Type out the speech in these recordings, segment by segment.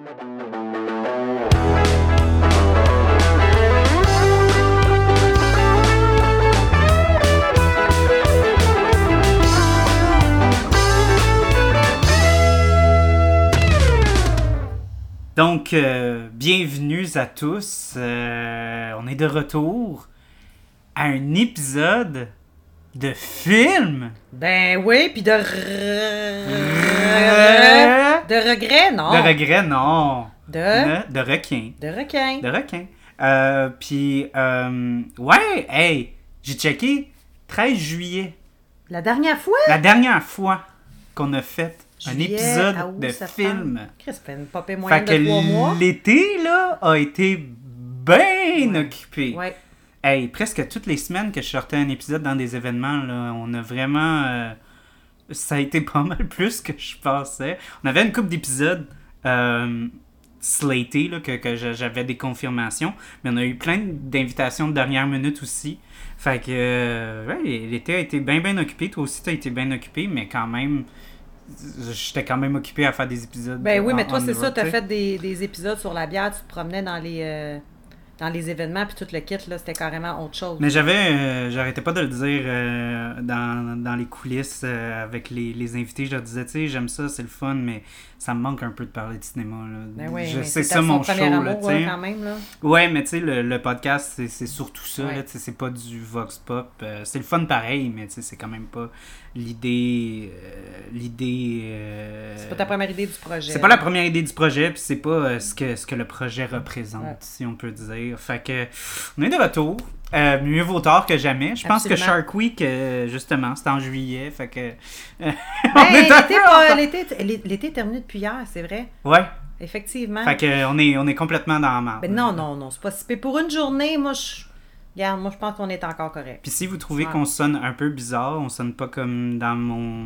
Donc, bienvenue à tous. On est de retour à un épisode de film. Ben oui, puis de regret, non. De regret, non. De requin. De requin. De requin. Puis, ouais, hey, j'ai checké 13 juillet. La dernière fois? La dernière fois qu'on a fait un Juillet, épisode août, de septembre. film. Ça fait une popée moyenne Fait de 3 mois. que l'été, là, a été bien occupé. Ouais. Hey, presque toutes les semaines que je sortais un épisode dans des événements, là, on a vraiment... ça a été pas mal plus que je pensais. On avait une couple d'épisodes slatés, là, que j'avais des confirmations, mais on a eu plein d'invitations de dernière minute aussi. Fait que, ouais, l'été a été bien occupé. Toi aussi, t'as été bien occupé, mais quand même... J'étais quand même occupé à faire des épisodes. Ben oui, mais toi, c'est on ça, road, t'as t'sais. fait des épisodes sur la bière, tu te promenais dans les événements, puis tout le kit, là, c'était carrément autre chose. Mais j'arrêtais pas de le dire dans les coulisses avec les invités. Je leur disais, tu sais, j'aime ça, c'est le fun, mais ça me manque un peu de parler de cinéma. Là. Ben oui, c'est c'était ça mon show. premier amour, là, ouais, quand même, là. Ouais, mais tu sais, le podcast, c'est surtout ça. Ouais. Là, c'est pas du vox pop. C'est le fun pareil, mais c'est quand même pas l'idée... C'est pas ta première idée du projet. C'est pas la première idée du projet, puis c'est pas ce que le projet représente, Ouais. si on peut dire. Fait que, on est de retour. Mieux vaut tard que jamais. Je pense que Absolument. Shark Week, justement, c'est en juillet. Fait que. Ben, l'été est terminé depuis hier, c'est vrai. Ouais. Effectivement. Fait que, on est complètement dans la merde. Ben non, c'est pas si pire. Pour une journée, regarde, moi, je pense qu'on est encore correct. Puis si vous trouvez Ouais. qu'on sonne un peu bizarre, on sonne pas comme dans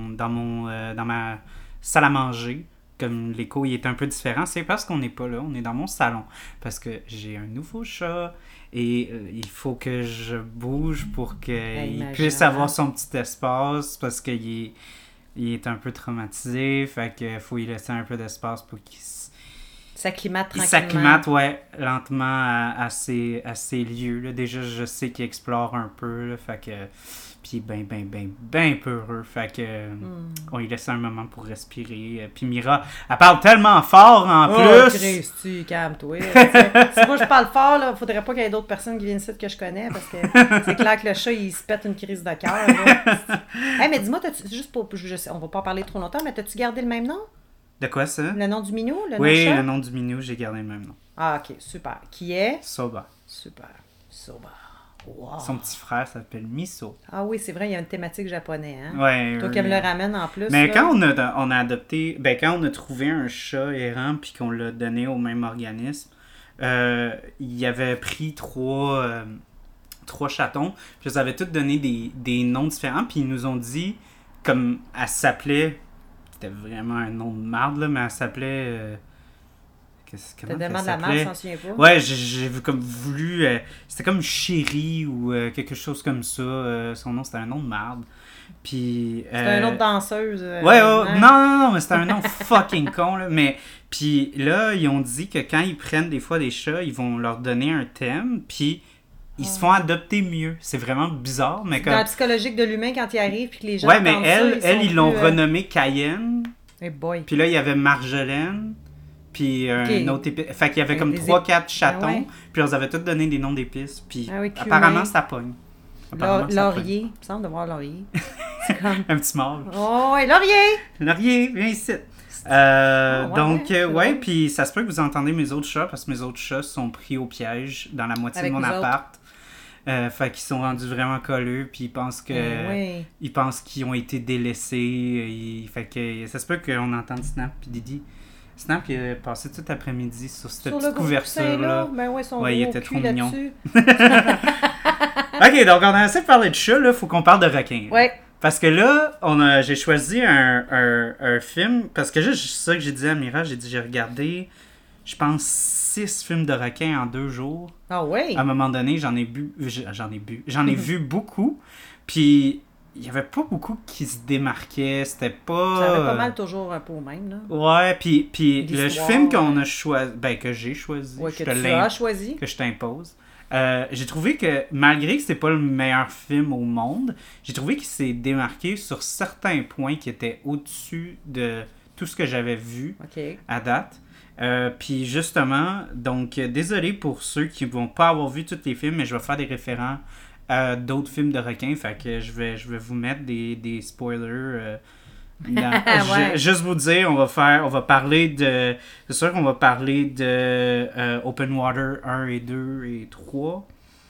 ma salle à manger. Comme l'écho il est un peu différent, c'est parce qu'on n'est pas là, on est dans mon salon. Parce que j'ai un nouveau chat et il faut que je bouge pour qu'il imagine. puisse avoir son petit espace parce qu'il est un peu traumatisé. Fait qu'il faut lui laisser un peu d'espace pour qu'il S'acclimate il tranquillement. s'acclimate, ouais, lentement à ces lieux. Là. Déjà, je sais qu'il explore un peu, là, fait que... Puis ben peureux. Fait que on lui laisse un moment pour respirer. Puis Mira, elle parle tellement fort en Oh, plus. Christy, calme-toi. Tu sais. Si moi je parle fort, là, faudrait pas qu'il y ait d'autres personnes qui viennent ici que je connais parce que c'est clair que le chat il se pète une crise de cœur. Hey, mais dis-moi, juste pour. On va pas en parler trop longtemps, mais t'as-tu gardé le même nom? De quoi ça? Le nom du minou? Le nom Oui, du chat? le nom du minou, j'ai gardé le même nom. Ah, ok, super. Qui est? Soba. Super. Soba. Wow. Son petit frère s'appelle Miso. Ah oui, c'est vrai, il y a une thématique japonaise. Hein? Ouais. Toi qui aimes le ramen en plus. Mais là. quand on a adopté, quand on a trouvé un chat errant puis qu'on l'a donné au même organisme, il avait pris trois chatons, puis ils avaient tous donné des noms différents, puis ils nous ont dit, comme elle s'appelait, c'était vraiment un nom de marde, là, mais elle s'appelait... T'as demandé la marque, je m'en souviens pas. Ouais, j'ai comme voulu... c'était comme Chérie ou quelque chose comme ça. Son nom, c'était un nom de marde. Puis... C'était un autre danseuse. Ouais, hein? non, mais c'était un nom fucking con, là. Mais, puis là, ils ont dit que quand ils prennent des fois des chats, ils vont leur donner un thème, puis ils se font adopter mieux. C'est vraiment bizarre, mais Dans comme... la psychologique de l'humain, quand il arrive, puis que les gens Ouais, mais entendent ils l'ont renommé. renommée Cayenne, Hey boy. puis là, il y avait Marjolaine, puis un autre épice. Fait qu'il y avait comme Des 3-4 chatons, Ah ouais. puis on avait tous donné des noms d'épices, puis Ah oui, cumin. apparemment, ça pogne. Apparemment, ça pogne. Laurier. Il me semble de voir Laurier. C'est comme... Un petit mâle. Oh, et Laurier! Laurier, viens ici. ouais, Donc, c'est ouais, drôle. puis ça se peut que vous entendez mes autres chats, parce que mes autres chats sont pris au piège dans la moitié Avec de mon vous appart. Fait qu'ils sont rendus vraiment colleux, puis ils pensent que Oui. ils pensent qu'ils ont été délaissés. Fait que ça se peut qu'on entende Snap puis Didi. Snap, il a passé tout l'après-midi sur cette Sur le petite gros coussin, couverture-là. là. Ben ouais, son Ouais, il gros était cul trop mignon. là-dessus. Ok, donc on a assez parlé de chat, là, faut qu'on parle de requin. Ouais. Parce que là, j'ai choisi un film, parce que juste ça que j'ai dit à Mira, j'ai regardé, je pense, 6 films de requins en 2 jours. Ah ouais. À un moment donné, j'en ai vu beaucoup. Puis il y avait pas beaucoup qui se démarquaient. C'était pas... Ça avait pas mal toujours un peu au même, là. Ouais, puis le L'histoire, film qu'on a choisi... Ben, que j'ai choisi. Ouais, je que te tu as choisi. que je t'impose. J'ai trouvé que, malgré que c'est pas le meilleur film au monde, j'ai trouvé qu'il s'est démarqué sur certains points qui étaient au-dessus de tout ce que j'avais vu OK. à date. Puis justement, donc désolé pour ceux qui vont pas avoir vu tous les films, mais je vais faire des référents à d'autres films de requins, fait que je vais vous mettre des spoilers. Ouais. Juste vous dire, on va parler de, c'est sûr qu'on va parler de Open Water 1 et 2 et 3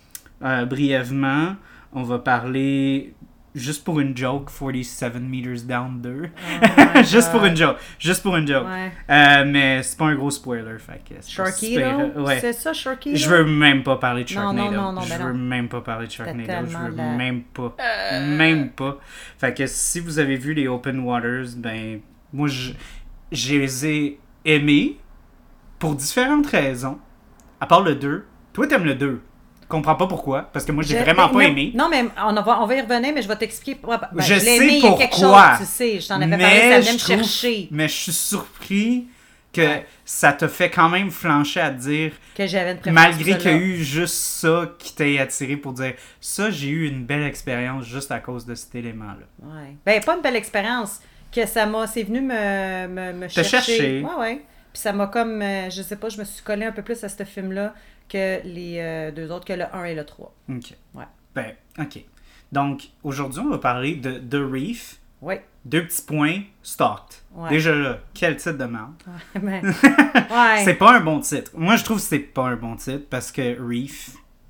brièvement. On va parler juste pour une joke, 47 Meters Down 2. Juste pour une joke. Ouais. Mais c'est pas un gros spoiler. Fait que c'est pas Sharknado? super, ouais. C'est ça, Sharknado? Je veux même pas parler de Non, Sharknado. ben Je non. veux même pas parler de Sharknado. Je tellement veux de la- même pas. Même pas. Fait que si vous avez vu les Open Waters, ben, moi, je les ai aimés pour différentes raisons. À part le 2. Toi, t'aimes le 2. Je comprends pas pourquoi, parce que moi, j'ai vraiment pas aimé. Non, mais on va y revenir, mais je vais t'expliquer. Je l'ai sais aimé, il y a quelque chose, pourquoi. tu sais. Je t'en avais Mais parlé, ça venait je me trouve- chercher. Mais je suis surpris que Ouais. ça te fait quand même flancher à te dire, Que j'avais une préférence malgré pour qu'il y a celle-là. eu juste ça qui t'ait attiré pour dire ça, j'ai eu une belle expérience juste à cause de cet élément-là. Ouais. Ben, pas une belle expérience. Que ça m'a. C'est venu me Te chercher. Ouais. Puis ça m'a comme. Je sais pas, je me suis collée un peu plus à ce film-là que les deux autres, que le 1 et le 3. OK. Ouais. Ben, OK. Donc, aujourd'hui, on va parler de The Reef. Oui. 2 petits points, Stalked. Ouais. Déjà là, quel titre de merde. Ouais. Mais... ouais. C'est pas un bon titre. Moi, je trouve que c'est pas un bon titre parce que Reef,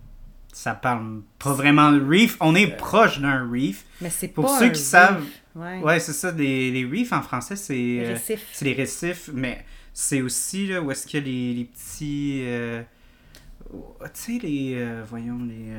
ça parle pas vraiment de Reef. On est proche d'un Reef. Mais c'est Pour pas ceux un qui savent, reef. Ouais. Ouais, c'est ça. Les reefs en français, c'est Les récifs. c'est les récifs, mais c'est aussi là, où est-ce qu'il y a les petits. Tu sais, voyons,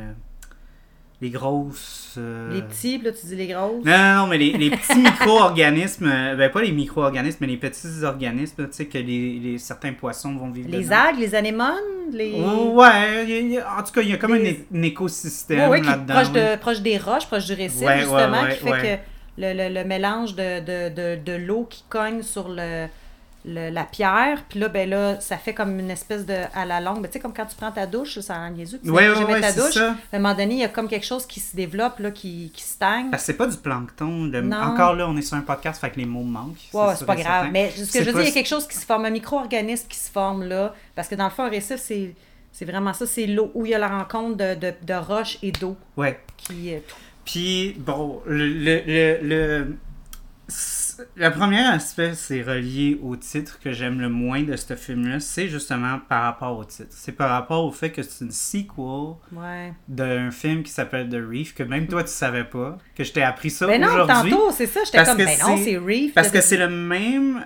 les grosses. Les petits, puis là, tu dis les grosses. Non, mais les petits micro-organismes, ben pas les micro-organismes, mais les petits organismes, là, tu sais, que certains poissons vont vivre Les dedans. algues, les anémones, les... Ouais, en tout cas, il y a comme Les- un écosystème Ouais, qui est là-dedans. proche des roches, proche du récif, Ouais, justement, ouais, qui fait ouais. que le mélange de l'eau qui cogne sur la pierre, puis là, ben là, ça fait comme une espèce de, à la longue, ben, tu sais, comme quand tu prends ta douche, ça rend niaiseux, tu Ouais, mets jamais ta c'est douche, ça. à un moment donné, il y a comme quelque chose qui se développe, là, qui stagne. Parce que c'est pas du plancton. Non. Encore là, on est sur un podcast, fait que les mots manquent. Ouais, c'est sûr pas et grave. certain. Mais ce que C'est je veux pas- dire, il y a quelque chose qui se forme, un micro-organisme qui se forme là. Parce que dans le fond, un récif, c'est vraiment ça, c'est l'eau, où il y a la rencontre de roches et d'eau Ouais. qui. Puis, bon, le premier aspect, c'est relié au titre que j'aime le moins de ce film-là. C'est justement par rapport au titre. C'est par rapport au fait que c'est une sequel Ouais. d'un film qui s'appelle The Reef, que même toi, tu savais pas, que je t'ai appris ça Ben non, aujourd'hui. tantôt, c'est ça, j'étais Parce comme, que ben non, c'est- c'est Reef. Parce que c'est le même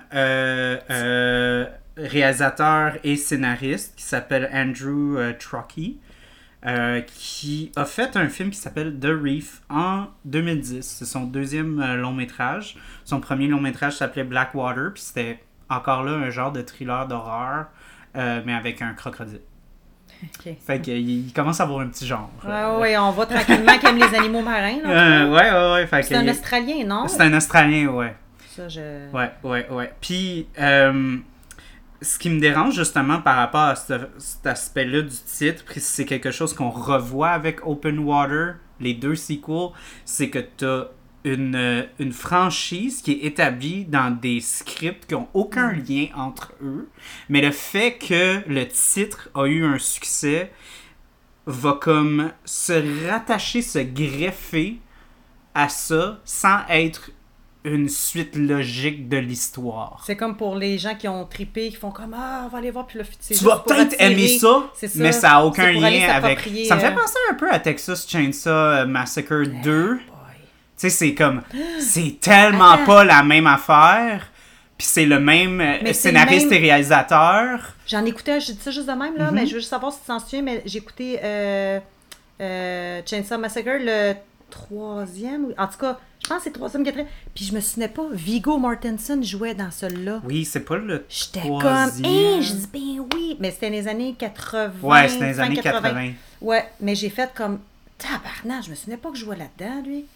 réalisateur et scénariste qui s'appelle Andrew Truckee, qui a fait un film qui s'appelle The Reef en 2010. C'est son deuxième long métrage. Son premier long métrage s'appelait Blackwater, puis c'était encore là un genre de thriller d'horreur, mais avec un crocodile. Ok. Fait qu'il commence à avoir un petit genre. Ouais, on va tranquillement qui aime les animaux marins. Là, ouais. Fait c'est un que- Australien, non? C'est un Australien, ouais. Ça, je... Ouais. Puis, ce qui me dérange justement par rapport à cet aspect-là du titre, puis c'est quelque chose qu'on revoit avec Open Water, les deux sequels, c'est que t'as une franchise qui est établie dans des scripts qui n'ont aucun lien entre eux, mais le fait que le titre a eu un succès va comme se rattacher, se greffer à ça sans être une suite logique de l'histoire. C'est comme pour les gens qui ont trippé, qui font comme, ah, on va aller voir, puis là, c'est Tu juste vas pour peut-être attirer. aimer ça, C'est mais ça n'a aucun C'est pour aller lien avec... s'approprier, Ça me fait penser un peu à Texas Chainsaw Massacre 2. Boy. Tu sais, c'est comme... C'est tellement Attends. pas la même affaire, puis c'est le même c'est le scénariste même- et réalisateur. J'en écoutais, je dis ça juste de même, là, Mhm. mais je veux juste savoir si tu t'en souviens, mais j'ai écouté Chainsaw Massacre, le troisième, en tout cas, je pense que c'est le troisième, quatrième, puis je me souvenais pas, Viggo Mortensen jouait dans celui-là. Oui, c'est pas le J'étais troisième. comme, je dis, ben oui, mais c'était dans les années 80. Ouais, c'était dans les fin années 80. Ouais, mais j'ai fait comme, tabarnak, je me souvenais pas que je jouais là-dedans, lui.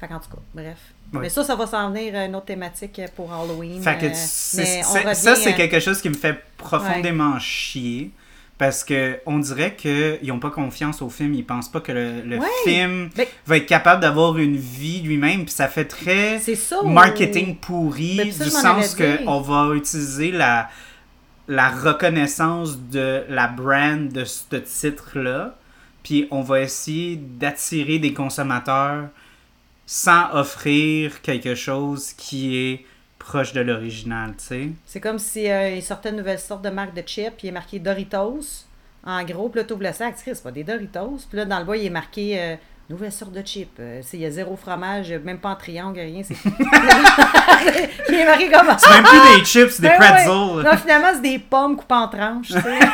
Fait qu'en tout cas, bref. Ouais. Mais ça va s'en venir une autre thématique pour Halloween. Fait que ça, c'est quelque chose qui me fait profondément chier. Parce que on dirait qu'ils n'ont pas confiance au film. Ils pensent pas que le film va être capable d'avoir une vie lui-même. Puis ça fait très marketing pourri, du sens qu'on va utiliser la reconnaissance de la brand de ce titre-là. Puis on va essayer d'attirer des consommateurs sans offrir quelque chose qui est proche de l'original, tu sais. C'est comme si il sortait une nouvelle sorte de marque de chips, puis il est marqué Doritos, en gros, puis là, tu ouvres le sac, c'est pas des Doritos, puis là, dans le bas, il est marqué nouvelle sorte de chip. Il y a 0 fromage, même pas en triangle, rien, c'est... il est marqué comme... C'est même plus des chips, c'est des pretzels. Ouais. Non, finalement, c'est des pommes coupées en tranches, tu sais.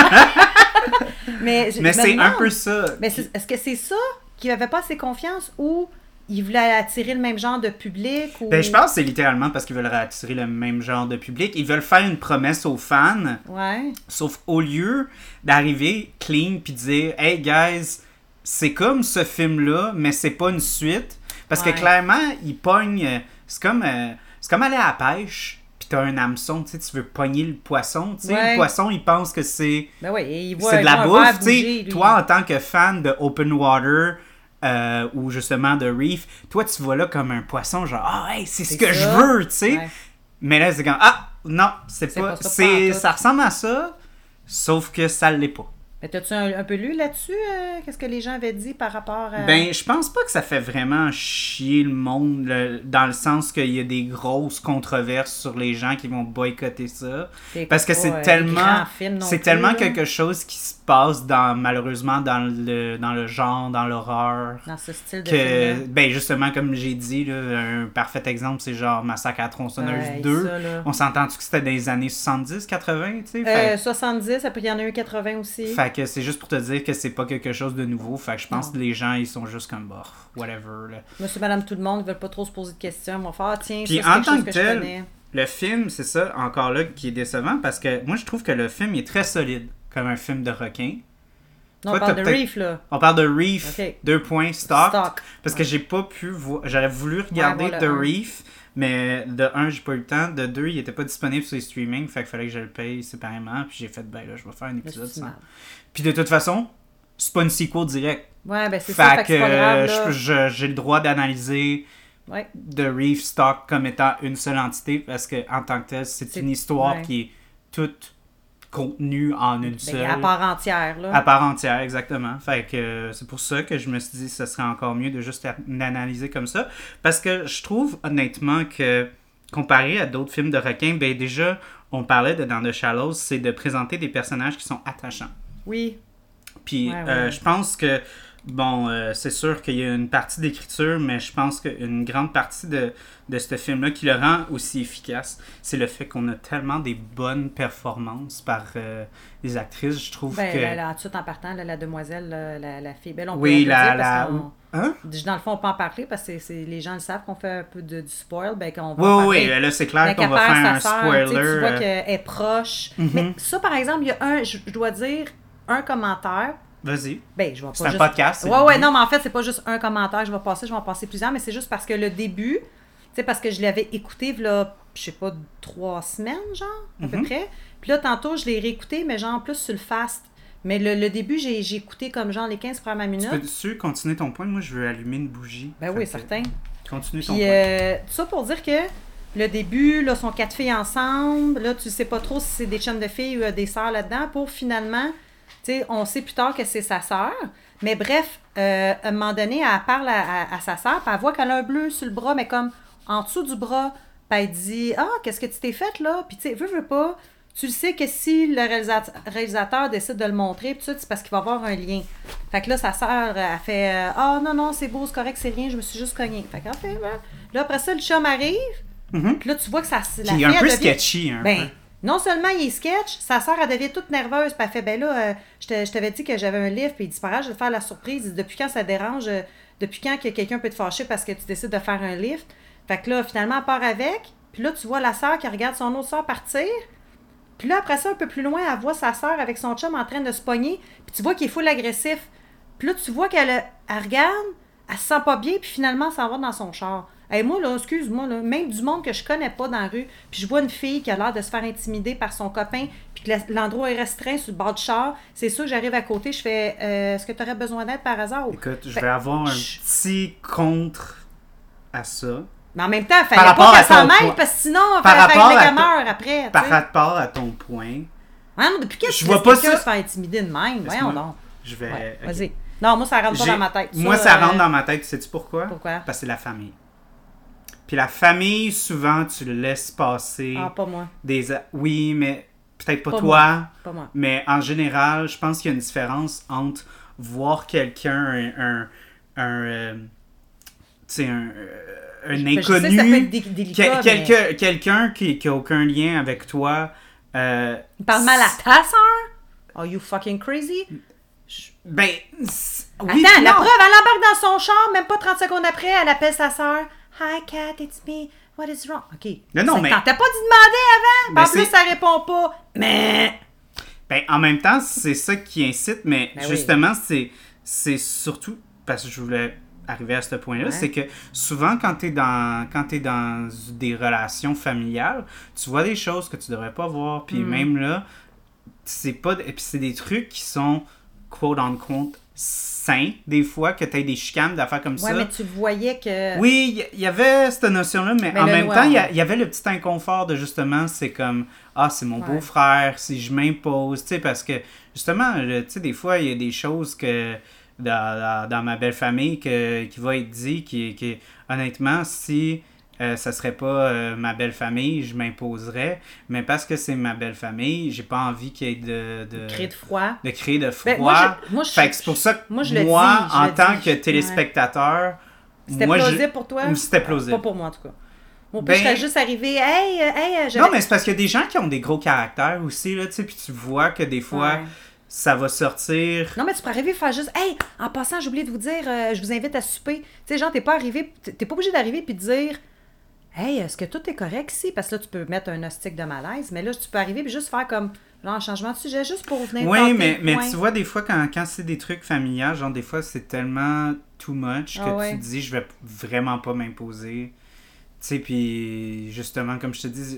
mais c'est un peu ça. Mais est-ce que c'est ça qu'il avait pas assez confiance, ou... Ils voulaient attirer le même genre de public? Ou... Ben, je pense que c'est littéralement parce qu'ils veulent attirer le même genre de public. Ils veulent faire une promesse aux fans. Ouais. Sauf au lieu d'arriver clean puis dire « Hey guys, c'est comme ce film-là, mais c'est pas une suite. » Parce que clairement, ils pognent... C'est comme aller à la pêche puis t'as un hameçon, tu sais, tu veux pogner le poisson. Tu sais, le poisson, il pense que c'est... Ben oui, c'est de la bouffe. Tu sais, toi, en tant que fan de Open Water... ou justement de Reef, toi tu vois là comme un poisson, genre hey, c'est ce que je veux, tu sais. Ouais. Mais là c'est comme non, c'est pas ça ressemble à ça, sauf que ça l'est pas. Mais t'as-tu un peu lu là-dessus qu'est-ce que les gens avaient dit par rapport à... Ben, je pense pas que ça fait vraiment chier le monde, dans le sens qu'il y a des grosses controverses sur les gens qui vont boycotter ça. Parce que c'est tellement quelque chose qui se passe malheureusement dans le genre, dans l'horreur. Dans ce style de film. Ben, justement, comme j'ai dit, là, un parfait exemple, c'est genre Massacre à la tronçonneuse 2. Ça, on s'entend-tu que c'était dans les années 70, 80, tu sais? 70, après il y en a eu 80 aussi. Fait que c'est juste pour te dire que c'est pas quelque chose de nouveau. Fait que je pense que les gens, ils sont juste comme, whatever. Là. Monsieur, madame, tout le monde, ils veulent pas trop se poser de questions. Ils vont faire, tiens, puis ça, c'est quelque chose que je connais. Le film, c'est ça, encore là, qui est décevant parce que moi, je trouve que le film est très solide comme un film de requin. Non, toi, on parle de Reef, là. On parle de Reef, 2 points, Stock. Parce que j'ai pas pu voir. J'aurais voulu regarder The Reef, mais de 1, j'ai pas eu le temps. De 2, il était pas disponible sur les streaming, fait qu'il fallait que je le paye séparément. Puis j'ai fait, ben là, je vais faire un épisode sans. Puis de toute façon, c'est pas une sequel direct. Ouais, ben c'est ça, fait que c'est pas grave, j'ai le droit d'analyser The Reef Stock comme étant une seule entité, parce que en tant que tel, c'est une histoire qui est toute contenue en une seule. À part entière, là. À part entière, exactement. Fait que c'est pour ça que je me suis dit que ce serait encore mieux de juste l'analyser comme ça. Parce que je trouve, honnêtement, que comparé à d'autres films de requins, ben déjà, on parlait de dans The Shallows, c'est de présenter des personnages qui sont attachants. Oui. Puis je pense que, c'est sûr qu'il y a une partie d'écriture, mais je pense qu'une grande partie de ce film-là qui le rend aussi efficace, c'est le fait qu'on a tellement des bonnes performances par les actrices. Je trouve que... tout en partant, la demoiselle, la fille belle, on peut Hein? Dans le fond, on peut en parler parce que les gens le savent qu'on fait un peu du spoil. Ben, qu'on va oui, là, c'est clair qu'on va faire un spoiler. Tu vois qu'elle est proche. Mm-hmm. Mais ça, par exemple, il y a je dois dire, un commentaire. Vas-y. Ben, je vais pas c'est un podcast. Non, mais en fait, c'est pas juste un commentaire. Je vais en passer plusieurs, mais c'est juste parce que le début, tu sais, parce que je l'avais écouté, là, je sais pas, 3 semaines, genre, à peu près. Puis là, tantôt, je l'ai réécouté, mais genre, plus sur le fast. Mais le début, j'ai écouté comme genre les 15 premières minutes. Peux-tu continuer ton point? Moi, je veux allumer une bougie. Ben oui, certain. Continue ton point. Tout ça pour dire que le début, là, sont 4 filles ensemble. Là, tu sais pas trop si c'est des chums de filles ou des sœurs là-dedans. Pour finalement, tu sais, on sait plus tard que c'est sa sœur. Mais bref, à un moment donné, elle parle à sa sœur, puis elle voit qu'elle a un bleu sur le bras, mais comme en dessous du bras. Puis elle dit « Ah, qu'est-ce que tu t'es fait, là? » Puis tu sais, veux pas... Tu le sais que si le réalisateur décide de le montrer, c'est parce qu'il va avoir un lien. Fait que là, sa sœur, elle fait « Ah, non, c'est beau, c'est correct, c'est rien, je me suis juste cognée. » Fait qu'elle fait « Là, après ça, le chum arrive. Puis là, tu vois que la fille, il est un peu sketchy, un peu. Non seulement il est sketch, sa sœur, elle devient toute nerveuse. Puis elle fait « Ben là, je t'avais dit que j'avais un livre. » Puis il dit « Pareil, je vais te faire la surprise. Depuis quand ça te dérange? Depuis quand que quelqu'un peut te fâcher parce que tu décides de faire un livre? » Fait que là, finalement, elle part avec. Puis là, tu vois la sœur qui regarde son autre sœur partir. Puis là, après ça, un peu plus loin, elle voit sa sœur avec son chum en train de se pogner. Puis tu vois qu'il est full agressif. Puis là, tu vois qu'elle regarde, elle se sent pas bien, puis finalement, elle s'en va dans son char. Hey, moi, là, excuse-moi, là, même du monde que je connais pas dans la rue, puis je vois une fille qui a l'air de se faire intimider par son copain, puis que l'endroit est restreint sur le bord du char, c'est sûr que j'arrive à côté, je fais est-ce que tu aurais besoin d'aide par hasard? Écoute, je vais avoir un petit contre à ça. Mais en même temps, il fallait pas qu'elle s'en mêle, parce que sinon, il fallait faire le gamer après. Par rapport à ton point. Ah non, depuis qu'est-ce que quelqu'un se fait intimider de même? Voyons donc. Je vais. Ouais, vas-y. Non, moi, ça rentre pas dans ma tête. Moi, ça rentre dans ma tête. Sais-tu pourquoi? Pourquoi? Parce que c'est la famille. Puis la famille, souvent, tu le laisses passer. Ah, pas moi. Oui, mais peut-être pas toi. Moi. Pas moi. Mais en général, je pense qu'il y a une différence entre voir quelqu'un, un inconnu, je sais que ça peut être délicat, quelqu'un qui a aucun lien avec toi. Il parle mal à ta soeur? Are you fucking crazy? Ben, oui, attends, la preuve, elle embarque dans son char, même pas 30 secondes après, elle appelle sa soeur. Hi, Kat, it's me. What is wrong? OK. Non, mais... T'as pas dit demander avant? En plus, ça répond pas. Mais... Ben, en même temps, c'est ça qui incite, mais justement, oui. c'est surtout... Parce que je voulais arriver à ce point-là, c'est que souvent, quand t'es dans des relations familiales, tu vois des choses que tu devrais pas voir, puis même là, c'est pas... Et puis c'est des trucs qui sont, quote-unquote, sains, des fois, que tu aies des chicanes, d'affaires comme ça. Oui, mais tu voyais que... Oui, il y avait cette notion-là, mais en même temps, il y avait le petit inconfort de, justement, c'est comme, c'est mon beau-frère, si je m'impose, tu sais, parce que, justement, tu sais, des fois, il y a des choses que, dans ma belle famille, qui va être dit, qui honnêtement, si... ça serait pas ma belle famille, je m'imposerais, mais parce que c'est ma belle famille, j'ai pas envie qu'il y ait de créer de froid. De créer de froid. Ben, fait que c'est pour ça que moi en tant que téléspectateur, c'était plausible pour toi? C'était plausible. Pas pour moi en tout cas. Moi, je serais juste arrivé, hey, non, mais c'est parce qu'il y a des gens qui ont des gros caractères aussi, là, tu sais, puis tu vois que des fois... ça va sortir. Non, mais tu peux arriver et faire juste, hey, en passant, j'ai oublié de vous dire, je vous invite à souper. Tu sais, genre, t'es pas obligé d'arriver puis de dire, hey, est-ce que tout est correct ici? Parce que là, tu peux mettre un hostique de malaise, mais là, tu peux arriver et juste faire comme, genre, un changement de sujet juste pour venir oui, mais tu vois, des fois, quand c'est des trucs familiaux, genre, des fois, c'est tellement too much que tu te dis, je vais vraiment pas m'imposer. Tu sais, puis justement, comme je te dis,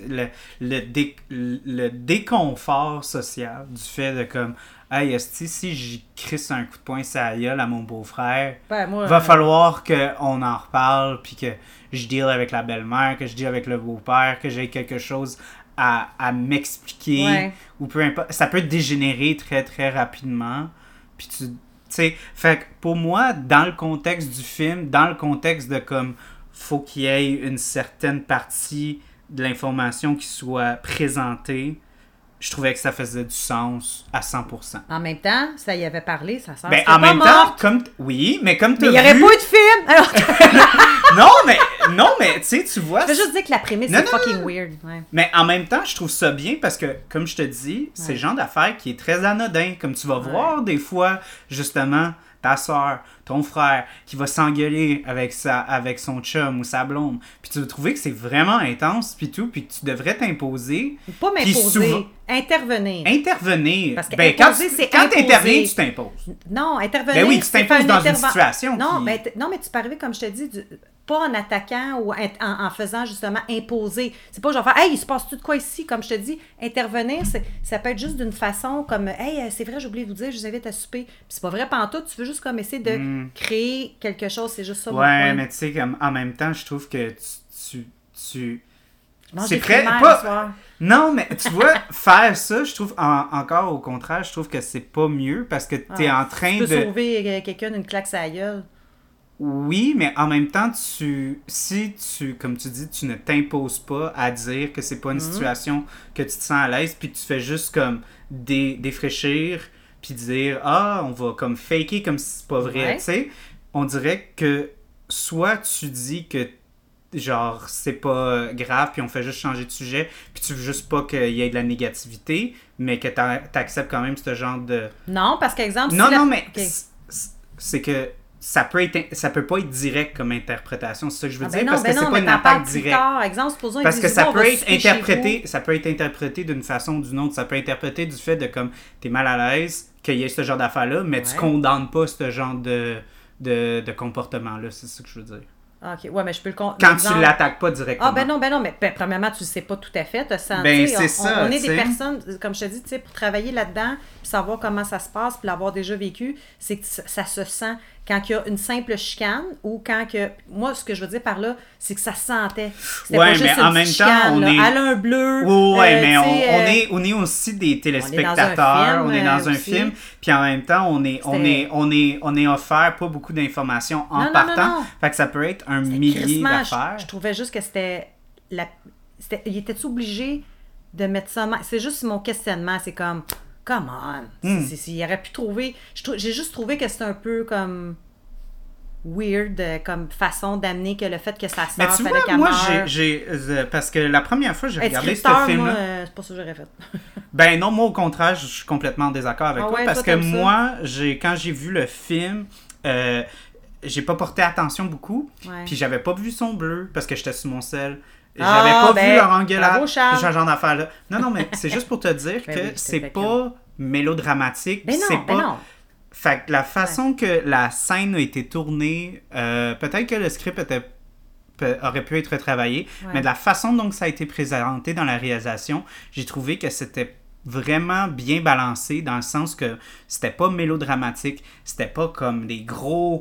le déconfort social du fait de comme, hey, esti, si j'y crisse un coup de poing sur la gueule à mon beau-frère, va falloir qu'on en reparle, puis que je deal avec la belle-mère, que je deal avec le beau-père, que j'ai quelque chose à m'expliquer, ou peu importe. Ça peut dégénérer très, très rapidement. Puis tu sais, fait que pour moi, dans le contexte du film, dans le contexte de comme, faut qu'il y ait une certaine partie de l'information qui soit présentée, je trouvais que ça faisait du sens à 100%. En même temps, ça y avait parlé, ça sent. Ben, en même temps, oui, mais comme tu as vu... Mais il n'y aurait pas eu de film! Alors... non, mais tu sais, tu vois... Je veux juste dire que la prémisse est fucking weird. Ouais. Mais en même temps, je trouve ça bien parce que, comme je te dis, c'est le genre d'affaire qui est très anodin. Comme tu vas voir des fois, justement, ta soeur, ton frère, qui va s'engueuler avec son chum ou sa blonde. Puis tu vas trouver que c'est vraiment intense, puis tout, puis que tu devrais t'imposer. Pas m'imposer, intervenir. Parce que quand tu interviens, tu t'imposes. Non, intervenir, ben oui, tu t'imposes dans une situation non, mais tu peux arriver, comme je te dis, pas en attaquant ou en faisant justement imposer. C'est pas genre faire, hey, il se passe tout de quoi ici? Comme je te dis, intervenir, ça peut être juste d'une façon comme, hey, c'est vrai, j'ai oublié de vous dire, je vous invite à souper. Puis c'est pas vrai pantoute, tu veux juste comme essayer de créer quelque chose, c'est juste ça mon point. Ouais, mais tu sais, en même temps, je trouve que tu c'est très pas... Non, mais tu vois, faire ça, je trouve, encore au contraire, je trouve que c'est pas mieux parce que t'es en train de... Tu peux sauver quelqu'un d'une claque à la gueule. Oui, mais en même temps, comme tu dis, tu ne t'imposes pas à dire que c'est pas une situation que tu te sens à l'aise, puis tu fais juste comme défraîchir, puis dire, on va comme faker comme si c'est pas vrai, tu sais. On dirait que soit tu dis que genre c'est pas grave puis on fait juste changer de sujet puis tu veux juste pas qu'il y ait de la négativité mais que t'acceptes quand même ce genre de... Non, parce qu'exemple... mais c'est que ça peut pas être direct comme interprétation, c'est ça que je veux dire, parce que c'est pas une attaque directe. Exemple, supposons parce que ça peut être interprété d'une façon ou d'une autre, ça peut être interprété du fait de comme t'es mal à l'aise qu'il y ait ce genre d'affaires-là, mais tu condamnes pas ce genre de comportement-là, c'est ça que je veux dire. Ah, OK. Ouais, mais je peux le compte. Quand tu l'attaques pas directement. Ah, ben non, mais premièrement, tu le sais pas tout à fait. C'est ça. On est des personnes, comme je te dis, tu sais, pour travailler là-dedans, puis savoir comment ça se passe, puis l'avoir déjà vécu, c'est que ça se sent quand il y a une simple chicane ou quand que. Moi, ce que je veux dire par là, c'est que ça se sentait. C'était ouais, pas juste mais en même temps, chicane, on là, est. Elle a un bleu. Ouais, mais on est aussi des téléspectateurs. On est dans un film. Puis en même temps, on est offert pas beaucoup d'informations en partant. Fait que ça peut être un millier d'affaires. Je trouvais juste que il était obligé de mettre ça. C'est juste mon questionnement. C'est comme, come on. Il aurait pu trouver. J'ai juste trouvé que c'était un peu comme weird comme façon d'amener que le fait que sa sœur fallait qu'elle meure. Parce que la première fois j'ai regardé ce film-là. Moi, c'est pas ça que j'aurais fait. Ben non, moi au contraire, je suis complètement en désaccord avec toi. Parce que moi, quand j'ai vu le film, j'ai pas porté attention beaucoup. Puis j'avais pas vu son bleu parce que j'étais sur mon sel. J'avais pas vu leur engueulade. Ce genre d'affaire-là. Non, mais c'est juste pour te dire que c'est pas mélodramatique. Non. Fait que la façon que la scène a été tournée, peut-être que le script aurait pu être retravaillé, mais de la façon dont ça a été présenté dans la réalisation, j'ai trouvé que c'était vraiment bien balancé dans le sens que c'était pas mélodramatique, c'était pas comme des gros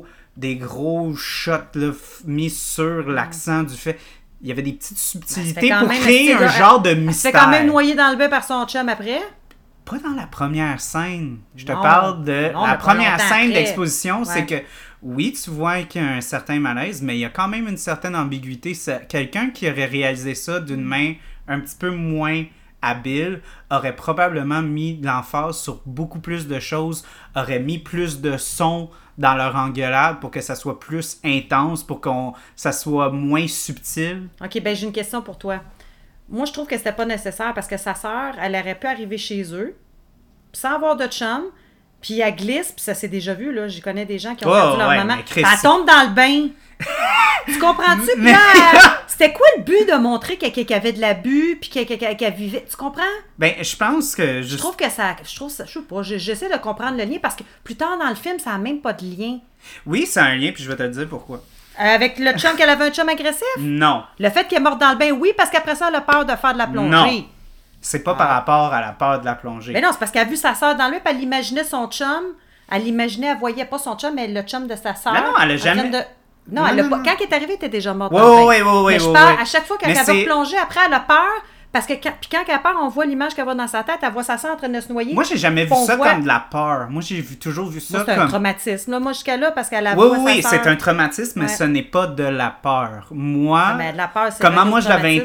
shots là, mis sur l'accent du fait. Il y avait des petites subtilités pour créer un genre de mystère. Elle se fait quand même noyer dans le bain par son chum après. Pas dans la première scène. Je te parle de la première scène d'exposition. C'est que, oui, tu vois qu'il y a un certain malaise, mais il y a quand même une certaine ambiguïté. Quelqu'un qui aurait réalisé ça d'une main un petit peu moins habile aurait probablement mis de l'emphase sur beaucoup plus de choses, aurait mis plus de sons dans leur engueulade pour que ça soit plus intense, pour que ça soit moins subtil. OK, ben j'ai une question pour toi. Moi, je trouve que c'était pas nécessaire parce que sa sœur, elle aurait pu arriver chez eux sans avoir de chum, puis elle glisse, puis ça s'est déjà vu, là. J'y connais des gens qui ont perdu leur maman. Elle tombe dans le bain. Tu comprends-tu? Puis là, c'était quoi le but de montrer qu'elle avait de l'abus, puis qu'elle vivait? Tu comprends? Ben, je pense que... Je trouve que ça... Je sais pas, j'essaie de comprendre le lien parce que plus tard dans le film, ça n'a même pas de lien. Oui, ça a un lien, puis je vais te le dire pourquoi. Avec le chum, qu'elle avait un chum agressif? Non. Le fait qu'elle est morte dans le bain, oui, parce qu'après ça, elle a peur de faire de la plongée. Non. C'est pas par rapport à la peur de la plongée. Mais non, c'est parce qu'elle a vu sa sœur dans le bain, puis elle imaginait son chum. Elle voyait pas son chum, mais le chum de sa sœur. Non, elle a jamais... Non, elle a pas... Quand elle est arrivée, elle était déjà morte. Oui. Mais je parle, à chaque fois qu'elle va plonger, après, elle a peur. Parce que quand elle a peur, on voit l'image qu'elle voit dans sa tête, elle voit sa sœur en train de se noyer. Moi, j'ai jamais vu ça comme de la peur. Moi, j'ai toujours vu ça comme... C'est un traumatisme. Là, moi, jusqu'à là, parce qu'elle a vu sa sœur. Oui, c'est un traumatisme, mais ce n'est pas de la peur. Moi, mais de la peur, c'est comment moi, je l'avais...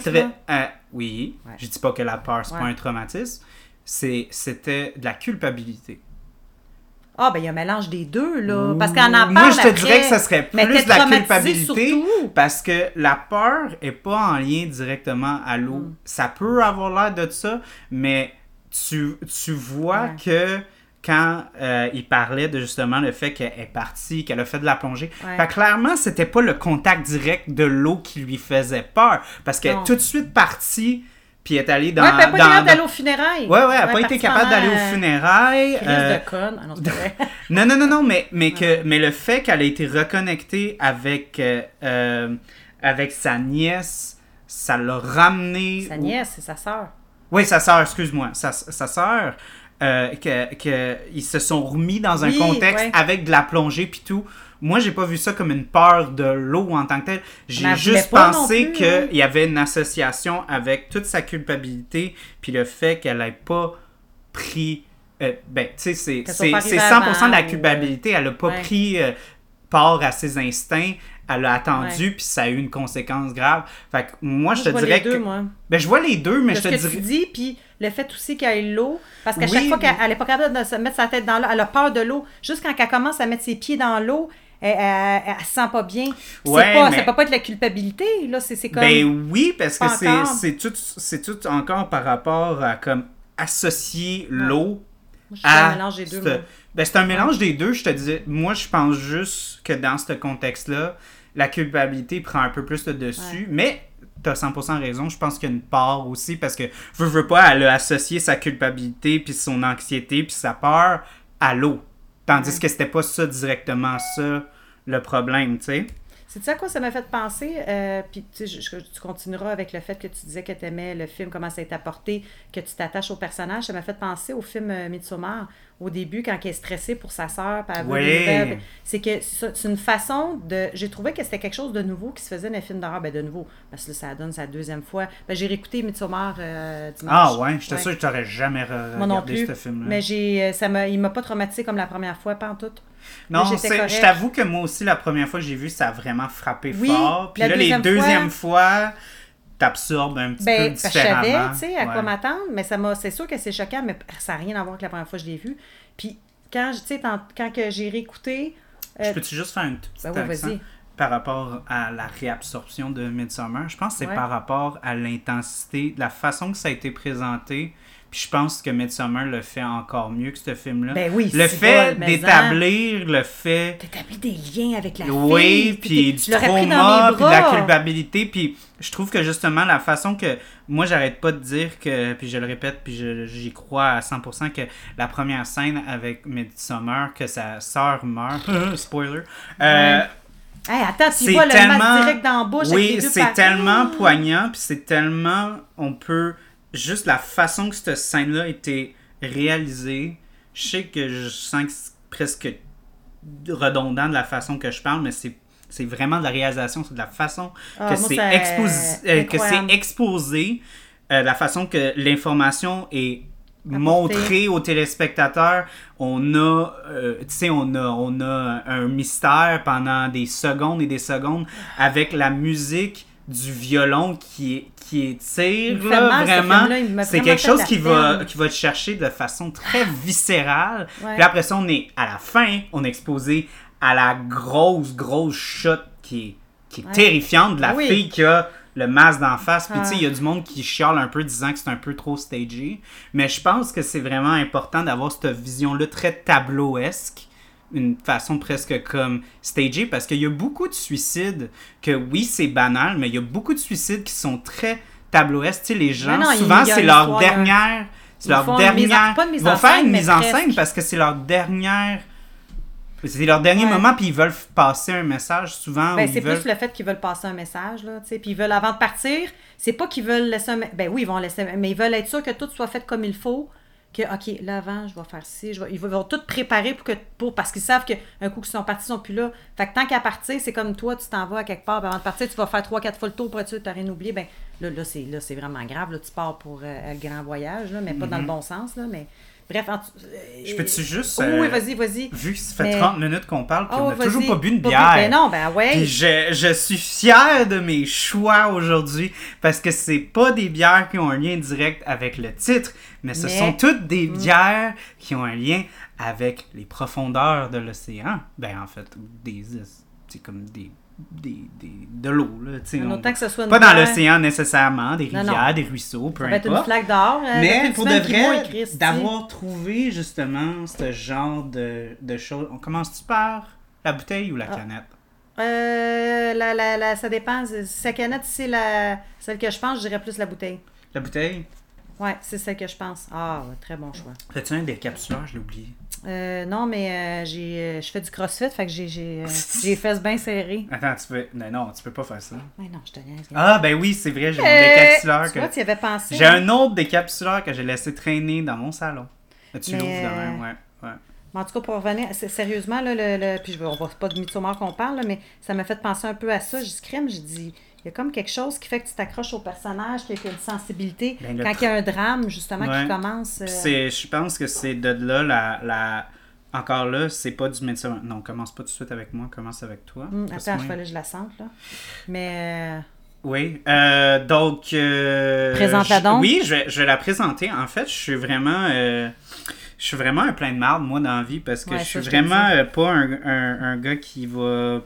Oui, ouais. Je dis pas que la peur, c'est pas un traumatisme. C'était de la culpabilité. Ah, ben il y a un mélange des deux, là. Parce qu'en parle moi, je te après, dirais que ça serait plus de la culpabilité. Surtout. Parce que la peur est pas en lien directement à l'eau. Ça peut avoir l'air de ça, mais tu vois que quand il parlait de justement le fait qu'elle est partie, qu'elle a fait de la plongée, fait, clairement, c'était pas le contact direct de l'eau qui lui faisait peur. Parce qu'elle est tout de suite partie... Puis elle est allée dans... elle n'a pas été capable d'aller aux funérailles. Ouais, elle n'a pas été capable d'aller aux funérailles. Crise de conne. Ah non, c'est vrai. non, mais le fait qu'elle ait été reconnectée avec sa nièce, ça l'a ramené... Sa nièce, c'est sa sœur. Oui, sa sœur, excuse-moi. Sa sœur, ils se sont remis dans un contexte avec de la plongée puis tout. Moi, j'ai pas vu ça comme une peur de l'eau en tant que telle. J'ai juste pensé qu'il y avait une association avec toute sa culpabilité puis le fait qu'elle n'ait pas pris... tu sais, c'est 100% de la culpabilité. Elle n'a pas pris part à ses instincts. Elle a attendu, puis ça a eu une conséquence grave. Fait que moi, je te dirais les deux, moi. Ben, je vois les deux, mais je te dirais... ce que tu dis, puis le fait aussi qu'il y ait l'eau, parce qu'à chaque fois qu'elle n'est pas capable de se mettre sa tête dans l'eau, elle a peur de l'eau. Juste quand elle commence à mettre ses pieds dans l'eau, elle se sent pas bien. Ça peut pas être la culpabilité, là, c'est comme... Ben oui, parce que c'est tout encore par rapport à comme associer l'eau à... C'est un mélange des deux. C'est un mélange des deux, je te disais. Moi, je pense juste que dans ce contexte-là, la culpabilité prend un peu plus le dessus, mais t'as 100% raison, je pense qu'il y a une part aussi, parce que veux pas, elle a associé sa culpabilité, puis son anxiété, puis sa peur à l'eau. Tandis que c'était pas ça directement ça, le problème, tu sais. C'est ça à quoi ça m'a fait penser? Puis tu sais, tu continueras avec le fait que tu disais que tu aimais le film, comment ça a été apporté, que tu t'attaches au personnage. Ça m'a fait penser au film Midsommar, au début, quand elle est stressée pour sa sœur, puis elle veut des nouvelles. C'est que c'est une façon de... J'ai trouvé que c'était quelque chose de nouveau qui se faisait dans les films d'horreur. Ben de nouveau, parce que là, ça donne sa deuxième fois. Ben, j'ai réécouté Midsommar dimanche. Ah ouais, j'étais sûr que tu n'aurais jamais regardé ce film-là. Mais il m'a pas traumatisé comme la première fois, pas en tout. Non, je t'avoue que moi aussi, la première fois que j'ai vu, ça a vraiment frappé fort. Puis là, les deuxièmes fois, t'absorbes un petit peu différemment. Je savais, tu sais, à quoi m'attendre, mais c'est sûr que c'est choquant, mais ça n'a rien à voir avec la première fois que je l'ai vu. Puis quand que j'ai réécouté... Je peux-tu juste faire une petite accent par rapport à la réabsorption de Midsommar? Je pense que c'est par rapport à l'intensité, la façon que ça a été présenté. Puis je pense que Midsommar le fait encore mieux que ce film-là. Ben oui, le fait d'établir, le fait... D'établir des liens avec la fille. Oui, puis du trauma, puis de la culpabilité. Puis je trouve que justement, la façon que... Moi, j'arrête pas de dire que... Puis je le répète, puis j'y crois à 100% que la première scène avec Midsommar, que sa sœur meurt... Spoiler. Hey, attends, tu vois le masque direct dans la bouche. Oui, c'est tellement poignant, puis c'est tellement... On peut... Juste la façon que cette scène-là a été réalisée, je sais que je sens que c'est presque redondant de la façon que je parle, mais c'est vraiment de la réalisation, c'est de la façon que c'est exposé, la façon que l'information est montrée aux téléspectateurs. On a un mystère pendant des secondes et des secondes avec la musique du violon qui étire, là, vraiment. C'est quelque chose qui va te chercher de façon très viscérale. Ouais. Puis après ça, à la fin, on est exposé à la grosse shot qui est terrifiante de la fille qui a le masque d'en face. Puis tu sais, il y a du monde qui chiale un peu disant que c'est un peu trop stagé. Mais je pense que c'est vraiment important d'avoir cette vision-là très tableauesque, une façon presque comme stagée, parce qu'il y a beaucoup de suicides que, oui, c'est banal, mais il y a beaucoup de suicides qui sont très tableauesques. Tu sais, les gens, souvent, c'est leur dernière... Ils vont faire une mise en scène parce que c'est leur dernière... C'est leur dernier moment, puis ils veulent passer un message souvent. Ben, c'est plus le fait qu'ils veulent passer un message, là, tu sais, puis ils veulent, avant de partir, c'est pas qu'ils veulent laisser ben oui, ils vont laisser, mais ils veulent être sûrs que tout soit fait comme il faut, que, OK, là, avant, je vais faire ci, ils vont tout préparer parce qu'ils savent qu'un coup qu'ils sont partis, ils sont plus là. Fait que tant qu'à partir, c'est comme toi, tu t'en vas à quelque part, avant de partir, tu vas faire 3-4 fois le tour pour être sûr que tu n'as rien oublié. Ben là, c'est vraiment grave, là, tu pars pour un grand voyage, là, mais pas dans le bon sens, là, mais... Bref, je peux-tu juste... oui, vas-y. Vu que ça fait 30 minutes qu'on parle, puis on n'a toujours pas bu une bière. Ben non, ben ouais. Puis je suis fier de mes choix aujourd'hui, parce que c'est pas des bières qui ont un lien direct avec le titre, mais ce sont toutes des bières qui ont un lien avec les profondeurs de l'océan. Ben en fait, c'est comme de l'eau, là, tu sais. Autant que ce soit pas dans l'océan nécessairement, des rivières, des ruisseaux, peu importe. Ça va être une flaque d'or. Mais pour de vrai, d'avoir trouvé justement ce genre de choses. On commence-tu par la bouteille ou la canette? Ça dépend. Si la canette, c'est celle que je pense, je dirais plus la bouteille. La bouteille? Ouais, c'est celle que je pense. Ah, très bon choix. Fais-tu un décapsuleur? Je l'ai oublié. Non, mais je fais du crossfit, fait que j'ai les fesses bien serrées. Attends, non, tu peux pas faire ça. Ouais, non, je te niaise. Ah, ben oui, c'est vrai, j'ai mon décapsuleur. Tu vois, tu y avais pensé. J'ai un autre décapsuleur que j'ai laissé traîner dans mon salon. Là, tu l'ouvres de même, ouais. Mais en tout cas, pour revenir, sérieusement, là, puis on va pas de Midsommar qu'on parle, là, mais ça m'a fait penser un peu à ça. J'ai dit, crème, j'ai dit... Il y a comme quelque chose qui fait que tu t'accroches au personnage, qu'il y a une sensibilité. Quand il y a un drame, justement, qui commence... Je pense que c'est de là, encore là, c'est pas du médecin. Non, commence pas tout de suite avec moi, commence avec toi. Attends, il fallait que je la sente, là. Mais... Oui, donc... Présente-la donc. Oui, je vais la présenter. En fait, je suis vraiment un plein de marde, moi, dans la vie, parce que je suis vraiment pas un gars qui va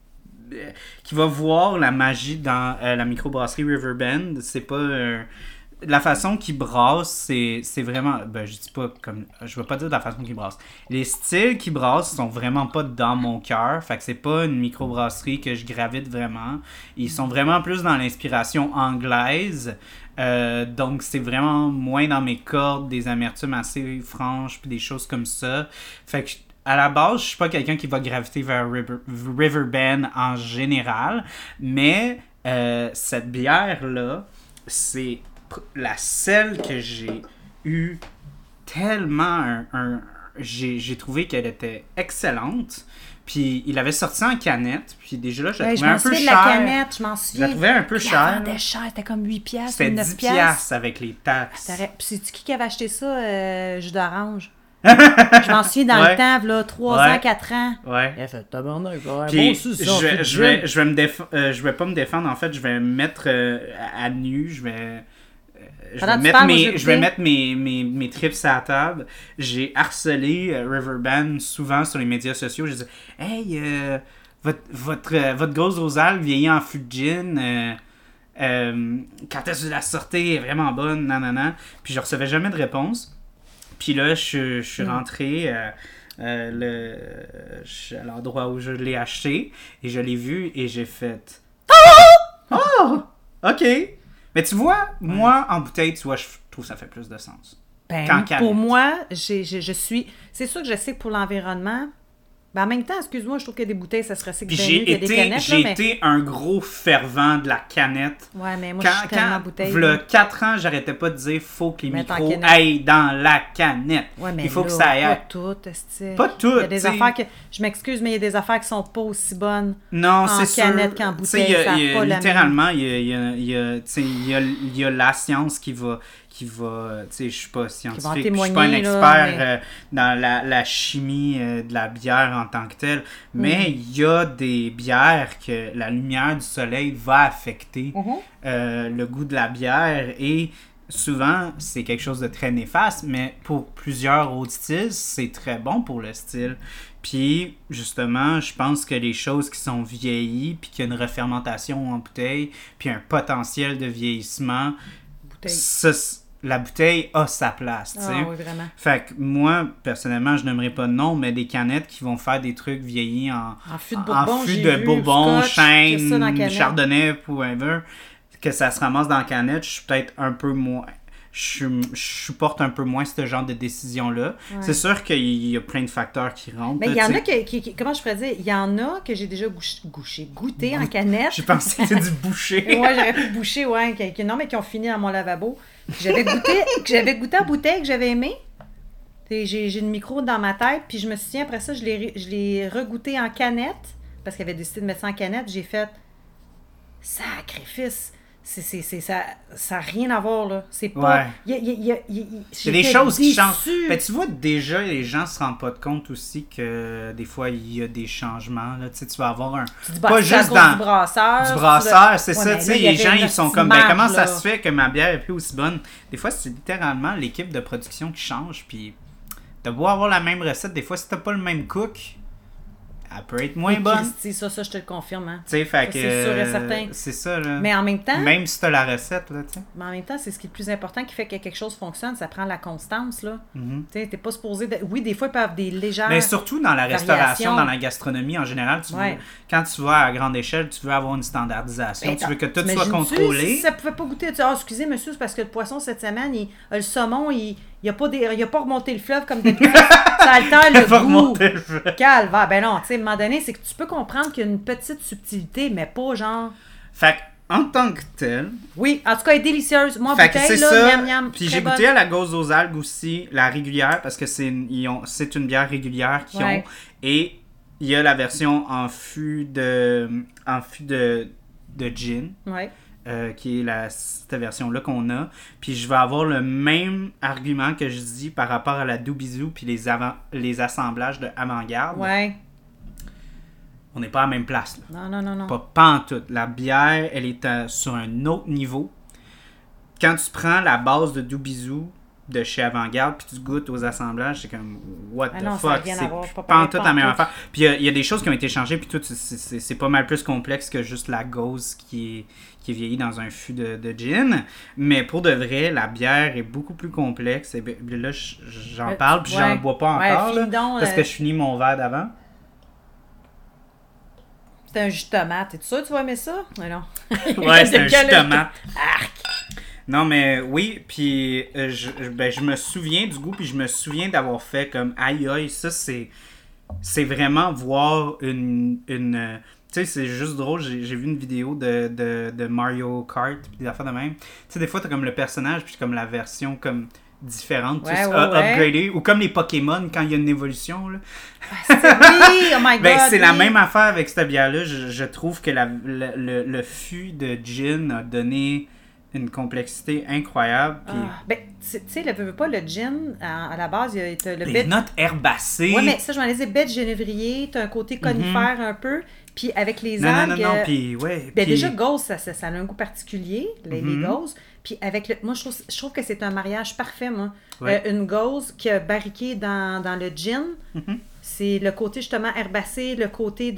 voir la magie dans la microbrasserie Riverbend. C'est pas la façon qu'ils brassent, c'est vraiment, je dis pas comme, je veux pas dire de la façon qu'ils brassent, les styles qu'ils brassent sont vraiment pas dans mon cœur, fait que c'est pas une microbrasserie que je gravite vraiment, ils sont vraiment plus dans l'inspiration anglaise, donc c'est vraiment moins dans mes cordes, des amertumes assez franches puis des choses comme ça, fait que à la base, je suis pas quelqu'un qui va graviter vers Riverbend en général, mais cette bière-là, c'est la seule que j'ai eu tellement j'ai trouvé qu'elle était excellente. Puis il avait sorti en canette. Puis déjà là, je la trouvais un peu chère. Je m'en souviens de la canette, je m'en souviens. Je la trouvais un peu chère. Elle vendait cher, c'était comme 8 piastres, c'était 9 10 piastres. piastres avec les taxes. Puis c'est-tu qui avait acheté ça, jus d'orange? Je m'en souviens dans le temps, là, 3 ans, 4 ans. Ouais. Elle a fait tabarnak, bon, puis je vais pas me défendre, en fait, je vais me mettre à nu, je vais mettre mes trips à la table. J'ai harcelé Riverbend souvent sur les médias sociaux. J'ai dit « Hey, votre grosse rosale vieillit en fût de gin. Quand est-ce que vous la sortez? Elle est vraiment bonne, nanana. » Puis je recevais jamais de réponse. Puis là, je suis rentré à l'endroit où je l'ai acheté et je l'ai vu et j'ai fait « Oh! OK! » Mais tu vois, moi, en bouteille, tu vois, je trouve que ça fait plus de sens. Ben, pour moi, je suis... C'est sûr que je sais que pour l'environnement... Ben, en même temps, excuse-moi, je trouve que des bouteilles, ça serait assez que des canettes. J'ai été un gros fervent de la canette. Ouais, mais moi, je suis tellement bouteille. Il y a 4 ans, j'arrêtais pas de dire faut que les micros aillent dans la canette. Ouais, mais il faut là, que ça aille. Pas toutes, pas toutes. Il y a des affaires que... Je m'excuse, mais il y a des affaires qui sont pas aussi bonnes en canette qu'en bouteille. Littéralement, il y a la science qui va tu sais, je suis pas scientifique, je suis pas un expert dans la chimie de la bière en tant que telle, mais il y a des bières que la lumière du soleil va affecter le goût de la bière et souvent c'est quelque chose de très néfaste, mais pour plusieurs autres styles, c'est très bon pour le style. Puis, justement, je pense que les choses qui sont vieillies, puis qu'il y a une refermentation en bouteille, puis un potentiel de vieillissement, la bouteille a sa place, tu sais. Ah oui, vraiment. Fait que moi, personnellement, je n'aimerais pas de nom, mais des canettes qui vont faire des trucs vieillis en fût de Bourbon, chêne, chardonnay, whatever, que ça se ramasse dans la canette, je suis peut-être un peu moins... Je supporte un peu moins ce genre de décision-là. Ouais. C'est sûr qu'il y a plein de facteurs qui rentrent. Mais il y en a qui comment je pourrais dire, il y en a que j'ai déjà goûté en canette. J'ai pensé que c'était du boucher. Ouais, j'aurais pu boucher, ouais. Non, mais qui ont fini dans mon lavabo. J'avais goûté en bouteille que j'avais aimé. J'ai une micro dans ma tête, puis je me souviens, après ça, je l'ai regoûté en canette, parce qu'il avait décidé de mettre ça en canette. J'ai fait sacrifice. Ça n'a rien à voir, là. C'est pas... Ouais. Il y a des choses qui changent. Ben, tu vois, déjà, les gens ne se rendent pas compte aussi que des fois, il y a des changements. Là. Tu sais, tu vas avoir un... Pas juste dans... Du brasseur. Du brasseur, c'est ça. Tu sais, les gens, ils sont comme, comment ça se fait que ma bière est plus aussi bonne? Des fois, c'est littéralement l'équipe de production qui change. Puis, t'as beau avoir la même recette. Des fois, si t'as pas le même cook... elle peut être moins bonne. Ça, je te le confirme. Hein. Fait que, c'est sûr et certain. C'est ça, là. Mais en même temps... Même si tu as la recette, là, tu sais. Mais en même temps, c'est ce qui est le plus important qui fait que quelque chose fonctionne, ça prend la constance, là. Mm-hmm. Tu sais, t'es pas supposé... Oui, des fois, il peut y avoir des légères mais surtout dans la restauration, dans la gastronomie, en général, quand tu vas à grande échelle, tu veux avoir une standardisation. Ben, tu veux que tout soit contrôlé. Si ça pouvait pas goûter, tu dis, excusez, monsieur, c'est parce que le poisson, cette semaine, le saumon, il a pas remonté le fleuve comme d'habitude. Ça altère le goût. Calvaire. Ben non, tu sais, à un moment donné, c'est que tu peux comprendre qu'il y a une petite subtilité, mais pas genre... Fait en tant que tel... Oui, en tout cas, elle est délicieuse. Moi, fait bouteille, là, miam, miam. Puis j'ai goûté à la gauze aux algues aussi, la régulière, parce que c'est une bière régulière qu'ils ont. Et il y a la version en fût de gin. Ouais. Qui est cette version-là qu'on a. Puis je vais avoir le même argument que je dis par rapport à la Doobie-Zoo puis les assemblages de Avant-Garde. Ouais. On n'est pas à la même place. Là. Non. Pas en tout. La bière, elle est sur un autre niveau. Quand tu prends la base de Doobie-Zoo de chez Avant-Garde puis tu goûtes aux assemblages, c'est comme what the fuck, c'est pas en tout la même affaire. Puis il y a des choses qui ont été changées puis tout, c'est pas mal plus complexe que juste la gauze qui est vieillie dans un fût de gin, mais pour de vrai, la bière est beaucoup plus complexe. Et là, j'en parle puis j'en bois pas encore là, parce que je finis mon verre d'avant. C'est un jus de tomate. Es-tu sûr que tu vas aimer ça? Non. Ouais, c'est un jus de tomate. Non, mais oui, puis je me souviens du goût, puis je me souviens d'avoir fait comme aïe, ça c'est c'est vraiment voir une tu sais, c'est juste drôle, j'ai vu une vidéo de Mario Kart, puis des affaires de même. Tu sais, des fois, t'as comme le personnage, puis comme la version comme différente, tu sais, upgradée, ou comme les Pokémon quand il y a une évolution, là. Oui, oh my god! Ben, c'est la oui. même affaire avec cette bière-là. Je trouve que le fût de gin a donné une complexité incroyable. Puis Ben, tu sais, veux pas le gin, à la base, il y a le les notes herbacées. Ouais, mais ça, je m'en disais, baie de genévrier, t'as un côté conifère un peu, puis avec les non, algues... non, puis ouais. Ben puis... déjà, Ghost, ça a un goût particulier, les Ghosts. Puis avec le... Moi, je trouve que c'est un mariage parfait, moi. Ouais. Une Ghost qui a barriqué dans le gin, c'est le côté, justement, herbacé, le côté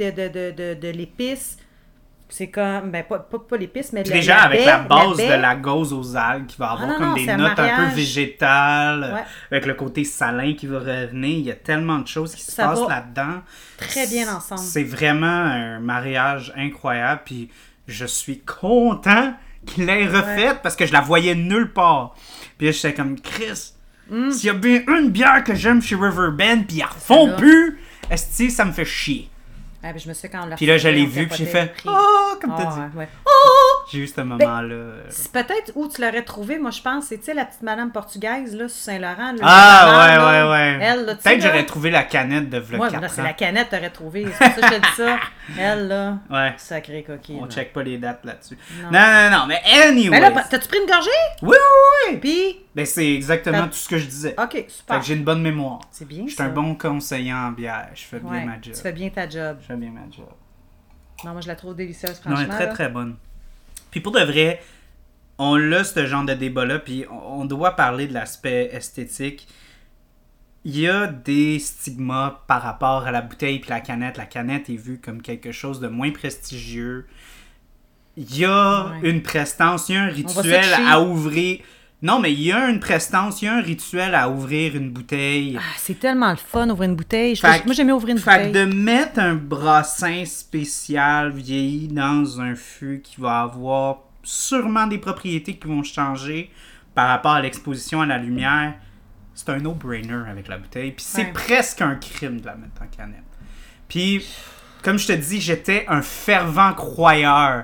de l'épice. C'est comme, ben pas l'épice, mais déjà avec la base baie. de la gauze aux algues qui va avoir comme des c'est un notes un mariage. peu végétales, Ouais. avec le côté salin qui va revenir. Il y a tellement de choses qui se Ça passent va là-dedans. très bien ensemble. C'est vraiment un mariage incroyable. Puis je suis content qu'il l'ait refait parce que je la voyais nulle part. Puis là, j'étais comme, Chris, s'il y a bien une bière que j'aime chez Riverbend, puis ils refont plus, esti, ça me fait chier. Ah, ben, je me suis quand on l'a Puis là, je l'ai on vu, puis j'ai capotait fait le prix. oh, comme t'as dit. Ouais. J'ai eu ce moment-là. C'est peut-être où tu l'aurais trouvé, moi je pense, c'est tu sais la petite madame portugaise là, sur Saint-Laurent. Là, Ah, ouais. Elle, là, tu sais, Peut-être que là, j'aurais trouvé la canette de vlog ouais, 4 là, c'est ans. la canette que t'aurais trouvé. C'est pour ça que je te dis ça. Elle, là, Ouais. sacrée coquille. On là. check pas les dates là-dessus. Non. Non, mais anyway. Mais là, t'as-tu pris une gorgée? Oui. Puis, Ben, c'est exactement tout ce que je disais. ok, Fait super. que j'ai une bonne mémoire. C'est bien Je suis ça. un bon conseiller en bière. Je fais bien Ouais, ma job. tu fais bien ta job. Je fais bien ma job. Non, moi je la trouve délicieuse, Non, franchement. elle est très là. très bonne. Puis pour de vrai, on a ce genre de débat-là, puis on doit parler de l'aspect esthétique. Il y a des stigmas par rapport à la bouteille puis la canette. La canette est vue comme quelque chose de moins prestigieux. Il y a une prestance, il y a un rituel à ouvrir. Non, mais il y a une prestance, il y a un rituel à ouvrir une bouteille. Ah, c'est tellement le fun ouvrir une bouteille. Moi j'aime mieux ouvrir une Fait bouteille. que de mettre un brassin spécial vieilli dans un fût qui va avoir sûrement des propriétés qui vont changer par rapport à l'exposition à la lumière, c'est un no-brainer avec la bouteille. Puis c'est presque un crime de la mettre en canette. Puis, comme je te dis, j'étais un fervent croyeur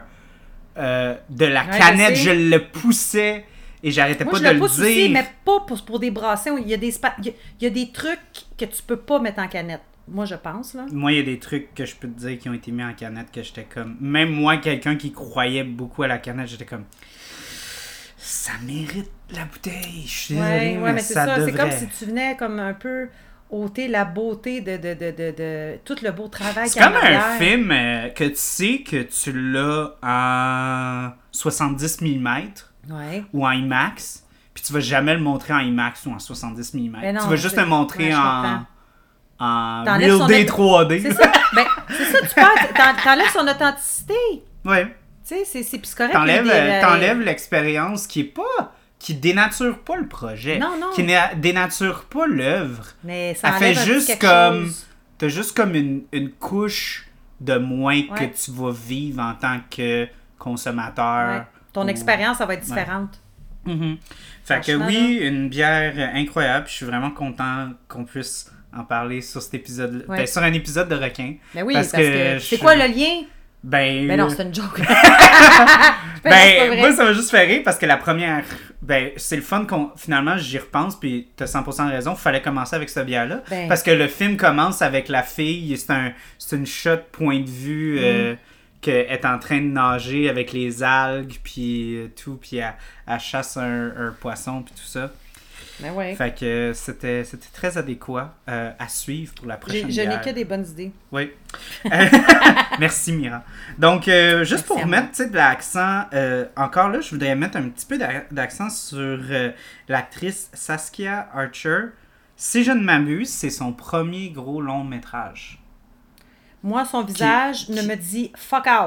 de la canette. Je le poussais et j'arrêtais pas de le pousse dire. Aussi, mais pas pour des brassins. Il y a des trucs que tu peux pas mettre en canette. Moi, je pense, là. Moi, il y a des trucs que je peux te dire qui ont été mis en canette que j'étais comme... Même moi, quelqu'un qui croyait beaucoup à la canette, j'étais comme... Ça mérite la bouteille. Je suis désolé, mais c'est ça. devrait. C'est comme si tu venais comme un peu ôter la beauté de tout le beau travail qu'il y a C'est comme en arrière. un film que tu sais que tu l'as en 70 mm ou en IMAX, puis tu vas jamais le montrer en IMAX ou en 70 mm. Ben non, tu vas juste le montrer en T'enlèves Real D 3D. C'est ça. Ben, c'est ça, tu t'enlèves son authenticité. Ouais. Tu sais, c'est puis c'est correct. T'enlèves l'expérience qui dénature pas le projet. Non. Qui dénature pas l'œuvre. Mais ça Elle fait enlève juste quelque comme... chose. T'as juste comme une couche de moins que tu vas vivre en tant que consommateur. Ouais. Ton expérience, ça va être différente. Mm-hmm. Fait que oui, une bière incroyable. Je suis vraiment content qu'on puisse en parler sur cet épisode, sur un épisode de requin. Ben oui, parce que c'est quoi le lien? Ben non, c'est une joke. Moi, ça m'a juste fait rire parce que la première... c'est le fun qu'on... Finalement, j'y repense, puis t'as 100% raison, il fallait commencer avec cette bière-là. Parce que le film commence avec la fille, c'est une shot point de vue qu'elle est en train de nager avec les algues, puis tout, puis elle chasse un poisson, puis tout ça. Ben ouais. Fait que c'était très adéquat à suivre pour la prochaine bière. Je n'ai que des bonnes idées. Oui. Merci, Mira. Donc, juste pour mettre de l'accent, encore là, je voudrais mettre un petit peu d'accent sur l'actrice Saskia Archer. Si je ne m'abuse, c'est son premier gros long métrage. Moi, son visage ne me dit « fuck out ».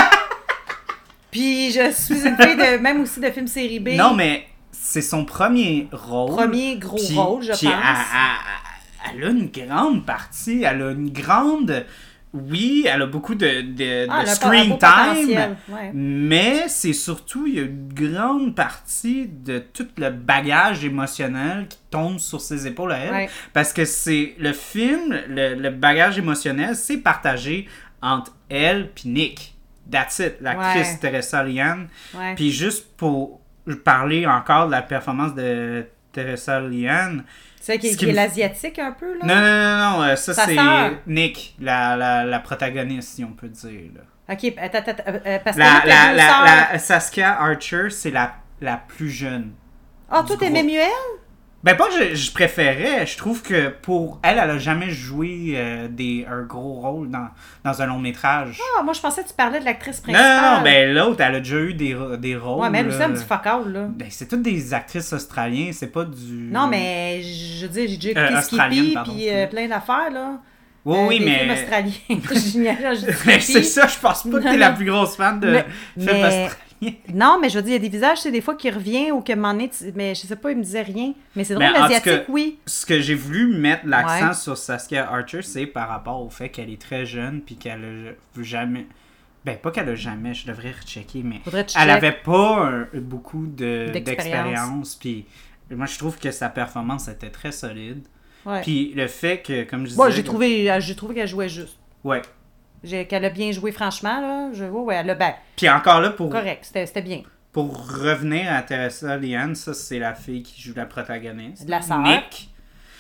Puis je suis une fille même aussi de films série B. Non, mais c'est son premier rôle. Premier gros rôle, je pense. Elle a une grande partie, elle a une grande oui, elle a beaucoup de Elle a un screen beau time, potentiel, ouais. mais c'est surtout, il y a une grande partie de tout le bagage émotionnel qui tombe sur ses épaules à elle. Ouais. Parce que c'est le film, le bagage émotionnel, c'est partagé entre elle puis Nick. That's it, l'actrice Ouais. Teresa Lian. Ouais. Puis juste pour parler encore de la performance de Teresa Lian, C'est qui, ce qui qui est me- l'asiatique un peu, là? non, ça Sa c'est sœur. Nick, la protagoniste, si on peut dire. Là. Ok, attends, parce que là, t'as deux sœurs. Saskia Archer, c'est la plus jeune. Ah, du toi, t'aimais groupe. mieux elle? Ben pas que je préférais, je trouve que pour elle, elle a jamais joué un gros rôle dans un long métrage. Ah, moi, je pensais que tu parlais de l'actrice Non, principale. non, ben l'autre, elle a déjà eu des rôles. Ouais, mais elle aussi, là. elle me dit fuck all, là. Ben c'est toutes des actrices australiennes, c'est pas du... Non, mais je veux dire, j'ai déjà écouté australienne, Skippy, pardon. puis plein d'affaires, là. Oui, oui, des mais... films australiens. Génial, je dis Mais Skippy. c'est ça, je pense pas que t'es Non, la non. plus grosse fan de Mais- films mais- australiens. Non, mais je veux dire, il y a des visages, c'est des fois qui revient ou que m'en est, mais je sais pas, il me disait rien. Mais c'est drôle, Ben, en tout l'asiatique, cas, oui. Ce que j'ai voulu mettre l'accent Ouais. sur Saskia Archer, c'est par rapport au fait qu'elle est très jeune puis qu'elle a jamais... Ben, pas qu'elle a jamais, je devrais rechecker, mais Faudrait que tu elle checkes. avait pas beaucoup D'expérience. d'expérience. Puis moi, je trouve que sa performance était très solide. Ouais. Puis le fait que, comme je disais... Moi, j'ai trouvé qu'elle jouait juste. Ouais. Qu'elle a bien joué, franchement, là. Ouais, elle a ben, Puis encore là, pour correct, c'était bien. revenir à Teresa Lian, ça, c'est la fille qui joue la protagoniste. De la sœur. Nick.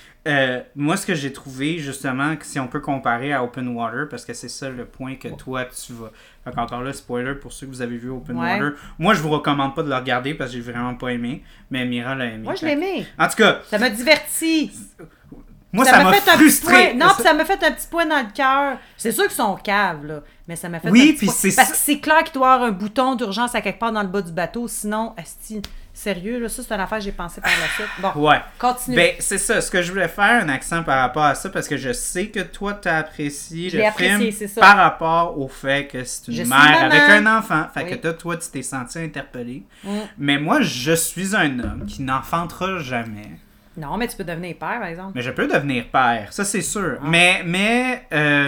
Moi, ce que j'ai trouvé, justement, que si on peut comparer à Open Water, parce que c'est ça le point que toi, tu vas... Fait qu'encore là, spoiler pour ceux que vous avez vu Open Ouais. Water. Moi, je vous recommande pas de le regarder parce que j'ai vraiment pas aimé, mais Mira l'a aimé. Moi, je l'ai aimé. En tout cas, Ça m'a diverti. moi, ça m'a fait un petit frustré. point. Non, puis ça m'a fait un petit point dans le cœur. C'est sûr qu'ils sont caves, là. Mais ça m'a fait Oui, un petit puis point. c'est Parce ça- que c'est clair qu'il doit y avoir un bouton d'urgence à quelque part dans le bas du bateau. Sinon, asti, sérieux, là, ça, c'est une affaire que j'ai pensé par la suite. Bon, Ouais. continue. Ben, c'est ça. Ce que je voulais faire, un accent par rapport à ça, parce que je sais que toi, t'as apprécié Je le l'ai apprécié, film c'est ça. par rapport au fait que c'est Je une suis mère maman. avec un enfant. Fait Oui. que toi, tu t'es senti interpellé. Mm. Mais moi, je suis un homme qui n'enfantera jamais. Non, mais tu peux devenir père, par exemple. Mais je peux devenir père, ça c'est sûr. Ah. Mais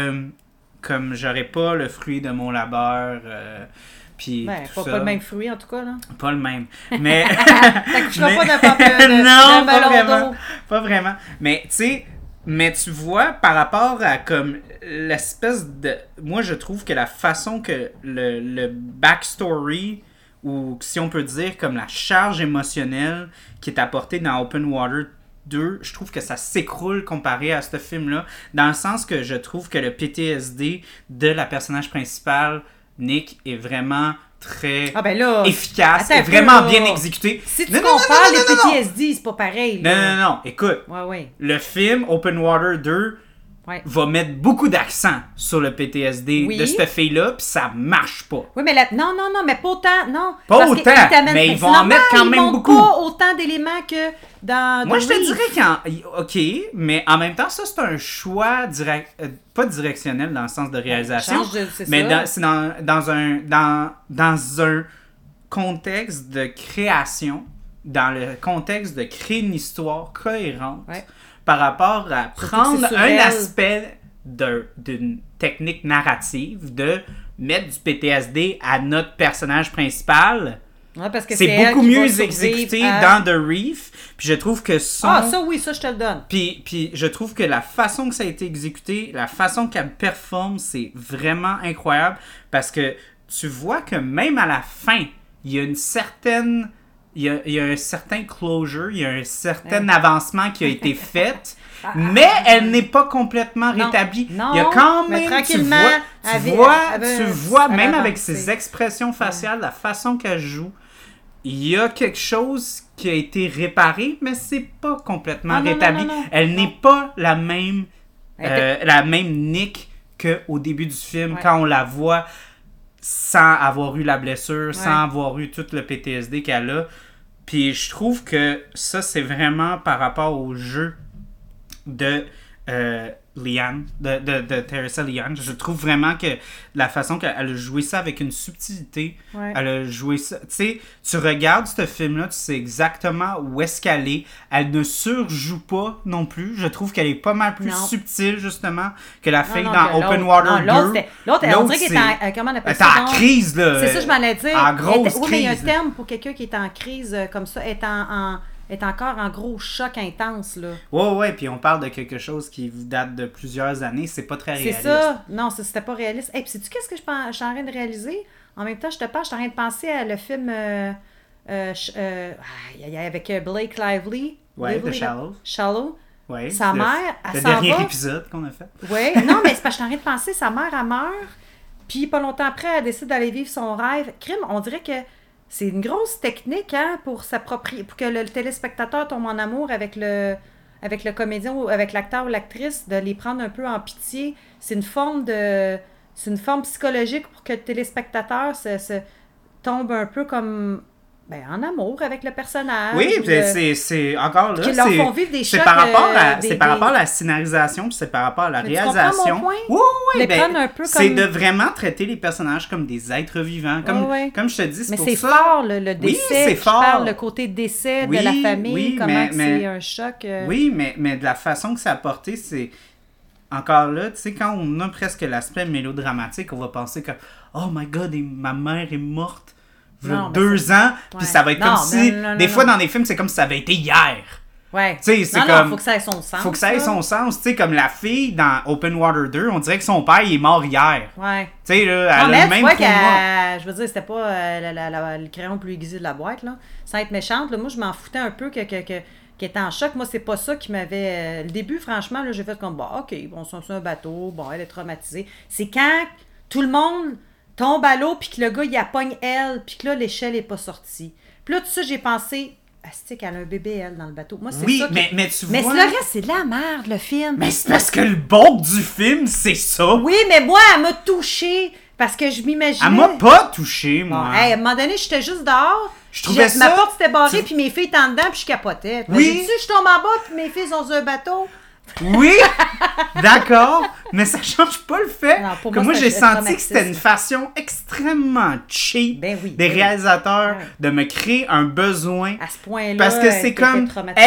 comme j'aurais pas le fruit de mon labeur, puis Ben, tout pas ça, le même fruit, en tout cas, là. pas le même. Mais T'accoucheras pas d'un non, pas melon vraiment. d'eau. Pas vraiment. Mais tu sais, mais tu vois, par rapport à comme l'espèce de... Moi, je trouve que la façon que le backstory, ou si on peut dire comme la charge émotionnelle qui est apportée dans Open Water 2, je trouve que ça s'écroule comparé à ce film-là, dans le sens que je trouve que le PTSD de la personnage principale, Nick, est vraiment très Ah ben là, efficace, attends et un peu, vraiment là. bien exécuté. si tu Non, non, non, compares non, non, les non, non. PTSD, c'est pas pareil. Non, là. non, écoute, Ouais, ouais. le film Open Water 2 Ouais. va mettre beaucoup d'accent sur le PTSD Oui. de cette fille-là, puis ça marche pas. Oui, mais non, mais pas autant, non. Pas Parce autant, qu'ils t'amènent- mais ils c'est vont en normal, mettre quand ils même montrent beaucoup. pas autant d'éléments que dans Moi, The je te Reef. dirais OK, mais en même temps, ça, c'est un choix pas directionnel dans le sens de réalisation, C'est mais ça. c'est dans un contexte de création, dans le contexte de créer une histoire cohérente, Ouais. par rapport à Surtout prendre que c'est sur un elle. aspect d'une technique narrative, de mettre du PTSD à notre personnage principal. Ouais, parce que C'est elle beaucoup qui va mieux survivre exécuté à- dans The Reef. Puis je trouve que Ah, ça oui, ça je te le donne. puis je trouve que la façon que ça a été exécuté, la façon qu'elle performe, c'est vraiment incroyable. Parce que tu vois que même à la fin, il y a une certaine... Il y a un certain closure, il y a un certain avancement qui a été fait, mais elle n'est pas complètement Non. rétablie. Non, Il y a quand mais même, tranquillement, tu vois, elle même a avec avancé. ses expressions faciales, la façon qu'elle joue, il y a quelque chose qui a été réparé, mais c'est pas complètement Ah, non, rétabli. non, non, non. Elle n'est pas la même Elle la même Nick qu'au début du film, Ouais. quand on la voit sans avoir eu la blessure, Ouais. sans avoir eu tout le PTSD qu'elle a. Puis je trouve que ça, c'est vraiment par rapport au jeu de Leanne, de Teresa Leanne. Je trouve vraiment que la façon qu'elle a joué ça avec une subtilité, elle a joué ça. Tu sais, tu regardes ce film-là, tu sais exactement où est-ce qu'elle est. Elle ne surjoue pas non plus. Je trouve qu'elle est pas mal plus subtile, justement, que la fille dans Open Water 2. L'autre, on dirait qu'elle est en... Comment on appelle ça? Elle est en crise, là. C'est ça, je m'en allais dire. En grosse crise. Oui, mais il y a un terme pour quelqu'un qui est en crise comme ça, est encore en gros choc intense, là. Ouais, puis on parle de quelque chose qui date de plusieurs années, c'est pas très réaliste. C'est ça, non, c'était pas réaliste. Puis sais-tu qu'est-ce que je suis en train de réaliser? En même temps, je suis en train de penser à le film avec Blake Lively. Ouais, The Shallow. Shallow. Ouais, sa mère, le dernier épisode qu'on a fait. Oui, non, mais c'est parce que je suis en train de penser, sa mère, elle meurt, puis pas longtemps après, elle décide d'aller vivre son rêve. Crime, on dirait que c'est une grosse technique pour que le téléspectateur tombe en amour avec le comédien ou avec l'acteur ou l'actrice, de les prendre un peu en pitié. C'est une forme psychologique pour que le téléspectateur se tombe un peu comme en amour avec le personnage. Oui, c'est encore là. Qui leur font vivre des chocs. C'est par rapport à la scénarisation, puis c'est par rapport à la réalisation. Tu comprends mon point? Oui, c'est de vraiment traiter les personnages comme des êtres vivants. Comme je te dis, c'est pour ça. Mais c'est fort, le décès. Oui, c'est fort. Je parle le côté décès de la famille, c'est un choc. Oui, mais de la façon que c'est apporté, c'est... Encore là, tu sais, quand on a presque l'aspect mélodramatique, on va penser que « Oh my God, ma mère est morte ». 2 ans, puis ça va être comme si... Des fois, dans des films, c'est comme si ça avait été hier. Ouais. Tu sais, c'est comme... faut que ça ait son sens. Faut que ça ait son sens. Tu sais, comme la fille dans Open Water 2, on dirait que son père, il est mort hier. Ouais. Tu sais, là, elle a le même trauma. Je veux dire, c'était pas le crayon le plus aiguisé de la boîte, là. Sans être méchante, là, moi, je m'en foutais un peu qu'elle était en choc. Moi, c'est pas ça qui m'avait... le début, franchement, là, j'ai fait comme, OK, bon, c'est un bateau, bon, elle est traumatisée. C'est quand tout le monde tombe à l'eau, puis que le gars, il la pogne elle, puis que là, l'échelle est pas sortie. Puis là, tout ça, j'ai pensé, qu'elle a un bébé, elle, dans le bateau. Moi, c'est ça. Mais tu vois... Mais le reste, c'est de la merde, le film. Mais c'est parce que le bon du film, c'est ça. Oui, mais moi, elle m'a touchée, parce que je m'imaginais... Elle m'a pas touchée, moi. Bon, à un moment donné, j'étais juste dehors. Je trouvais ça... Ma porte s'était barrée, puis mes filles étaient en dedans, puis je capotais. Oui. J'ai dit, je tombe en bas, puis mes filles sont sur un bateau. Oui, d'accord, mais ça change pas le fait que moi j'ai senti que c'était une façon extrêmement cheap des réalisateurs de me créer un besoin. À ce point-là, parce que c'est comme,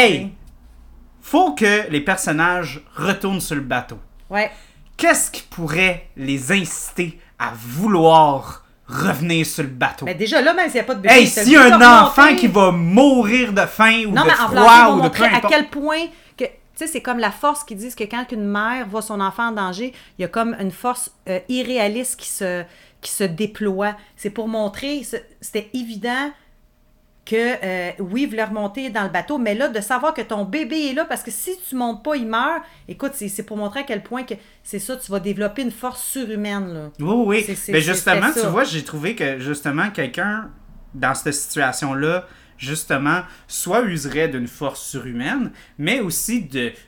faut que les personnages retournent sur le bateau. Ouais. Qu'est-ce qui pourrait les inciter à vouloir revenir sur le bateau? Mais déjà là, même s'il n'y a pas de bébé, s'il y a un enfant qui va mourir de faim ou de froid ou de peu importe. À quel point que tu sais, c'est comme la force qui disent que quand une mère voit son enfant en danger, il y a comme une force irréaliste qui se déploie. C'est pour montrer, c'était évident que, oui, il voulait remonter dans le bateau, mais là, de savoir que ton bébé est là, parce que si tu montes pas, il meurt. Écoute, c'est pour montrer à quel point que c'est ça, tu vas développer une force surhumaine, là. Oui. Mais justement, tu vois, j'ai trouvé que, justement, quelqu'un, dans cette situation-là, justement, soit userait d'une force surhumaine, mais aussi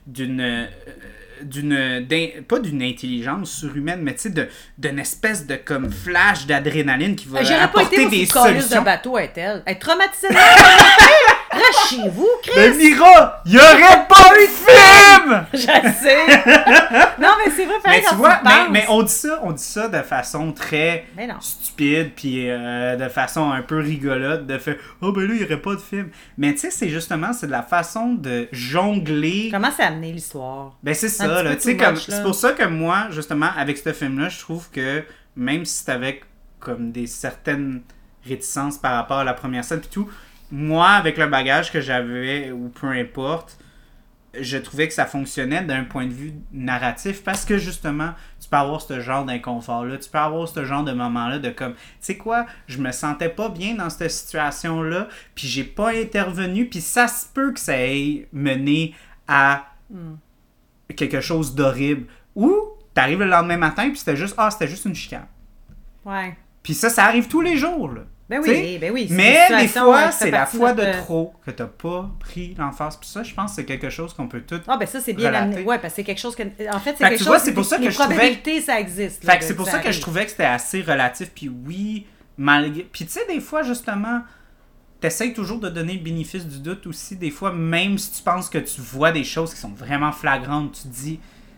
pas d'une intelligence surhumaine, mais tu sais, d'une espèce de comme flash d'adrénaline qui va apporter des solutions. De bateau est-elle? Elle est traumatisée. Reste chez vous, Chris! Mais Mira, il n'y aurait pas eu de film! Je sais! Non, mais c'est vrai, mais tu vois, mais on dit ça de façon très stupide, puis de façon un peu rigolote, de faire « Oh, ben là, il n'y aurait pas de film. » Mais tu sais, c'est de la façon de jongler... Comment c'est amené l'histoire? Ben c'est ça, là. Tu sais, c'est pour ça que moi, justement, avec ce film-là, je trouve que même si c'est avec comme des certaines réticences par rapport à la première scène, puis tout, moi, avec le bagage que j'avais, ou peu importe, je trouvais que ça fonctionnait d'un point de vue narratif parce que, justement, tu peux avoir ce genre d'inconfort-là, tu peux avoir ce genre de moment-là de comme, tu sais quoi, je me sentais pas bien dans cette situation-là, puis j'ai pas intervenu, puis ça se peut que ça ait mené à quelque chose d'horrible. Ou, t'arrives le lendemain matin, puis c'était juste une chicane. Ouais. Puis ça arrive tous les jours, là. Ben oui. Mais des fois, c'est la fois de trop que t'as pas pris l'emphase. Puis ça, je pense que c'est quelque chose qu'on peut tout ça, c'est bien amené. Ouais, parce que c'est quelque chose que... En fait, c'est quelque chose... Vois, c'est pour ça que les je trouvais... probabilités, ça existe. Fait que c'est pour ça que je trouvais que c'était assez relatif. Puis oui, malgré... Puis tu sais, des fois, justement, t'essayes toujours de donner le bénéfice du doute aussi. Des fois, même si tu penses que tu vois des choses qui sont vraiment flagrantes, tu te dis...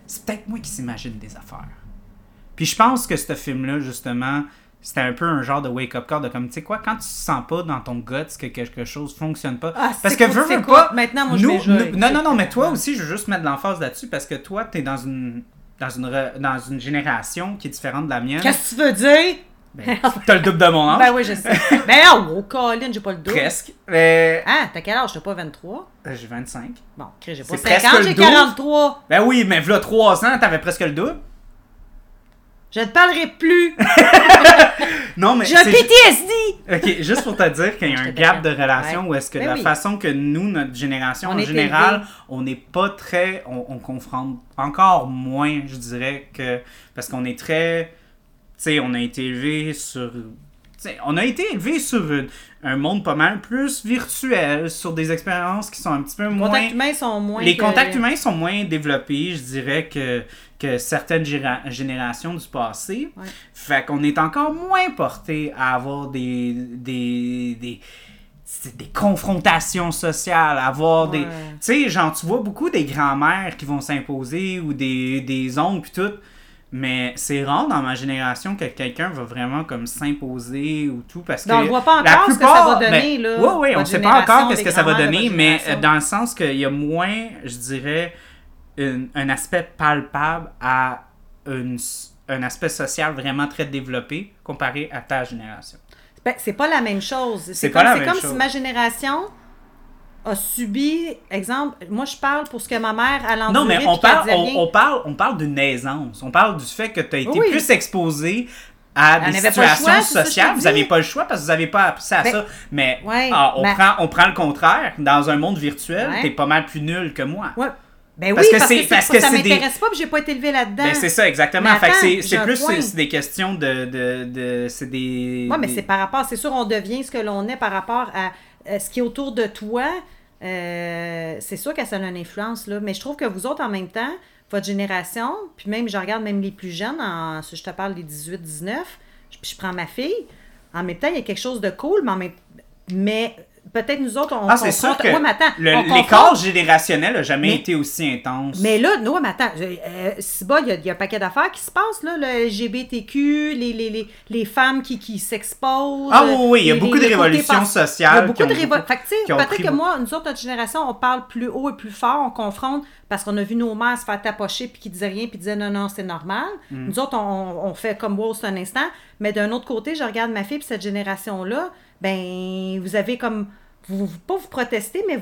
c'est peut-être moi qui s'imagine des affaires. Puis je pense que ce film-là, justement, c'était un peu un genre de wake-up call de comme, tu sais quoi, quand tu sens pas dans ton gut que quelque chose fonctionne pas. Parce que veux pas. Maintenant, moi, je vais jouer. Non, mais toi aussi, je veux juste mettre de l'emphase là-dessus parce que toi, t'es dans une génération qui est différente de la mienne. Qu'est-ce que tu veux dire? Ben, t'as le double de mon âge. Ben oui, je sais. Ben oh, Colin, j'ai pas le double. Presque. Ah, t'as quel âge? T'as pas 23? J'ai 25. Bon, j'ai pas C'est 50, j'ai 43. Ben oui, mais v'là 3 ans, t'avais presque le double. Je ne parlerai plus. Non, mais j'ai un PTSD. Ok, juste pour te dire qu'il y a un gap de relation où est-ce que la façon que nous, notre génération, en général, on n'est pas très... On confronte encore moins, je dirais, que... Parce qu'on est très... Tu sais, on a été élevé sur... On a été élevé sur un monde pas mal plus virtuel, sur des expériences qui sont un petit peu moins... Les contacts humains sont moins développés, je dirais, que certaines générations du passé. Ouais. Fait qu'on est encore moins porté à avoir des confrontations sociales, avoir des... Tu sais, genre, tu vois beaucoup des grands-mères qui vont s'imposer ou des oncles pis tout. Mais c'est rare dans ma génération que quelqu'un va vraiment comme s'imposer ou tout parce que on ne voit pas encore ce que ça va donner. Oui, on ne sait pas encore ce que ça va donner, mais dans le sens qu'il y a moins, je dirais, un aspect palpable à un aspect social vraiment très développé comparé à ta génération. Ben, c'est pas la même chose. C'est comme si ma génération a subi, exemple, moi je parle pour ce que ma mère a enduré. Non, mais on parle d'une aisance. On parle du fait que tu as été plus exposé à des situations sociales. Vous n'avez pas le choix parce que vous n'avez pas appris à ça. Mais on prend le contraire. Dans un monde virtuel, tu es pas mal plus nul que moi. Ouais. Ben oui, parce que ça m'intéresse pas et j'ai pas été élevée là-dedans. Ben c'est ça, exactement. Fait que c'est plus c'est des questions de c'est des... Oui, mais c'est par rapport... C'est sûr, on devient ce que l'on est par rapport à ce qui est autour de toi. C'est sûr que ça a une influence, là. Mais je trouve que vous autres, en même temps, votre génération, puis même, je regarde même les plus jeunes, si je te parle des 18-19, puis je prends ma fille, en même temps, il y a quelque chose de cool, mais peut-être nous autres, on c'est sûr que l'écart générationnel n'a jamais été aussi intense. Mais là, non, mais attends, il y a un paquet d'affaires qui se passent, là, le LGBTQ, les femmes qui s'exposent. Ah oui, il y a beaucoup de révolutions sociales. Il y a beaucoup de révolutions. Fait que, tu sais, peut-être que moi, nous autres, notre génération, on parle plus haut et plus fort, on confronte, parce qu'on a vu nos mères se faire tapocher, puis qui disaient rien, puis disaient non, c'est normal. Nous autres, on fait comme wow, c'est un instant. Mais d'un autre côté, je regarde ma fille, puis cette génération-là, ben, vous avez comme... pas vous protestez, mais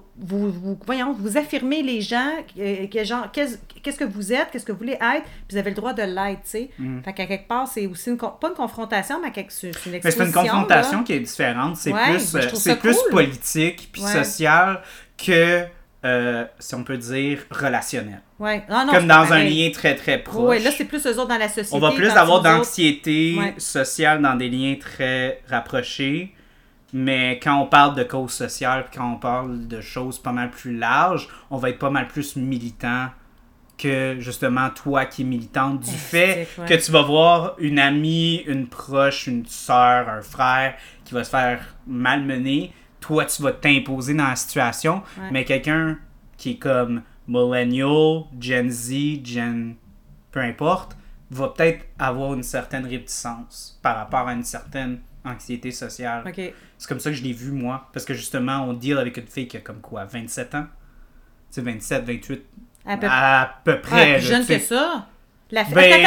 vous affirmez les gens, qu'est-ce que vous êtes, qu'est-ce que vous voulez être, puis vous avez le droit de l'être, tu sais. Fait qu'à quelque part, c'est aussi pas une confrontation, mais c'est une exposition. Mais c'est une confrontation qui est différente. C'est plus politique puis social que, si on peut dire, relationnel. Ouais. Comme dans un lien très, très proche. Oui, là, c'est plus eux autres dans la société. On va plus avoir d'anxiété sociale dans des liens très rapprochés. Mais quand on parle de causes sociales, quand on parle de choses pas mal plus larges, on va être pas mal plus militant que justement toi qui es militante du fait que tu vas voir une amie, une proche, une sœur, un frère qui va se faire malmener. Toi, tu vas t'imposer dans la situation, mais quelqu'un qui est comme millennial, Gen Z, peu importe, va peut-être avoir une certaine réticence par rapport à une certaine anxiété sociale. Okay. C'est comme ça que je l'ai vu, moi. Parce que justement, on deal avec une fille qui a comme quoi, 27 ans? Tu sais, 27, 28. À peu près. Plus jeune que ça. La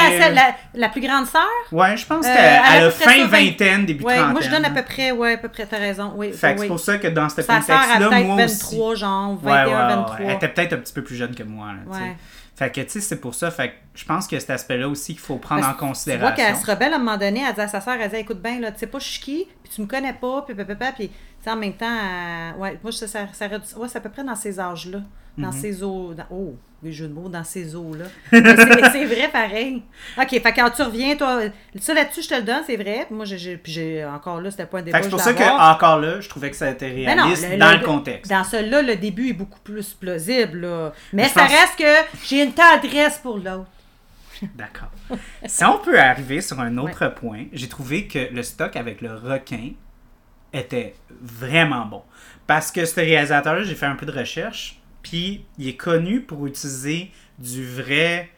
plus grande sœur? Ouais, je pense qu'elle a fin vingtaine, début trentaine. Moi, je donne à peu près, t'as raison. Oui, fait que c'est pour ça que dans ce contexte-là, moi aussi... 23, genre, 21, 23. Elle était peut-être un petit peu plus jeune que moi, là, Fait que, tu sais, c'est pour ça. Fait que je pense que cet aspect-là aussi qu'il faut prendre en considération. Tu vois qu'elle se rebelle à un moment donné, elle dit à sa sœur, elle dit, écoute bien, là, tu sais pas, je suis qui, puis tu me connais pas, puis en même temps, moi, c'est à peu près dans ces âges-là. Dans ces eaux. Les jeux de mots, dans ces eaux-là. c'est vrai pareil. OK, fait que quand tu reviens, toi, ça là-dessus, je te le donne, c'est vrai. Moi, j'ai encore là, c'était pas un débat. C'est pour ça qu'encore là, je trouvais que ça a été réaliste dans le contexte. Dans celui-là, le début est beaucoup plus plausible, là. Mais ça reste que j'ai une tendresse pour l'autre. D'accord. Si on peut arriver sur un autre point, j'ai trouvé que le stock avec le requin était vraiment bon. Parce que ce réalisateur-là, j'ai fait un peu de recherche. Puis il est connu pour utiliser du vrai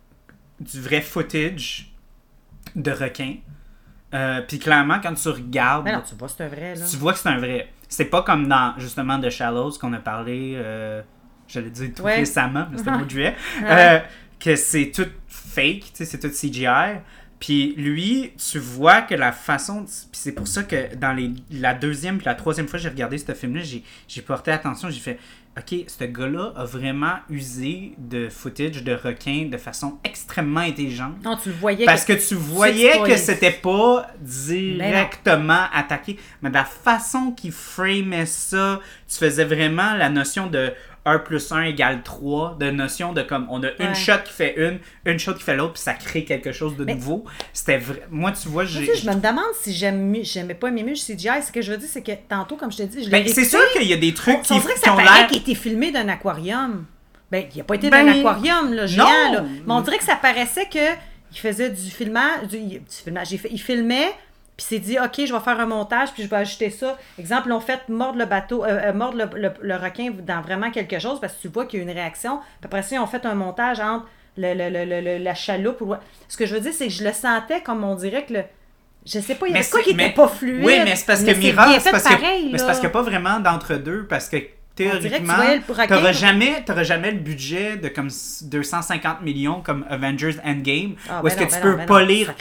footage de requin. Puis clairement, quand tu regardes... Mais non, tu vois, c'est un vrai, là. Tu vois que c'est un vrai. C'est pas comme dans, justement, The Shallows qu'on a parlé, j'allais dire tout récemment, mais c'était au mois de juillet, que c'est tout fake, tu sais, c'est tout CGI. Puis lui, tu vois que la façon... Puis c'est pour ça que dans la deuxième puis la troisième fois que j'ai regardé ce film-là, j'ai porté attention, j'ai fait... OK, ce gars-là a vraiment usé de footage de requins de façon extrêmement intelligente. Non, tu le voyais. Parce que tu voyais que c'était pas directement attaqué. Mais la façon qu'il framait ça, tu faisais vraiment la notion de 1 plus 1 égale 3, de notion de comme on a une shot qui fait une shot qui fait l'autre, puis ça crée quelque chose de nouveau. C'était vrai. Moi, tu vois, je me demande si j'aimais pas mes mieux CGI. Ce que je veux dire, c'est que tantôt, comme je te dis, je l'ai c'est sûr qu'il y a des trucs qui ont l'air qui été filmé d'un aquarium. Ben, il n'a pas été d'un aquarium, là, géant, non. Là. Mais on dirait que ça paraissait que il faisait du filmage. Il filmait. Puis il s'est dit, OK, je vais faire un montage, puis je vais ajouter ça. Exemple, ils ont fait mordre le bateau, mordre le requin dans vraiment quelque chose, parce que tu vois qu'il y a une réaction. Puis après ça, ils ont fait un montage entre la chaloupe. Ce que je veux dire, c'est que je le sentais comme on dirait que je sais pas, il y avait quoi qui n'était pas fluide. Oui, mais c'est parce que Mira, c'est parce qu'il n'y a pas vraiment d'entre-deux, parce que théoriquement, t'auras jamais le budget de comme 250 millions comme Avengers Endgame, où est-ce que tu peux polir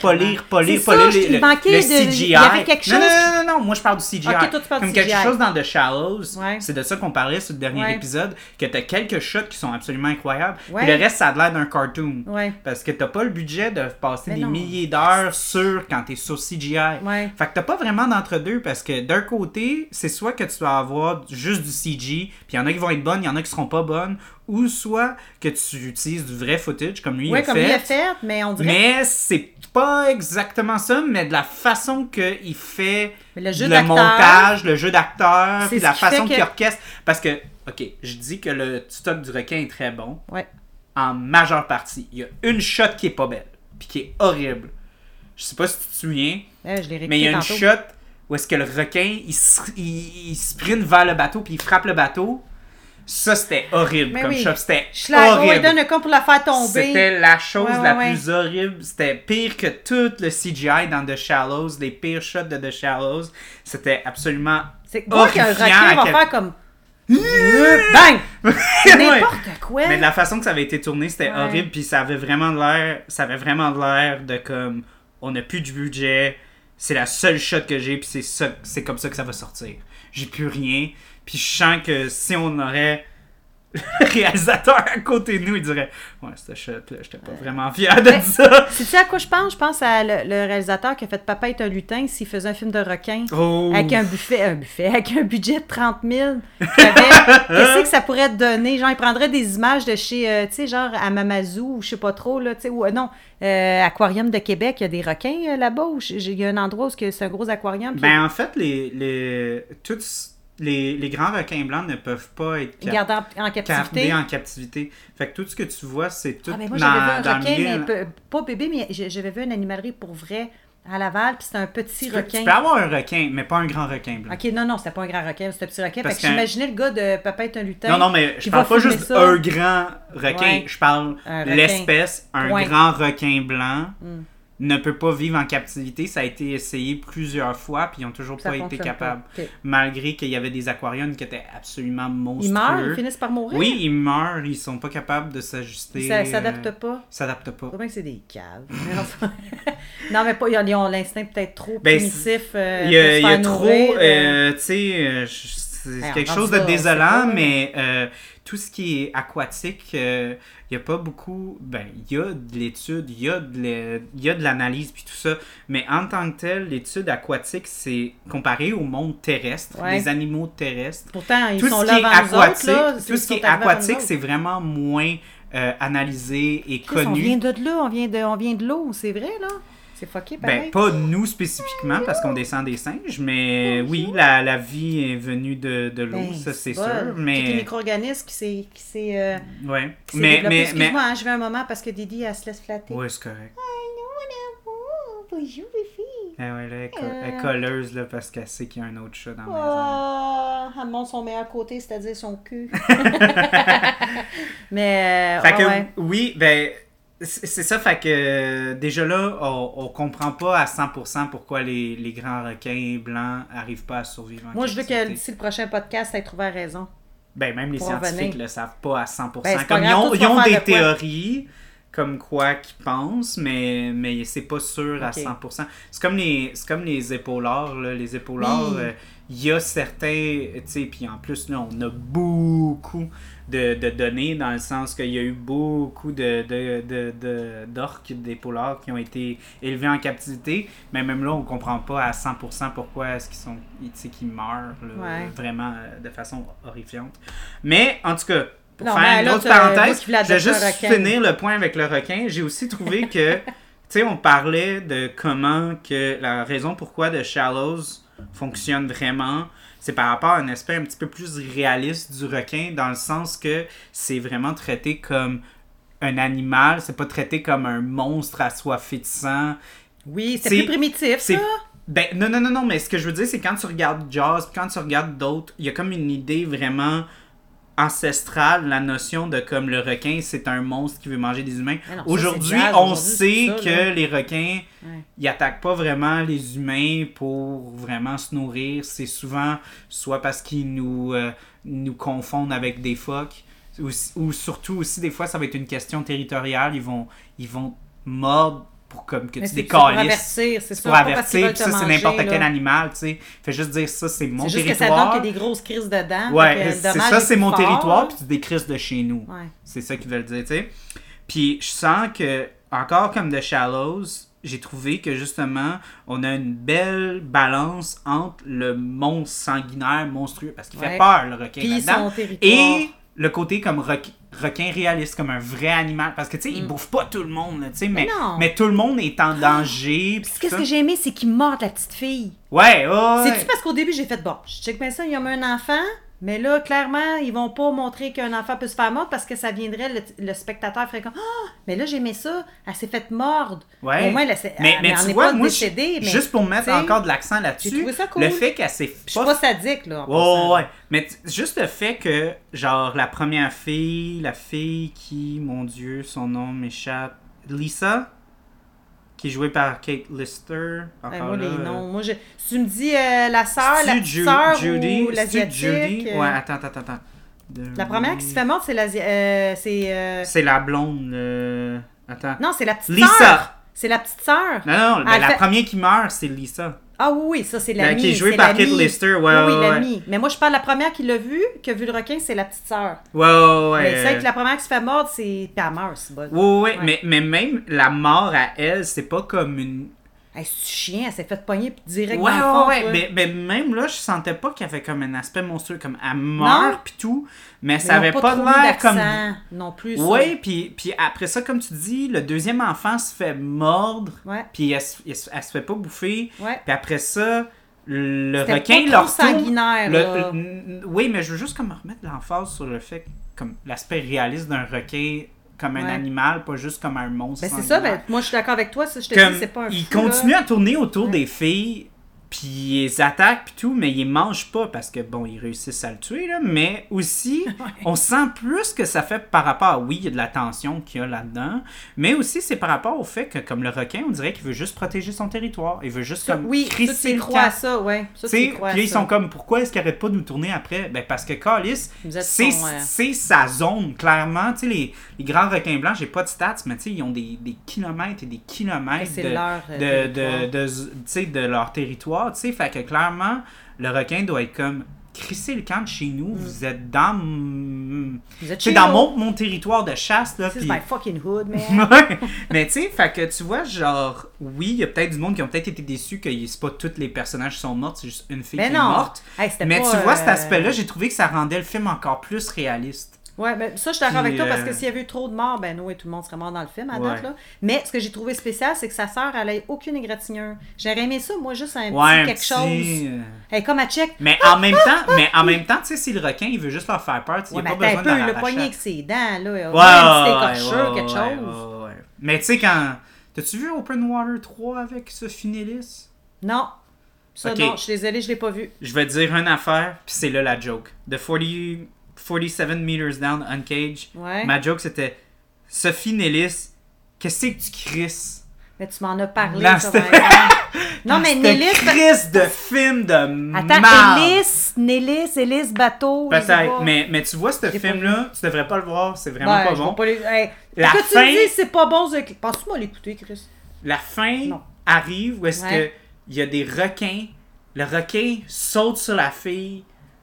le CGI. Il y avait quelque chose. Non, moi je parle du CGI. Okay, toi, tu parles comme du quelque CGI. chose dans The Shallows, c'est de ça qu'on parlait sur le dernier épisode, que t'as quelques shots qui sont absolument incroyables, puis le reste ça a l'air d'un cartoon. Parce que t'as pas le budget de passer des milliers d'heures quand t'es sur CGI. Fait que t'as pas vraiment d'entre-deux, parce que d'un côté, c'est soit que tu vas avoir juste du CG, puis il y en a qui vont être bonnes, il y en a qui seront pas bonnes, ou soit que tu utilises du vrai footage, comme lui il a fait. Oui, comme lui a fait, mais on dirait... Mais c'est pas exactement ça, mais de la façon qu'il fait le montage, le jeu d'acteur, puis la façon qu'il orchestre. Parce que, OK, je dis que le stock du requin est très bon, en majeure partie. Il y a une shot qui est pas belle, puis qui est horrible. Je sais pas si tu te souviens, mais il y a une shot où est-ce que le requin, il sprint vers le bateau, puis il frappe le bateau. Ça, c'était horrible comme shot. C'était horrible. Il donne un coup pour la faire tomber. C'était la chose la plus horrible. C'était pire que tout le CGI dans The Shallows, les pires shots de The Shallows. C'était absolument horrifiant. Un requin va faire comme... Bang! N'importe quoi. Mais de la façon que ça avait été tourné, c'était horrible. Puis ça avait vraiment de l'air de comme... On n'a plus de budget. C'est la seule shot que j'ai, puis c'est comme ça que ça va sortir. J'ai plus rien. Puis je sens que si on aurait le réalisateur à côté de nous, il dirait « Ouais, cette shot-là, j'étais pas vraiment fier de ça. » Sais-tu à quoi je pense? Je pense à le réalisateur qui a fait Papa est un lutin s'il faisait un film de requin avec un buffet, avec un budget de 30 000. Qu'est-ce que ça pourrait te donner? Genre, il prendrait des images de chez, tu sais, genre à Mamazou ou je sais pas trop, là, tu sais, ou non, Aquarium de Québec, il y a des requins là-bas, ou il y a un endroit où c'est un gros aquarium. Ben, en fait, les grands requins blancs ne peuvent pas être gardés en captivité. Fait que tout ce que tu vois, c'est tout moi, j'avais vu un requin, mais pas bébé, mais j'avais vu une animalerie pour vrai à Laval, puis c'était un petit requin. Tu peux avoir un requin, mais pas un grand requin blanc. OK, non, c'était pas un grand requin, c'était un petit requin. Fait que j'imaginais le gars de Papa est un lutin. Non, mais je parle pas juste un grand requin. Je parle l'espèce, un grand requin blanc. Ne peut pas vivre en captivité. Ça a été essayé plusieurs fois, puis ils n'ont toujours pas été capables. Malgré qu'il y avait des aquariums qui étaient absolument monstrueux. Ils meurent, ils finissent par mourir? Oui, ils meurent, ils sont pas capables de s'ajuster. Ça s'adapte pas? Ils s'adaptent pas. C'est bien que c'est des caves. Non, mais pas, ils ont l'instinct peut-être trop primitif. Il y a trop, tu sais, c'est quelque chose de désolant, mais tout ce qui est aquatique, il n'y a pas beaucoup... Ben, il y a de l'étude, il y a de l'analyse, puis tout ça, mais en tant que tel, l'étude aquatique, c'est comparé au monde terrestre, les animaux terrestres. Pourtant, ils sont là avant nous autres, là. Tout ce qui est aquatique, c'est vraiment moins analysé et connu. On vient de là, on vient de l'eau, c'est vrai, là? C'est fucké, pareil. Ben, pas nous spécifiquement, parce qu'on descend des singes, mais oui, la vie est venue de l'eau, ça c'est sûr. Mais... Tous les micro-organismes qui s'est ouais. Mais excuse-moi, je vais un moment parce que Didi, elle se laisse flatter. Oui, c'est correct. Bonjour, les filles. ouais, là, elle est colleuse, là, parce qu'elle sait qu'il y a un autre chat dans la maison. Elle montre son meilleur côté, c'est-à-dire son cul. Mais, fait que, ouais. oui, ben, c'est ça, fait que déjà là, on comprend pas à 100% pourquoi les grands requins blancs arrivent pas à survivre en Moi, je veux que captivité. d'ici le prochain podcast, t'aies trouvé raison. Ben, même les Pour scientifiques revenir. le savent pas à 100%. Ben, c'est pas Comme grave, toi, tu ils vas ont faire des de quoi? théories comme quoi qu'ils pensent, mais c'est pas sûr à Ok. 100%. C'est comme les épaulards, là. Les épaulards, Oui. il y a certains, tu sais, puis en plus, là, on a beaucoup de données dans le sens qu'il y a eu beaucoup d'orques, d'épaulards qui ont été élevés en captivité, mais même là, on comprend pas à 100% pourquoi est-ce qu'ils sont, tu sais, qu'ils meurent, là, Ouais. vraiment de façon horrifiante. Mais, en tout cas, pour Non, faire mais une là, autre moi parenthèse, qui voulais je vais adopter juste un requin. finir le point avec le requin. J'ai aussi trouvé que, tu sais, on parlait de comment que la raison pourquoi The Shallows fonctionne vraiment, c'est par rapport à un aspect un petit peu plus réaliste du requin, dans le sens que c'est vraiment traité comme un animal, c'est pas traité comme un monstre assoiffé de sang. Oui, c'est C'est- plus primitif, c'est- ça. Ben, non, mais ce que je veux dire, c'est quand tu regardes Jaws, puis quand tu regardes d'autres, il y a comme une idée vraiment ancestrale, la notion de comme le requin, c'est un monstre qui veut manger des humains. Mais non, ça, Aujourd'hui, c'est jazz. on Aujourd'hui, sait c'est ça, que là. les requins, Ouais. ils attaquent pas vraiment les humains pour vraiment se nourrir. C'est souvent soit parce qu'ils nous confondent avec des phoques, ou surtout aussi, des fois, ça va être une question territoriale. Ils vont mordre pour comme que Mais tu c'est pour décalisses. avertir, c'est C'est ça. pour pas parce qu'ils avertir, veulent puis te ça, c'est manger, n'importe là. quel animal, tu sais. Fait juste dire ça, c'est mon C'est juste que ça territoire. donne qu'il y a des grosses crises dedans. Ouais, fait que le c'est dommage ça, est c'est plus mon fort, territoire, là. puis tu décrisses de chez nous. Ouais. C'est ça qu'ils veulent dire, tu sais. Puis je sens que, encore comme The Shallows, j'ai trouvé que justement, on a une belle balance entre le monstre sanguinaire monstrueux, parce qu'il fait Ouais. peur, le requin Puis là-dedans, son territoire. et le côté comme requin réaliste, comme un vrai animal. Parce que, tu sais, il bouffe pas tout le monde, là, tu sais, Mais non. mais tout le monde est en danger. Puis puis qu'est-ce tout que j'ai aimé, c'est qu'il morde la petite fille. Ouais, ouais. C'est-tu parce qu'au début, j'ai fait, bon, je check bien ça, il y a un enfant, mais là, clairement, ils vont pas montrer qu'un enfant peut se faire mordre parce que ça viendrait, le spectateur ferait comme, ah, mais là, j'aimais ça, elle s'est faite mordre. Ouais. Au moins, elle mais elle en tu est vois, pas moi, décédée, mais juste pour mettre tu sais, encore de l'accent j'ai là-dessus, trouvé ça cool. le fait qu'elle s'est je suis pas sadique, là. en Ouais, passant. ouais. Mais juste le fait que, genre, la première fille, la fille qui, mon Dieu, son nom m'échappe, Lisa, qui est jouée par Kate Lister. Ouais, Encore moi, là, les noms. Moi, si tu me dis la sœur, la c'est-tu petite sœur Judy, ou c'est-tu l'asiatique. Judy? Ouais, attends. La première qui se fait mordre, c'est C'est la blonde, attends. Non, c'est la petite Lisa. sœur. C'est la petite sœur. Non, mais Elle la fait- première qui meurt, c'est Lisa. Ah oui, ça, c'est l'amie. Qui est jouée c'est par l'amie. Kate Lister, ouais, Oui, ouais. l'amie. Mais moi, je parle de la première qui l'a vu le requin, c'est la petite sœur. Ouais. Mais celle que la première qui se fait mordre, c'est... Puis elle meurt, c'est bon. Ouais. Mais même la mort à elle, c'est pas comme une... Hey, c'est chien, elle s'est fait pogner puis direct Ouais, dans le fond. ouais. toi. Mais même là, je sentais pas qu'il y avait comme un aspect monstrueux, comme elle Non. meurt pis tout, mais Mais ça ils ont avait pas trop mis l'air comme... d'accent non plus. ça. Ouais, puis après ça, comme tu dis, le deuxième enfant se fait mordre, Ouais. puis elle se fait pas bouffer, Ouais. puis après ça, le C'était requin pas leur trop sanguinaire, là. Oui, mais je veux juste comme remettre l'emphase sur le fait, comme l'aspect réaliste d'un requin comme un Ouais. animal, pas juste comme un monstre. Ben c'est ça, sanguinaire. ben, moi je suis d'accord avec toi, ça, je te Comme, dis, c'est pas un ils fou, là. continuent à tourner autour Ouais. des filles, puis ils les attaquent puis tout, mais ils les mangent pas parce que, bon, ils réussissent à le tuer, là, mais aussi, on sent plus que ça fait par rapport à, oui, il y a de la tension qu'il y a là-dedans, mais aussi c'est par rapport au fait que, comme le requin, on dirait qu'il veut juste protéger son territoire, il veut juste Ça, comme oui, ça, crisser tu le crois à camp. ça, ouais. Ça, Tu sais, tu crois à puis là, ils ça. sont comme, pourquoi est-ce qu'ils arrêtent pas de nous tourner après? Ben, parce que Callis, Vous êtes c'est son, c'est sa zone, clairement. Tu sais, les grands requins blancs, j'ai pas de stats, mais tu sais, ils ont des kilomètres et des kilomètres C'est de, leur tu sais, de leur territoire, tu sais. Fait que clairement, le requin doit être comme, crissez le camp de chez nous, vous êtes dans... Vous êtes Tu sais, chez dans nous. mon territoire de chasse, là. This is puis- my fucking hood, man. Ouais. Mais tu sais, fait que tu vois, genre, oui, il y a peut-être du monde qui ont peut-être été déçus que c'est pas tous les personnages qui sont morts, c'est juste une fille Mais qui non. est morte. Hey, c'était Mais pas, tu vois, cet aspect-là, j'ai trouvé que ça rendait le film encore plus réaliste. Ouais, ben ça, je suis d'accord Puis, avec toi parce que s'il y avait eu trop de morts, ben nous et tout le monde serait mort dans le film à date, Ouais. là. Mais ce que j'ai trouvé spécial, c'est que sa sœur, elle a aucune égratignure. J'aurais aimé ça, moi, juste un Ouais, petit un quelque petit, chose. Hey, comme à check. Mais en même temps, tu sais, si le requin, il veut juste leur faire peur, tu sais, Ouais, il n'y a mais pas attends un besoin peu, de le l'arracher. poignet avec ses dents, là. Ouais, Un petit écorchure, quelque chose. ouais. Mais tu sais, quand... T'as-tu vu Open Water 3 avec Sophie Nellis? Non. Ça, Ok. non, je suis désolée, je l'ai pas vu. Je vais te dire une affaire, puis c'est là la joke. The 47 meters down, uncaged. Ouais. Ma joke, c'était Sophie Nellis, qu'est-ce que tu crisses? Mais tu m'en as parlé, Dans ça, cette- par exemple. Non, mais Cette Nélis... crise de film de Attends, marde. Élise Bateau. je sais Peut-être, pas. mais tu vois, ce J'ai pas film-là, tu devrais pas le voir, c'est vraiment Ouais, pas je bon. vais pas les... Hey, La que fin- tu me dis, c'est pas bon, pense-moi à l'écouter, Chris. La fin Non. arrive où est-ce Ouais. que il y a des requins, le requin saute sur la fille,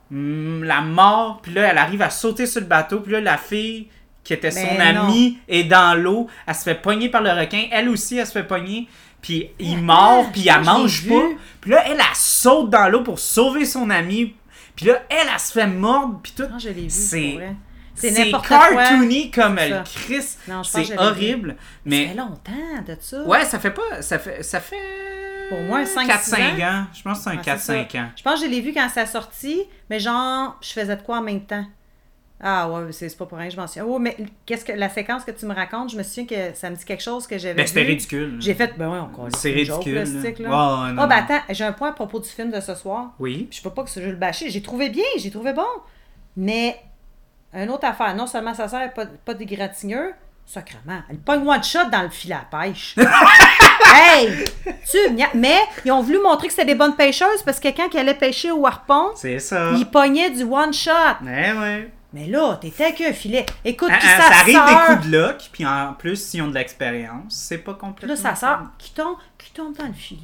la mort, puis là, elle arrive à sauter sur le bateau, puis là, la fille qui était son Mais non. amie est dans l'eau, elle se fait pogner par le requin, elle aussi, elle se fait pogner, puis il mord, puis je elle pense que je mange l'ai pas, vu. puis là, elle saute dans l'eau pour sauver son amie, puis là, elle se fait mordre, puis tout. Non, je l'ai vu, C'est- pour vrai. C'est n'importe quoi. cartoony comme C'est elle ça. crisse. Non, je pense que C'est je l'ai horrible. Ça Mais fait longtemps de ça. ouais, ça fait pas. Ça fait Pour moi, 5-6 4-5 ans. Je pense que c'est un Ouais, 4-5 c'est ça. ans. Je pense que je l'ai vu quand ça a sorti, mais genre, je faisais de quoi en même temps? Ah ouais, c'est pas pour rien que je m'en souviens. Oh, mais la séquence que tu me racontes, je me souviens que ça me dit quelque chose que j'avais Ben, c'était vu. ridicule. J'ai fait, ben ouais, encore C'est ridicule. Là. Ouais, non, Ah, ben non. attends, j'ai un point à propos du film de ce soir. Oui. Puis je peux pas que je le bâcher. J'ai trouvé bien, j'ai trouvé bon. Mais, une autre affaire, non seulement ça sert pas d'égratignure, sacrément, elle pogne one shot dans le filet à pêche. Hey! Mais ils ont voulu montrer que c'était des bonnes pêcheuses parce que quelqu'un qui allait pêcher au harpon, C'est ça. il pognait du one shot. Ouais. Mais là, t'étais avec un filet. Écoute, puis Ça sa arrive sœur, des coups de luck, puis en plus, s'ils ont de l'expérience, c'est pas complètement. là, sa sœur qui tombe dans le filet.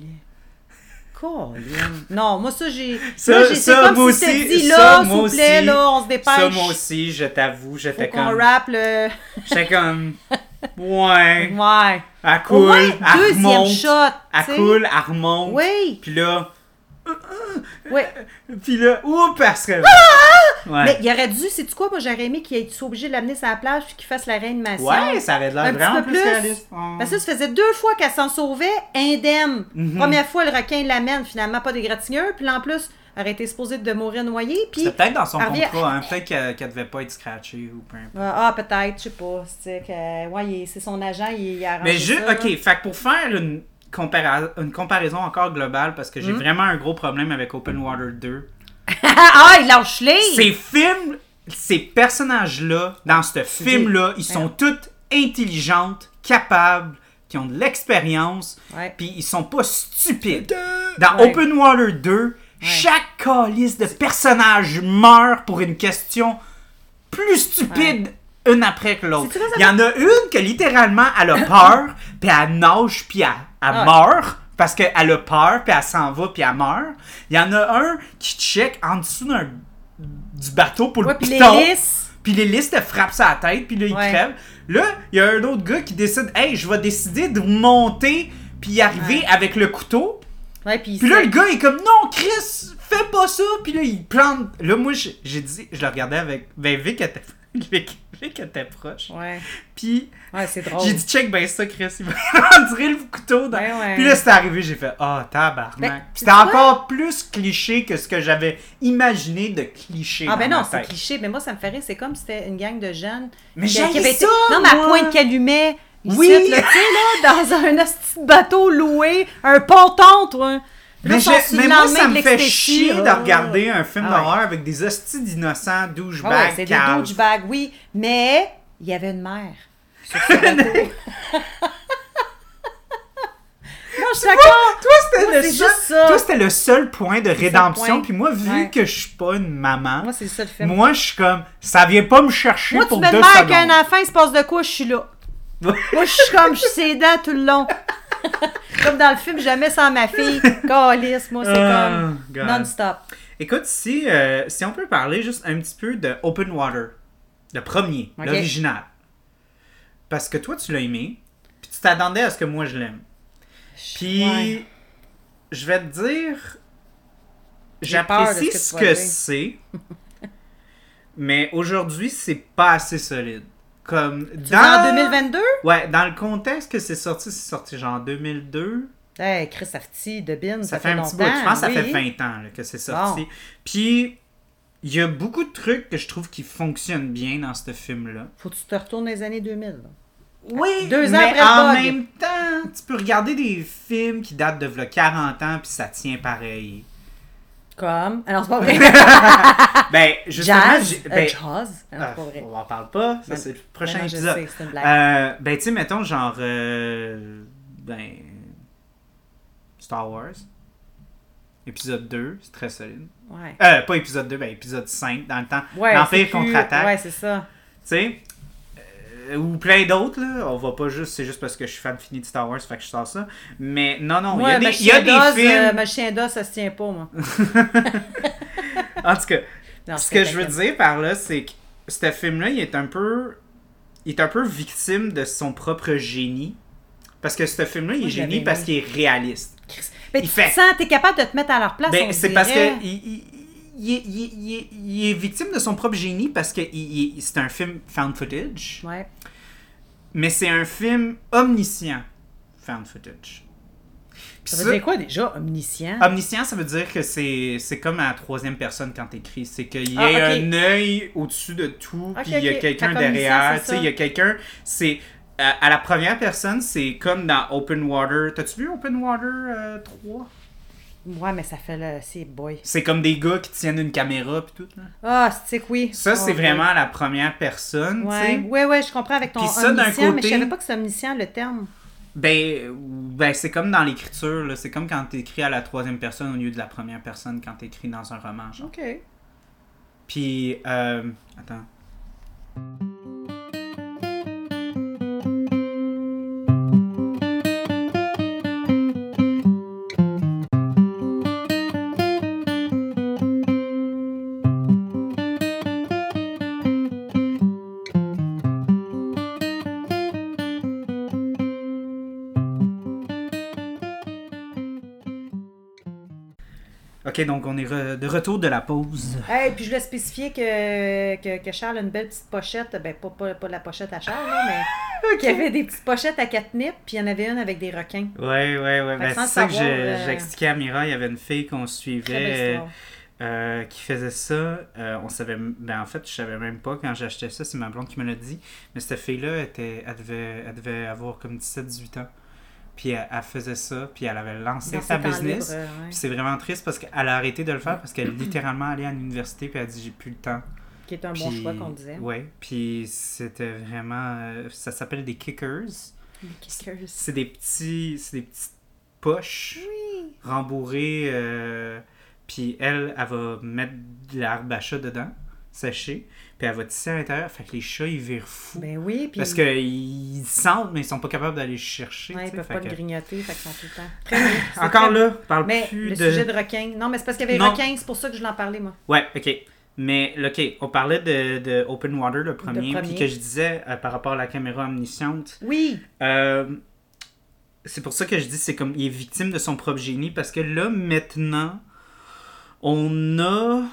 Colin. Non, moi, ça, j'ai. Ça, là, c'est ça, comme moi si c'était aussi, dit, ça, là, s'il moi vous plaît, aussi. là, on se dépêche. Ça, moi aussi, je t'avoue, j'étais Faut qu'on comme. rappe le. J'étais comme. Ouais. Ouais. Elle Au coule, moins, elle deuxième remonte. shot. Elle tu sais. coule, elle remonte. Oui. Puis là. Oui. Puis là, oups, parce que. Ouais. Mais il aurait dû, sais-tu quoi, moi, j'aurais aimé qu'il soit obligé de l'amener sur la plage puis qu'il fasse la réanimation. Ouais, ça aurait l'air Un petit vraiment peu plus plus. réaliste. Parce que ça faisait 2 fois qu'elle s'en sauvait indemne. Mhm. Première fois, le requin l'amène, finalement, pas d'égratignure. Puis là, en plus, elle aurait été supposée de mourir noyée. Puis... C'est peut-être dans son elle revient- contrat, hein. Peut-être qu'elle devait pas être scratchée ou peu importe. Ah, peut-être, je sais pas. C'est que, ouais, c'est son agent, il a arrangé Mais juste, ça, ok, fait que pour faire une comparaison encore globale, parce que j'ai vraiment un gros problème avec Open Water 2. Ah, il lâche les! Ces films, ces personnages-là, dans ce film-là, ils sont toutes intelligentes, capables, qui ont de l'expérience, Ouais. puis ils sont pas stupides. Dans Ouais. Open Water 2, chaque calice de personnage meurt pour une question plus stupide une après que l'autre. C'est-tu quoi, ça Il y en a une que littéralement elle a peur, puis elle nage, puis elle meurt. Parce qu'elle a peur, puis elle s'en va, puis elle meurt. Il y en a un qui check en dessous du bateau pour Ouais, le puis piton. l'hélice. Puis l'hélice te frappe sa tête, puis là, il Ouais. crève. Là, il y a un autre gars qui décide, hey, je vais décider de monter, puis y arriver avec le couteau. Ouais, puis Puis là, le gars, il est comme, non, Chris, fais pas ça. Puis là, il plante. Là, moi, j'ai dit, je le regardais avec. Ben, Vic était, Vic était proche. Ouais. Puis Ouais, c'est drôle. j'ai dit, check ben ça, Chris. Il va rentrer le couteau dans. Ouais. Puis là, c'est arrivé, j'ai fait, ah, tabarnak. Ben, Puis c'était encore plus cliché que ce que j'avais imaginé de cliché. Ah ben dans non, ma c'est tête. cliché, mais moi ça me fait rire, c'est comme si c'était une gang de jeunes. Mais qui j'haïs avait ça, Non, mais à moi. Pointe-Calumet, ici, Oui. là, tu sais, là, dans un hostie de bateau loué, un ponton, toi. Là, Mais, ils sont sur le mais moi, lendemain ça de me fait l'expédition. chier de regarder un film Ah ouais. d'horreur avec des hosties d'innocents Ah douchebags. ouais, c'est des caves. douchebags, oui, mais il y avait une mère sur ce bateau. Non, je suis d'accord. Toi, c'était Moi, le c'est seul, juste ça. toi, c'était le seul point de rédemption. point. Puis moi, vu Ouais. que je suis pas une maman, Moi, c'est ça le film. moi, je suis comme, ça vient pas me chercher Moi, tu pour me 2 demandes avec secondes. un enfant, il se passe de quoi, je suis là. Moi, je suis comme, je suis ses dents tout le long. Comme dans le film Jamais sans ma fille. Calice, moi, c'est comme God. non-stop. Écoute, si on peut parler juste un petit peu de Open Water, le premier, Ok. l'original. Parce que toi, tu l'as aimé, puis tu t'attendais à ce que moi, je l'aime. Puis, Ouais. je vais te dire, J'ai peur de j'apprécie ce ce que tu vas que dire. c'est, mais aujourd'hui, c'est pas assez solide. Comme Tu en 2022? Ouais, dans le contexte que c'est sorti genre 2002. Hey, Chris Afti, de Bin, Ça ça fait un longtemps. petit bout. Je pense que ça oui. fait 20 ans là, que c'est sorti. Bon. Puis, il y a beaucoup de trucs que je trouve qui fonctionnent bien dans ce film-là. Faut que tu te retournes les années 2000. là. Oui, 2 ans mais après le en bug. même temps, tu peux regarder des films qui datent de v'là 40 ans, puis ça tient pareil. Comme. Alors, c'est pas vrai. Ben, justement... Jazz. Ben, Jazz. Alors, c'est pas vrai. on en parle pas, ça Ben, c'est le prochain non, épisode. Je sais, c'est une blague. Ben, tu sais, mettons, genre... ben... Star Wars. Épisode 2, c'est très solide. Ouais. Pas épisode 2, ben épisode 5, dans le temps. Ouais, L'Empire c'est plus- contre-attaque. Ouais, c'est ça. Tu sais, ou plein d'autres, là. On va pas juste, c'est juste parce que je suis fan fini de Star Wars, fait que je sors ça. Mais non, il y a des, il y a des films. Magicien d'Oz, ça se tient pas, moi. En tout cas, Non, ce c'est que je veux taquin. dire par là, c'est que ce film-là, il est un peu victime de son propre génie. Parce que ce film-là, il Moi, est je génie l'avais parce aimé. qu'il est réaliste. Mais Il tu fait- te sens, t'es capable de te mettre à leur place, Ben, on c'est dirait. parce que il est victime de son propre génie parce que c'est un film found footage, Ouais. mais c'est un film omniscient found footage. Puis Ça veut dire quoi déjà, omniscient? omniscient, ça veut dire que c'est comme à la troisième personne quand t'écris. C'est qu'il y a Ah, ok. un œil au-dessus de tout, Ok, puis il y a ok. quelqu'un Fait qu'omniscient, derrière. c'est Tu sais, ça. il y a quelqu'un. C'est à la première personne, c'est comme dans Open Water. T'as-tu vu Open Water 3? Ouais, mais ça fait le. C'est boy. C'est comme des gars qui tiennent une caméra puis tout. Là. Ah, c'est que oui. Ça, c'est Oh, vraiment à la première personne. tu Ouais. sais. Ouais, je comprends avec ton Puis ça, d'un omniscient, mais côté- je savais pas que c'est omniscient le terme. Ben, c'est comme dans l'écriture. Là. C'est comme quand t'écris à la troisième personne au lieu de la première personne quand t'écris dans un roman. Genre. Ok. Puis, attends. Ok, donc on est de retour de la pause. Hey, puis je voulais spécifier que Charles a une belle petite pochette. Ben, pas la pochette à Charles, là, mais qu'il y avait des petites pochettes à catnip, puis il y en avait une avec des requins. Ouais. Fait Ben, que sans c'est ça que savoir, j'ai expliqué à Mira. Il y avait une fille qu'on Très suivait belle histoire. qui faisait ça. On savait, ben, en fait, je savais même pas quand j'achetais ça. C'est ma blonde qui me l'a dit. Mais cette fille-là, elle devait avoir comme 17-18 ans. Puis elle faisait ça. Puis elle avait lancé Dans sa ses temps business. libres, ouais. Puis c'est vraiment triste parce qu'elle a arrêté de le faire parce qu'elle est littéralement allée à l'université. Puis elle a dit j'ai plus le temps. Qui est un bon Puis- choix qu'on disait. Ouais. Puis c'était vraiment. Ça s'appelle des kickers. Les kickers. C'est des petites poches rembourrées. Puis elle va mettre de l'herbe à chat dedans, sécher. Puis elle va tisser à l'intérieur. Fait que les chats, ils virent fous. Ben oui, puis. Parce qu'ils sentent, mais ils sont pas capables d'aller le chercher. Ouais, tu ils sais. peuvent Fait pas que- le grignoter, fait qu'ils sont tout le temps. Très bien. C'est Encore très- là, parle Mais plus le de. sujet de requins. Non, mais c'est parce qu'il y avait Non. requins, c'est pour ça que je l'en parlais, moi. Ouais, ok. Mais, ok, on parlait de Open Water, le premier, premier. puis que je disais par rapport à la caméra omnisciente. Oui. C'est pour ça que je dis c'est comme il est victime de son propre génie parce que là maintenant on a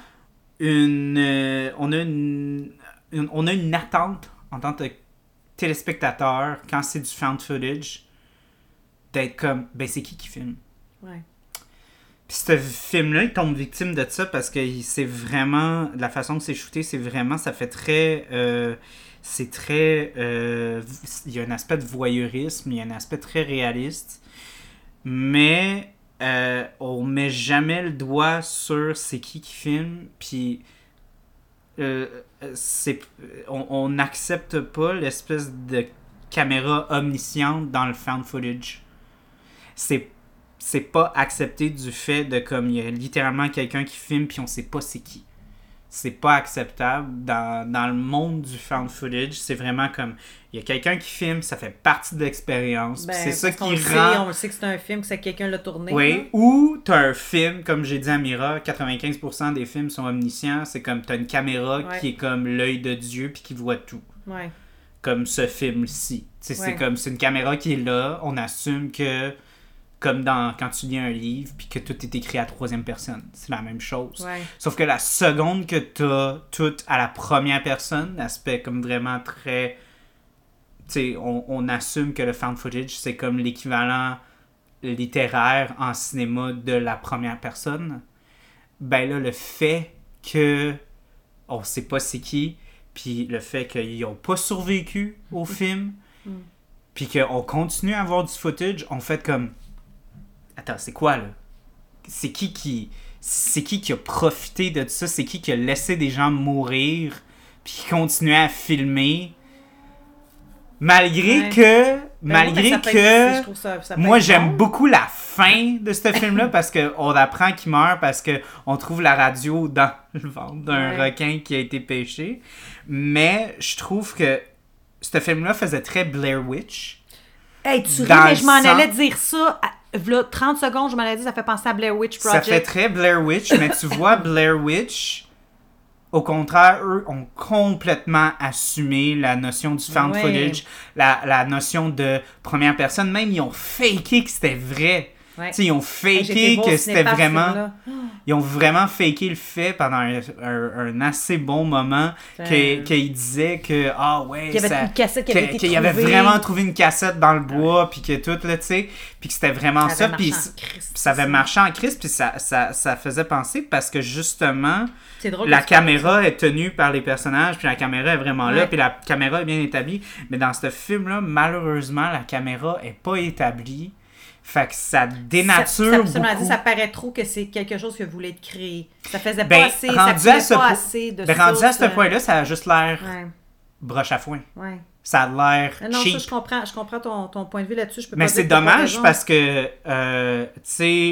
une attente en tant que téléspectateur quand c'est du found footage d'être comme ben c'est qui filme. Ouais. Puis ce film-là, il tombe victime de ça parce que c'est vraiment la façon que c'est shooté, c'est vraiment ça fait très c'est très il y a un aspect de voyeurisme, il y a un aspect très réaliste, mais on met jamais le doigt sur c'est qui filme, puis on n'accepte pas l'espèce de caméra omnisciente dans le found footage. C'est pas accepté du fait de comme il y a littéralement quelqu'un qui filme puis on sait pas c'est qui. C'est pas acceptable dans le monde du found footage. C'est vraiment comme il y a quelqu'un qui filme, ça fait partie de l'expérience. Ben, puis c'est ça parce qu'on qui le sait, rend. on le sait que c'est un film, que c'est quelqu'un l'a tourné. Oui, là. ou t'as un film, comme j'ai dit à Mira, 95% des films sont omniscients. C'est comme t'as une caméra Ouais. qui est comme l'œil de Dieu puis qui voit tout. Ouais. Comme ce film-ci. Tu sais, Ouais. c'est comme c'est une caméra qui est là. On assume que comme quand tu lis un livre puis que tout est écrit à troisième personne. C'est la même chose. Ouais. Sauf que la seconde que t'as tout à la première personne, l'aspect comme vraiment très... Tu sais, on assume que le found footage, c'est comme l'équivalent littéraire en cinéma de la première personne. Ben là, le fait que on sait pas c'est qui, puis le fait qu'ils ont pas survécu au film, puis qu'on continue à avoir du footage, on fait comme... Attends, c'est quoi, là? C'est qui a profité de ça? C'est qui a laissé des gens mourir, puis qui continuait à filmer? Malgré que moi j'aime beaucoup la fin de ce film-là parce qu'on apprend qu'il meurt parce qu'on trouve la radio dans le ventre d'un requin qui a été pêché. Mais je trouve que ce film-là faisait très Blair Witch. Hey, tu ris, mais je m'en allais dire ça. Là, 30 secondes, je m'en allais dire, ça fait penser à Blair Witch Project. Ça fait très Blair Witch, mais tu vois, Blair Witch... Au contraire, eux ont complètement assumé la notion du found footage, la notion de première personne. Même, ils ont faké que c'était vrai. Ouais. Ils ont faké que c'était vraiment... Ils ont vraiment faké le fait pendant un assez bon moment qu'ils disaient que... Ah ouais, qu'il y avait une cassette qui avait été qu'il y avait vraiment trouvé une cassette dans le bois, puis que tout, là, tu sais... Puis que c'était vraiment ça. Puis ça avait marché en crise, puis ça faisait penser parce que justement... La caméra est tenue par les personnages, puis la caméra est vraiment là, puis la caméra est bien établie. Mais dans ce film-là, malheureusement, la caméra est pas établie. Fait que ça dénature beaucoup. Ça paraît trop que c'est quelque chose que voulait être créé. Ça faisait pas assez, ça faisait pas assez de rendu à ce point-là, ça a juste l'air broche à foin. Ouais. Ça a l'air cheap. Ça, je comprends ton point de vue là-dessus. Mais c'est dommage parce que, tu sais,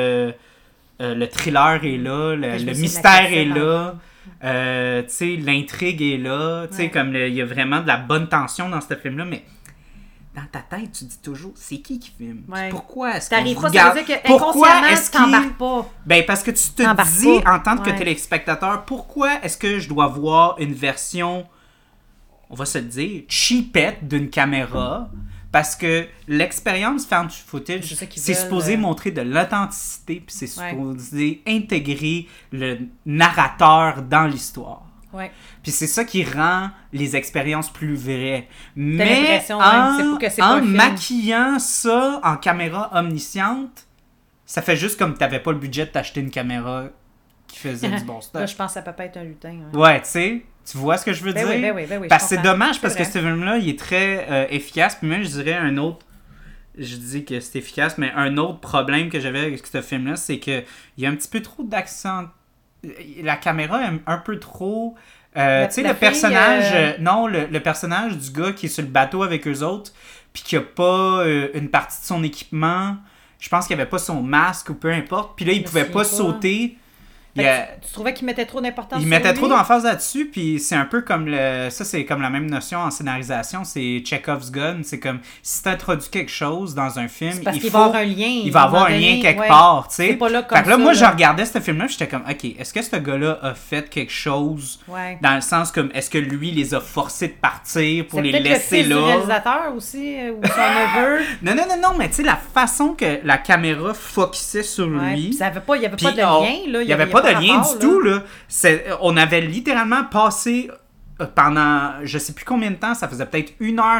le thriller est là, le mystère est là, tu sais, l'intrigue est là, tu sais, comme il y a vraiment de la bonne tension dans ce film-là, mais dans ta tête, tu dis toujours, c'est qui filme? Ouais. Pourquoi est-ce qu'on regarde? Ça veut dire qu'inconsciemment, tu t'embarques pas. Ben, parce que tu te dis, en tant que téléspectateur, pourquoi est-ce que je dois voir une version, on va se le dire, cheapette d'une caméra? Parce que l'expérience found footage, c'est supposé montrer de l'authenticité, puis c'est supposé intégrer le narrateur dans l'histoire. Ouais. Puis c'est ça qui rend les expériences plus vraies. Mais en maquillant ça en caméra omnisciente, ça fait juste comme t'avais pas le budget de t'acheter une caméra qui faisait du bon stuff. Là, je pense que ça peut pas être un lutin. Ouais, tu sais. Tu vois ce que je veux dire? Oui, parce que c'est dommage parce que ce film-là, il est très efficace. Puis même, je dirais un autre... Je dis que c'est efficace, mais un autre problème que j'avais avec ce film-là, c'est qu'il y a un petit peu trop d'accent. La caméra est un peu trop... tu sais, le personnage... Non, le personnage du gars qui est sur le bateau avec eux autres, puis qui a pas une partie de son équipement. Je pense qu'il avait pas son masque ou peu importe. Puis là, il pouvait pas sauter... Tu trouvais qu'il mettait trop d'importance Il mettait trop d'emphase là-dessus, puis c'est un peu comme ça, c'est comme la même notion en scénarisation, c'est Chekhov's gun. C'est comme si tu introduis quelque chose dans un film, il va avoir un lien. Il va avoir un lien quelque part, tu sais. C'est pas là comme fait que là, moi, je regardais ce film-là, j'étais comme, OK, est-ce que ce gars-là a fait quelque chose dans le sens comme, est-ce que lui les a forcés de partir pour les laisser là? C'est le réalisateur aussi, ou son neveu. Non, mais tu sais, la façon que la caméra focusait sur lui. Il n'y avait pas de lien, là. Il n'y avait pas de lien du tout, là. On avait littéralement passé pendant je sais plus combien de temps, ça faisait peut-être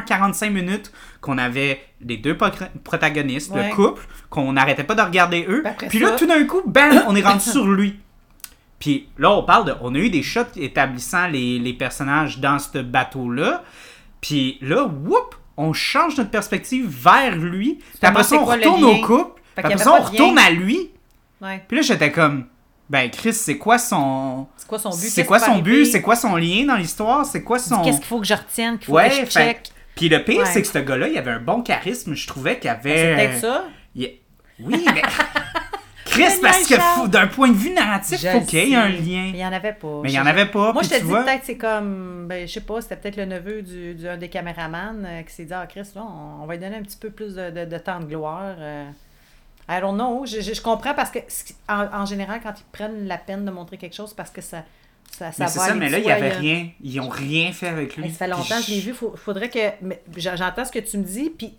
1h45 qu'on avait les deux protagonistes, le couple, qu'on n'arrêtait pas de regarder eux. Puis là, tout d'un coup, bam, on est rendu sur lui. Puis là, on a eu des shots établissant les personnages dans ce bateau-là. Puis là, whoop, on change notre perspective vers lui. Puis après ça, on retourne au couple. Puis après ça, on retourne à lui. Puis là, j'étais comme... Ben, Chris, c'est quoi son but? C'est quoi son but? C'est quoi son lien dans l'histoire? C'est quoi son... Qu'est-ce qu'il faut que je retienne? Qu'il faut que je check? Puis le pire, c'est que ce gars-là, il avait un bon charisme. Je trouvais qu'il avait... C'est peut-être ça? Oui, mais... Chris, parce que d'un point de vue narratif, il faut qu'il y ait un lien. Mais il n'y en avait pas. Mais il n'y en avait pas. Moi, je te dis peut-être c'est comme... Ben, je sais pas, c'était peut-être le neveu d'un des caméramans qui s'est dit « Ah, Chris, là, on va lui donner un petit peu plus de temps de gloire. » I don't know. Je comprends parce que, en général, quand ils prennent la peine de montrer quelque chose, parce que ça mais c'est ça, mais là, il n'y avait rien. Ils n'ont rien fait avec lui. Ça fait longtemps que je l'ai vu. Faudrait que... J'entends ce que tu me dis, puis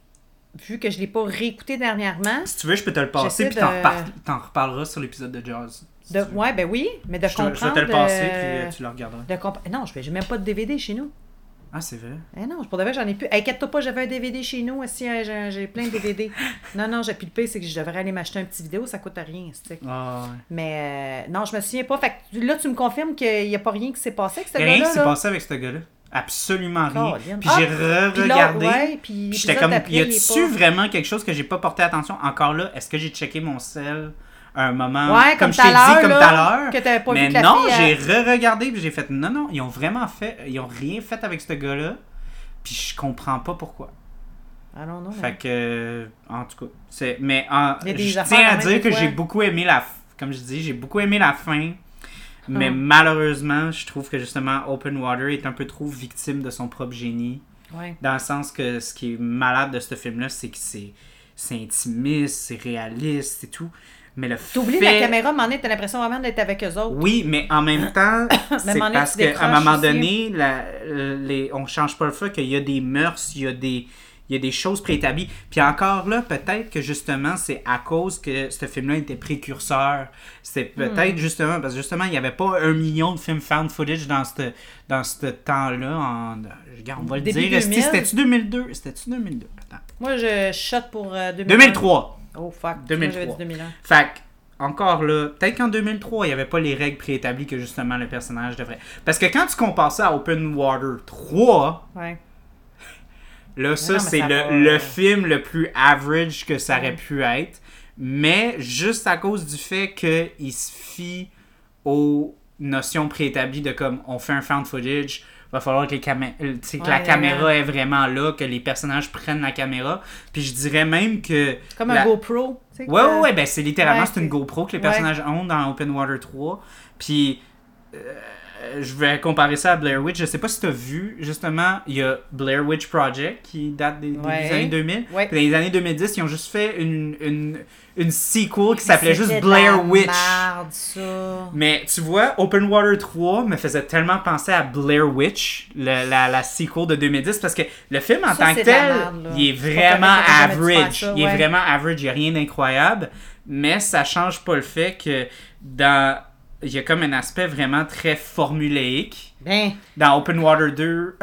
vu que je ne l'ai pas réécouté dernièrement... Si tu veux, je peux te le passer, puis t'en reparleras sur l'épisode de Jazz. Ouais, ben oui, mais de comprendre... Je vais te le passer, puis tu le regarderas. Non, je n'ai même pas de DVD chez nous. Ah, c'est vrai? Non, pour de vrai, j'en ai plus. Inquiète-toi pas, j'avais un DVD chez nous. Aussi, j'ai plein de DVD. Non, j'ai plus le pire, c'est que je devrais aller m'acheter un petit vidéo, ça coûte rien. Ah, ouais. Mais non, je me souviens pas. Fait que là, tu me confirmes qu'il n'y a pas rien qui s'est passé avec ce gars-là? Rien qui s'est passé avec ce gars-là. Absolument rien. Colin. Puis j'ai re-regardé. Puis j'étais comme, y a-tu vraiment quelque chose que j'ai pas porté attention? Encore là, est-ce que j'ai checké mon sel à un moment, comme je t'ai dit, comme tout à l'heure? Que t'avais pas mais vu que non, la fille, j'ai re-regardé puis j'ai fait, non, ils ont vraiment fait, ils ont rien fait avec ce gars-là. Puis je comprends pas pourquoi. I don't know. Fait que, en tout cas, mais je tiens à dire que j'ai beaucoup aimé comme je dis, j'ai beaucoup aimé la fin. Mais malheureusement, je trouve que justement Open Water est un peu trop victime de son propre génie. Ouais. Dans le sens que ce qui est malade de ce film-là, c'est que c'est intimiste, c'est réaliste, c'est tout. Mais le T'oublies la caméra, à un moment donné, t'as l'impression vraiment d'être avec eux autres. Oui, mais en même temps, c'est parce qu'à un moment donné, on change pas le fait qu'il y a des mœurs, il y a des choses préétablies. Puis encore là, peut-être que justement, c'est à cause que ce film-là était précurseur. C'est peut-être justement, parce que justement, il n'y avait pas 1 million de films found footage dans ce temps-là. Regarde, on va le Début dire. 2000. C'était-tu 2002? C'était-tu 2002? Attends. Moi, je shot pour 2003. Oh, fuck. 2003. Moi, 2001. Fait que, encore là, peut-être qu'en 2003, il n'y avait pas les règles préétablies que justement le personnage devrait. Parce que quand tu compares ça à Open Water 3, ouais. Là, ça, c'est le film le plus average que ça aurait pu être. Mais juste à cause du fait qu'il se fie aux notions préétablies de comme on fait un found footage, va falloir que, la caméra est vraiment là, que les personnages prennent la caméra. Puis je dirais même que... Comme un GoPro. Ouais, ben c'est littéralement c'est une GoPro que les personnages ont dans Open Water 3. Puis... je vais comparer ça à Blair Witch. Je sais pas si tu as vu, justement, il y a Blair Witch Project qui date des années 2000. Ouais. Puis dans les années 2010, ils ont juste fait une sequel qui s'appelait juste Blair Witch. Merde, ça. Mais tu vois, Open Water 3 me faisait tellement penser à Blair Witch, la sequel de 2010, parce que le film en tant que tel, il est vraiment average. Il est vraiment average, il n'y a rien d'incroyable. Mais ça change pas le fait que il y a comme un aspect vraiment très formuléique dans Open Water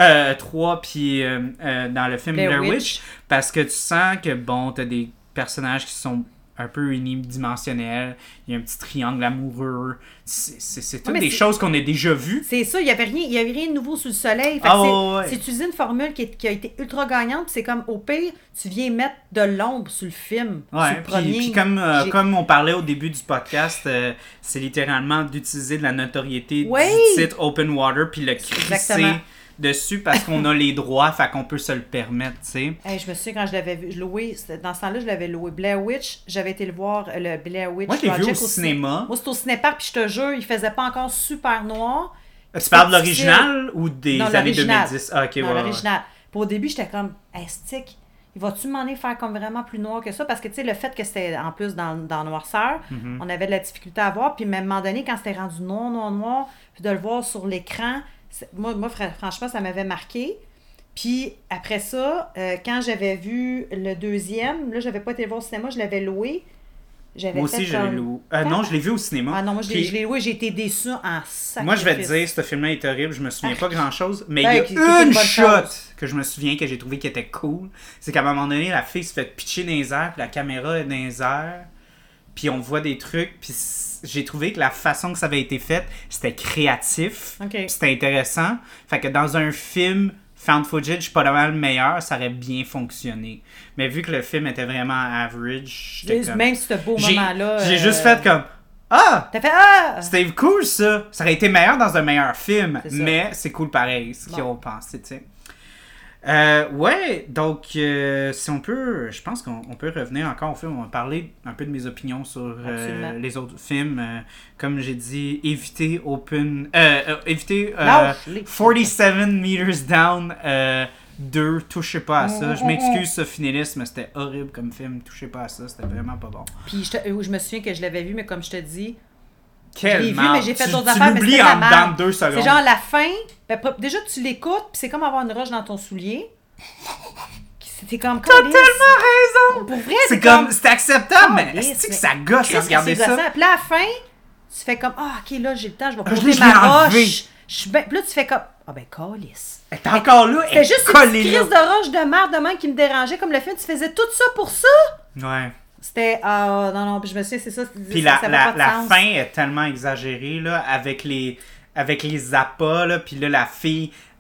3 puis dans le film Blair Witch, parce que tu sens que bon, t'as des personnages qui sont un peu unidimensionnels, il y a un petit triangle amoureux, c'est toutes des choses qu'on a déjà vues. C'est ça, il y avait rien de nouveau sous le soleil. C'est utilisé une formule qui a été ultra gagnante, c'est comme au pire, tu viens mettre de l'ombre sur le film, sur le premier. Puis comme on parlait au début du podcast, c'est littéralement d'utiliser de la notoriété du titre Open Water puis le crisser dessus parce qu'on a les droits, fait qu'on peut se le permettre, tu sais. Hey, je me souviens quand je l'avais loué, dans ce temps-là, je l'avais loué. Blair Witch, j'avais été le voir, le Blair Witch Project. Moi, je l'ai vu au cinéma. Moi, c'était au cinépark, puis je te jure, il faisait pas encore super noir. Tu parles de l'original ou des années 2010? Ah, ok, non, l'original. Puis au début, j'étais comme, stick, il va-tu m'en aller faire comme vraiment plus noir que ça? Parce que, tu sais, le fait que c'était en plus dans noirceur, on avait de la difficulté à voir. Puis, même à un moment donné, quand c'était rendu noir, puis de le voir sur l'écran, moi, franchement, ça m'avait marqué. Puis après ça, quand j'avais vu le deuxième, là, j'avais pas été le voir au cinéma, je l'avais loué. Moi aussi, je l'ai loué. Non, je l'ai vu au cinéma. Ah non, moi, je l'ai loué, j'ai été déçue en sacrifice. Moi, je vais te dire, ce film-là est horrible, je me souviens pas grand-chose, mais il y a une shot que je me souviens que j'ai trouvé qui était cool. C'est qu'à un moment donné, la fille se fait pitcher dans les airs, puis la caméra est dans les airs, puis on voit des trucs, puis j'ai trouvé que la façon que ça avait été fait, c'était créatif, c'était intéressant. Fait que dans un film found footage, pas mal meilleur, ça aurait bien fonctionné. Mais vu que le film était vraiment average, même ce beau moment-là... J'ai juste fait comme... Ah! T'as fait « C'était cool, ça! Ça aurait été meilleur dans un meilleur film, mais c'est cool pareil, ce qu'ils ont pensé, tu sais. Ouais, donc si on peut, je pense qu'on peut revenir encore au film. On va parler un peu de mes opinions sur les autres films. Comme j'ai dit, éviter 47 Meters Down 2, touchez pas à ça. Je m'excuse, Sophinélis, mais c'était horrible comme film. Touchez pas à ça, c'était vraiment pas bon. Puis je me souviens que je l'avais vu, mais comme je te dis, quel je l'ai vu, mais j'ai fait d'autres affaires, mais c'était dans 2 secondes. C'est genre la fin, déjà tu l'écoutes, puis c'est comme avoir une roche dans ton soulier. C'était comme... T'as tellement raison! Pour vrai, c'est acceptable, mais est-ce que ça gosse à regarder ça? Puis là, à la fin, tu fais comme, ok, là, j'ai le temps, je vais poser ma roche. Puis là, tu fais comme, câlisse. Elle est encore là, elle est juste une crise de roche de merde de même qui me dérangeait, comme le film, tu faisais tout ça pour ça? Ouais. C'était, non, puis je me souviens, c'est ça. Puis la fin est tellement exagérée, là, avec les appâts, là, puis là, la fille,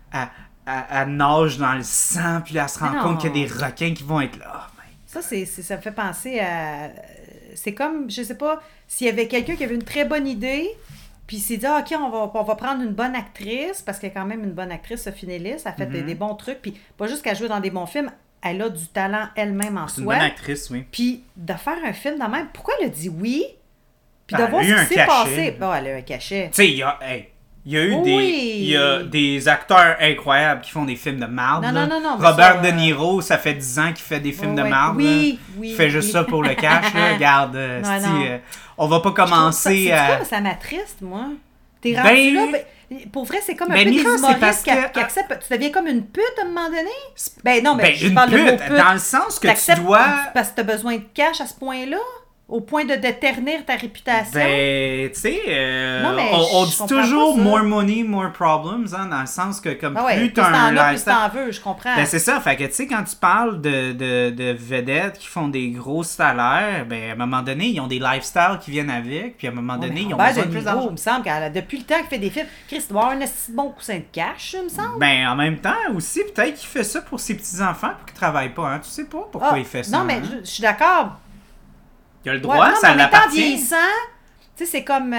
elle nage dans le sang, puis là, elle se rend Mais compte qu'il y a non. des requins qui vont être là. Oh, my Ça, ça me fait penser à... C'est comme, je sais pas, s'il y avait quelqu'un qui avait une très bonne idée, puis il s'est dit, ah, OK, on va prendre une bonne actrice, parce qu'elle est quand même une bonne actrice, Sophie Nellis, elle fait des bons trucs, puis pas juste qu'elle joue dans des bons films, elle a du talent elle-même en C'est une soi. bonne actrice, oui. Puis de faire un film de même, pourquoi elle a dit oui? Puis Ben, de voir elle a eu ce un qui s'est cachet. passé. Bon, elle a un cachet. Tu sais, il y a eu Oui. il y a des acteurs incroyables qui font des films de marde. Non, là. non, non, mais Robert ça, De Niro, ça fait 10 ans qu'il fait des films de Ouais. marde. Oui, là. oui, Il fait juste oui. ça pour le cash. Là. Regarde, Non, non. on va pas commencer C'est à... quoi, ça m'attriste, moi. T'es Ben, rendu là, pour vrai, c'est comme un ben, peu des Mira, c'est humoristes parce que- qui acceptent. Tu deviens comme une pute à un moment donné? Ben non, mais Ben, je une parle de mot pute, pute. dans le sens que tu T'acceptes dois... parce que t'as besoin de cash à ce point-là? Au point de déternir ta réputation? Ben, tu sais, Non, mais on je dit comprends toujours pas ça. more money, more problems, hein, dans le sens que comme Ah ouais, plus plus t'as un t'en as, plus lifestyle... t'en veux, je comprends. Ben c'est ça, fait que tu sais, quand tu parles de vedettes qui font des gros salaires, ben à un moment donné, ils ont des lifestyles qui viennent avec, puis à un moment Ouais, donné, mais ils ont Robert besoin De de plus Niro, d'argent. il me semble depuis le temps qu'il fait des films, Chris doit avoir un assez bon coussin de cash, il me semble. Ben en même temps aussi, peut-être qu'il fait ça pour ses petits-enfants pour qu'ils travaillent pas, hein. Tu sais pas pourquoi Ah, il fait ça. non, mais hein. je suis d'accord. Il a le Ouais, droit, non, ça mais en étant l'appartient. vieillissant, tu sais, c'est comme,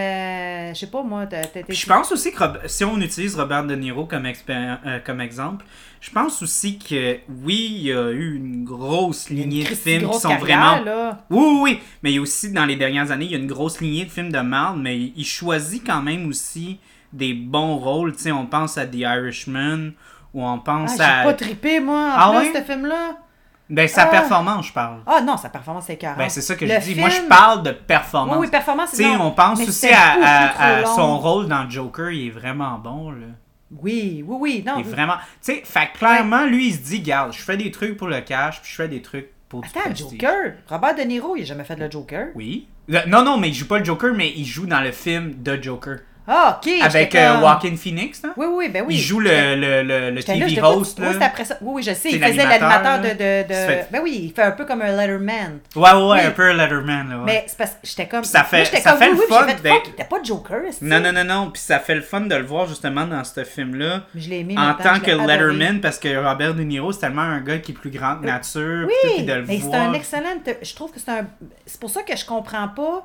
je sais pas, moi, Puis je pense aussi que si on utilise Robert De Niro comme exemple, je pense aussi que oui, il y a eu une grosse lignée de Christy films qui grosse sont carrière, vraiment... là. Oui, oui, oui, mais il y a aussi, dans les dernières années, il y a une grosse lignée de films de merde, mais il choisit quand même aussi des bons rôles. Tu sais, on pense à The Irishman, ou on Ah, pense j'ai à... pas trippé, moi, Ah en plus, ouais? ce film-là. Ben, sa Ah. performance, je parle. Ah non, sa performance est écœurante. Ben, c'est ça que Le je dis. Moi, je film- parle de performance. Oui, oui, performance, Tu sais, non, on pense mais aussi c'était beaucoup à trop son long. rôle dans Joker, il est vraiment bon, là. Oui, oui, oui, non. Il est vraiment... Tu sais, fait que clairement, lui, il se dit, garde, je fais des trucs pour le cash, puis je fais des trucs pour du Attends, prestige. Joker. Robert De Niro, il a jamais fait le Joker. Oui. Non, mais il joue pas le Joker, mais il joue dans le film de Joker. Ah, ok. Avec j'étais comme- Joaquin Phoenix, là. Oui, oui, ben oui. Il joue J'étais- le j'étais là, TV j'étais pas- host, là. Oui, c'est après ça. Oui, oui, je sais. C'est Il faisait l'animateur, l'animateur là. de... Il se fait- Ben oui, il fait un peu comme un Letterman. Ouais, Oui. un peu Letterman, là, ouais. Mais c'est parce que j'étais comme... Puis ça fait- moi, j'étais ça comme, fait oui, le oui, puis fun j'ai fait, d'être- fuck, il était pas Joker, est-ce Non, puis ça fait le fun de le voir, justement, dans ce film-là. Mais je l'ai aimé En maintenant, tant je que l'ai adoré. Letterman, parce que Robert De Niro, c'est tellement un gars qui est plus grand que nature. puis tout, puis Oui, de le mais c'est voir. un excellent... Je trouve que c'est un... C'est pour ça que je comprends pas...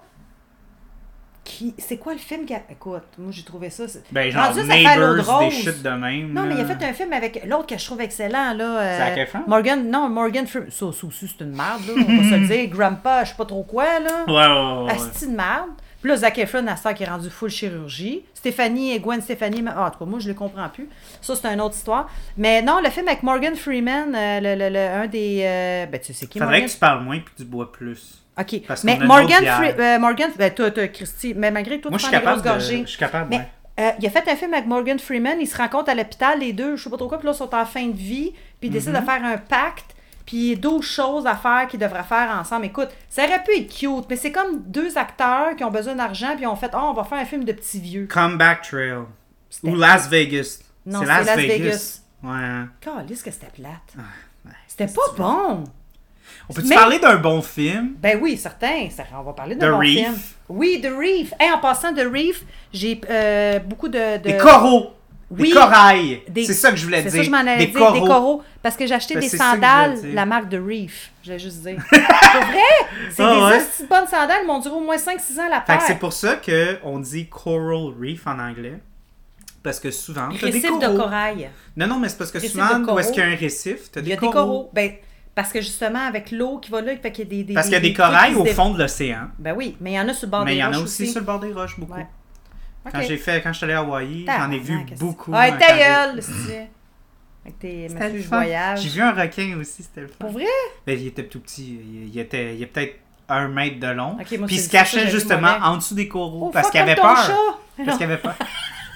C'est quoi le film qui a... Écoute, moi j'ai trouvé ça... Ben, genre Rendu, ça fait à l'eau de Neighbors, des rose. shit de même. Non, mais il a là. fait un film avec l'autre que je trouve excellent, là. Zac Efron? Morgan Freeman. Ça aussi, c'est une merde, là. On va se le dire. Grandpa, je sais pas trop quoi, là. Ouais. Asti de merde. Puis là, Zac Efron, à ça, qui est rendu full chirurgie. Gwen Stefani, en tout cas, moi, je le comprends plus. Ça, c'est une autre histoire. Mais non, le film avec Morgan Freeman, un des... ben, tu sais qui, Faudrait Morgan? que tu parles moins puis que tu bois plus. OK. Parce qu'on Mais a une Morgan, autre bière. Morgan, ben, toi, Christy, mais malgré que toi, Moi, tu je prends suis des grosses capable gorgées. Je suis capable, Mais ouais. il a fait un film avec Morgan Freeman, ils se rencontrent à l'hôpital, les deux, je sais pas trop quoi, puis là, ils sont en fin de vie, puis ils décident de faire un pacte, puis il y a 12 choses à faire qu'ils devraient faire ensemble. Écoute, ça aurait pu être cute, mais c'est comme deux acteurs qui ont besoin d'argent, puis ont fait, on va faire un film de petits vieux. Comeback Trail. C'était- Ou Las Vegas. Non, c'est Las Vegas. Ouais. Calisse que c'était plate. Ouais. C'était pas bon. On peut-tu Mais- parler d'un bon film? Ben oui, certain. On va parler The d'un bon Reef. film. Oui, The Reef. Hey, en passant, The Reef, j'ai beaucoup de... Des coraux. Oui. Des corails. Des- C'est ça que je voulais C'est dire. ça que je m'en allais des dire, coraux. des coraux. Parce que j'ai acheté Ben, des c'est ça que je sandales, voulais dire. la marque de Reef. Je voulais juste dire. Pour vrai? C'est Ah des ouais? hosties de bonnes sandales, ils m'ont duré au moins 5-6 ans la Fait paire. que c'est pour ça qu'on dit Coral Reef en anglais. Parce que souvent, t'as des Récif coraux. de corail. Non, mais c'est parce que Récif souvent, de où est-ce coraux. qu'il y a un récif, t'as Il des y a des coraux. Ben, parce que justement, avec l'eau qui va là, il fait qu'il y a des Parce qu'il y a des trucs corails qui se au dé- fond de l'océan. Ben oui, mais il y en a sur le bord Mais des il y en a roches aussi sur le bord des roches, beaucoup. Ouais. Quand Ok. je suis allé à Hawaï, j'en ai vu Tabarnak, qu'est-ce beaucoup. que c'est? hein, Ah, ta quand gueule, c'est avec tes C'était monsieur, le je fun. voyage. J'ai vu un requin aussi, c'était le fun. Pour vrai? Ben, il était tout petit. Il a peut-être 1 mètre de long. Ok, moi, Puis il c'est se ça, cachait j'ai vu justement mauvais. en dessous des coraux. Oh, parce fuck qu'il avait comme ton peur. chat! Parce Non. qu'il avait peur.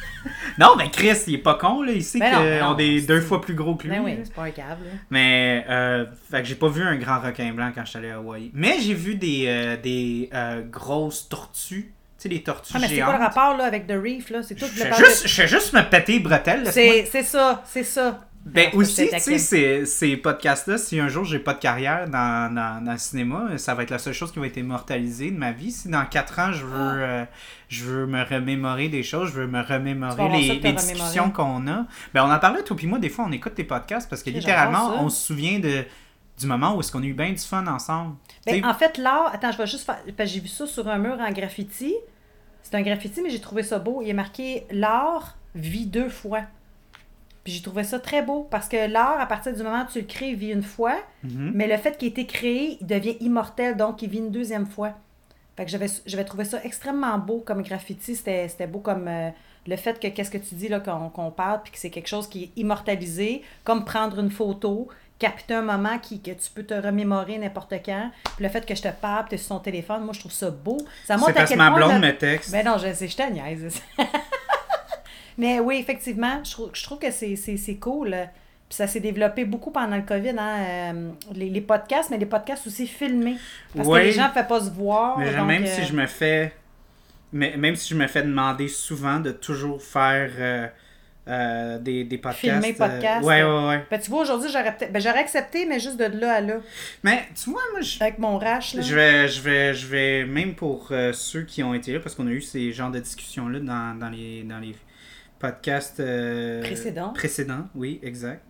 Non, mais Chris, il est pas con, là. Il sait Ben non, ben qu'on non, est c'est- 2 fois plus gros que lui. Ben oui, là. c'est pas un câble. là. Mais, fait que j'ai pas vu un grand requin blanc quand je suis allé à Hawaï. Mais j'ai vu des grosses tortues. Tu sais, les tortues Ah, mais c'est géantes. quoi le rapport là, avec The Reef? Là? C'est tout Je le fais parler- juste me péter les bretelles. laisse-moi. C'est ça, c'est ça. Ben Non, aussi, c'est tu sais, ces podcasts-là, si un jour j'ai pas de carrière dans le cinéma, ça va être la seule chose qui va être immortalisée de ma vie. Si dans 4 ans, je veux me remémorer des choses, je veux me Tu vas remémorer avoir ça les de te discussions remémorer. qu'on a. Ben on en parlait, toi puis moi, des fois, on écoute tes podcasts parce que Ok, littéralement, j'adore ça. on se souvient du moment où est-ce qu'on a eu bien du fun ensemble. Tu Ben, sais, en fait, l'art, attends, je vais juste faire. Parce que j'ai vu ça sur un mur en graffiti. C'est un graffiti, mais j'ai trouvé ça beau. Il est marqué l'art vit 2 fois. Puis j'ai trouvé ça très beau parce que l'art, à partir du moment où tu le crées, il vit une fois, mhm. mais le fait qu'il ait été créé, il devient immortel, donc il vit une 2e fois. Fait que j'avais trouvé ça extrêmement beau comme graffiti. C'était beau comme le fait que, qu'est-ce que tu dis là, qu'on parle, puis que c'est quelque chose qui est immortalisé, comme prendre une photo, capter un moment que tu peux te remémorer n'importe quand. Puis le fait que je te parle, tu es sur ton téléphone, moi je trouve ça beau. Ça montre C'est à parce que quel ma point blonde le- me texte. Ben non, je te niaise. Mais oui, effectivement, je trouve que c'est cool. Puis ça s'est développé beaucoup pendant le COVID, hein, les podcasts, mais les podcasts aussi filmés. Parce que Oui. les gens ne peuvent pas se voir. Mais donc, même si je me fais. Même si je me fais demander souvent de toujours faire des podcasts. Filmer podcast. Ouais. Ben, tu vois, aujourd'hui, j'aurais accepté, mais juste de là à là. Mais tu vois, moi, Avec mon rash, là. je vais même pour ceux qui ont été là, parce qu'on a eu ces genres de discussions-là dans les podcasts précédents, oui, exact.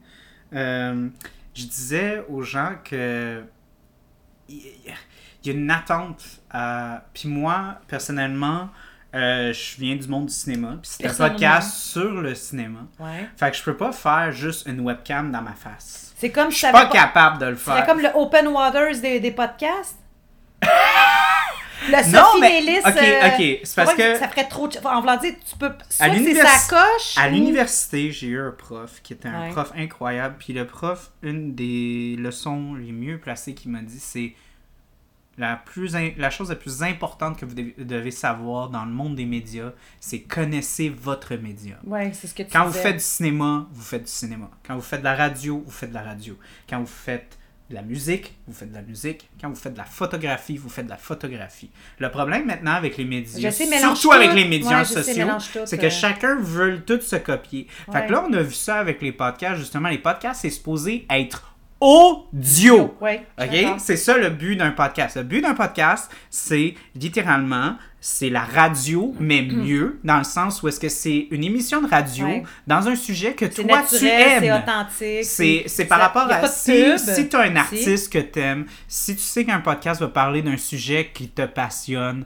Je disais aux gens que il y a une attente. Puis moi, personnellement, je viens du monde du cinéma. Puis c'est un Personnellement. podcast sur le cinéma. Ouais. Fait que je peux pas faire juste une webcam dans ma face. C'est comme Je si suis t'avais pas capable de le C'est faire. comme le Open Waters des podcasts. Le Non, Sophie mais- Nélis. ok, c'est parce que- Ça ferait trop de... En voulant dire, tu peux... Soit c'est l'univers- sa coche. À ou- l'université, j'ai eu un prof qui était un Ouais. prof incroyable. Puis le prof, une des leçons les mieux placées qu'il m'a dit, c'est la chose la plus importante que vous devez savoir dans le monde des médias, c'est connaissez votre média. Ouais, c'est ce que tu Quand vous disais. faites du cinéma, vous faites du cinéma. Quand vous faites de la radio, vous faites de la radio. Quand vous faites de la musique, vous faites de la musique. Quand vous faites de la photographie, vous faites de la photographie. Le problème maintenant avec les médias, Je sais, mélange surtout avec tout. les médias Ouais, je sais, sociaux, mélange tout, c'est que chacun veut tout se copier. Fait Ouais. que là, on a vu ça avec les podcasts, justement. Les podcasts, c'est supposé être audio. Ouais, je suis OK? d'accord. C'est ça le but d'un podcast. Le but d'un podcast, c'est littéralement, c'est la radio, mais mieux, dans le sens où est-ce que c'est une émission de radio Ouais. dans un sujet que C'est toi, naturel, tu aimes. c'est authentique. C'est par rapport y a à pas de si pub. tu as un artiste que tu aimes, si tu sais qu'un podcast va parler d'un sujet qui te passionne,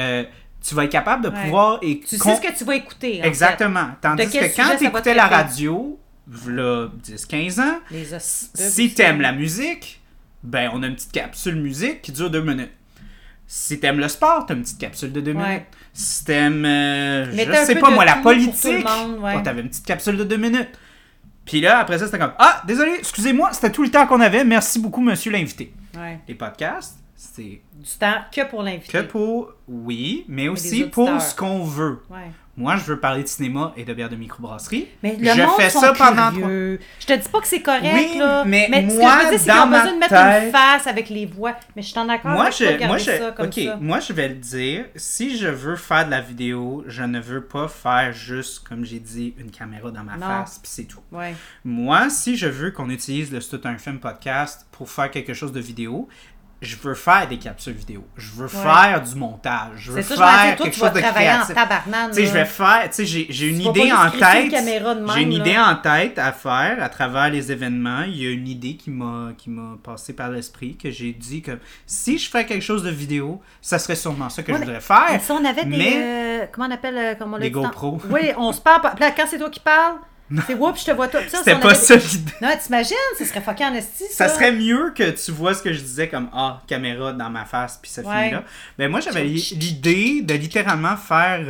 tu vas être capable de Ouais. pouvoir... Tu sais ce que tu vas écouter, en Exactement. Tandis De quel que quand sujet tu ça va écoutais la traiter? radio, v'là 10-15 ans, fait. Les os- si t'aimes la musique, ben on a une petite capsule musique qui dure 2 minutes. Si t'aimes le sport, t'as une petite capsule de 2 Ouais. minutes. Si t'aimes, Mais je t'as un sais peu pas de moi, la tout pour tout le politique, monde, ouais. oh, t'avais une petite capsule de 2 minutes. Puis là, après ça, c'était comme, ah, désolé, excusez-moi, c'était tout le temps qu'on avait, merci beaucoup, monsieur l'invité. Ouais. Les podcasts, c'est Du temps que pour l'invité. que pour, oui, mais aussi des pour auditeurs. ce qu'on veut. Ouais. Moi, je veux parler de cinéma et de bière de microbrasserie. Mais le je monde fais sont ça pendant curieux. Je te dis pas que c'est correct, Oui, là. mais ce que moi, je veux dire, c'est qu'ils dans ont ma besoin de mettre tête- une face avec les voix. Mais je suis en accord Moi, avec toi de garder je, ça comme ok, ça. moi, je vais le dire. Si je veux faire de la vidéo, je ne veux pas faire juste, comme j'ai dit, une caméra dans ma Non. face, puis c'est tout. Ouais. Moi, si je veux qu'on utilise le C'est un film podcast pour faire quelque chose de vidéo, je veux faire des capsules vidéo. Je veux faire du montage. Je veux C'est ça, je m'en faire dis, toi, quelque tu vas chose de travailler en créatif. tabarnane. Tu sais, je là. vais faire, tu sais, j'ai une Tu vas idée pas en juste crisser une tête. caméra de même, J'ai une là. idée en tête à faire à travers les événements. Il y a une idée qui m'a passé par l'esprit que j'ai dit que si je fais quelque chose de vidéo, ça serait sûrement ça que Ouais, je mais- voudrais faire. Mais ça, on avait des... mais- comment on appelle... comment on l'a Des dit tant- GoPro. Oui, on se parle. Puis là, quand c'est toi qui parles, c'est whoop, je te vois toi. Puis ça, C'était si on pas avait- ça l'idée. Non, t'imagines? Ça serait fucké en esti, Ça serait mieux que tu vois ce que je disais comme caméra dans ma face puis ça Ouais. finit là. Ben moi j'avais l'idée de littéralement faire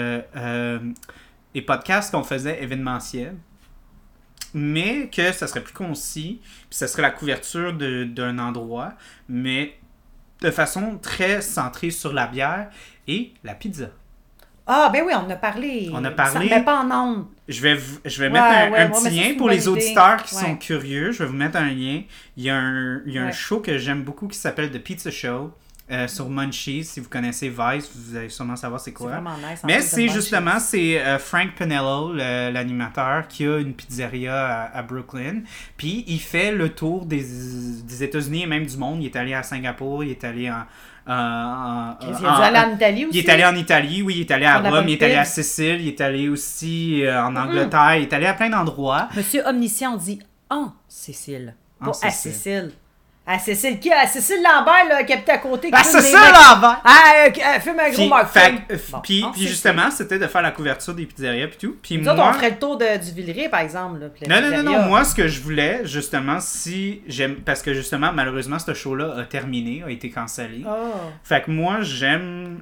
des podcasts qu'on faisait événementiels, mais que ça serait plus concis, puis ça serait la couverture d'un endroit, mais de façon très centrée sur la bière et la pizza. Ah, ben oui, on en a parlé. On a parlé. Mais pas en ondes. Je vais Ouais, mettre un mais petit ça, c'est lien une pour bonne les idée. auditeurs qui Ouais. sont curieux. Je vais vous mettre un lien. Il y a un Ouais. show que j'aime beaucoup qui s'appelle The Pizza Show. sur Munchies. Si vous connaissez Vice, vous allez sûrement savoir c'est quoi. C'est vraiment nice. Mais c'est justement, c'est Frank Pinello, l'animateur, qui a une pizzeria à Brooklyn. Puis il fait le tour des États-Unis et même du monde. Il est allé à Singapour, il est allé il est allé en Italie aussi. Il est allé en Italie, oui, il est allé à Rome, il est allé à Sicile, il est allé aussi en Angleterre, il est allé à plein d'endroits. Monsieur Omniscient dit en Sicile. En Pas à Sicile. À Cécile qui? À Cécile Lambert, là, qui habitait à côté. Ah, c'est ça, Lambert! Elle fume un gros marqueur. Puis justement, c'était de faire la couverture des pizzerias puis tout. Puis nous moi... autres, on ferait le tour du Villeray, par exemple. Là, non. Moi, ce que je voulais, justement, parce que justement, malheureusement, ce show-là a terminé, a été cancellé. Oh. Fait que moi, j'aime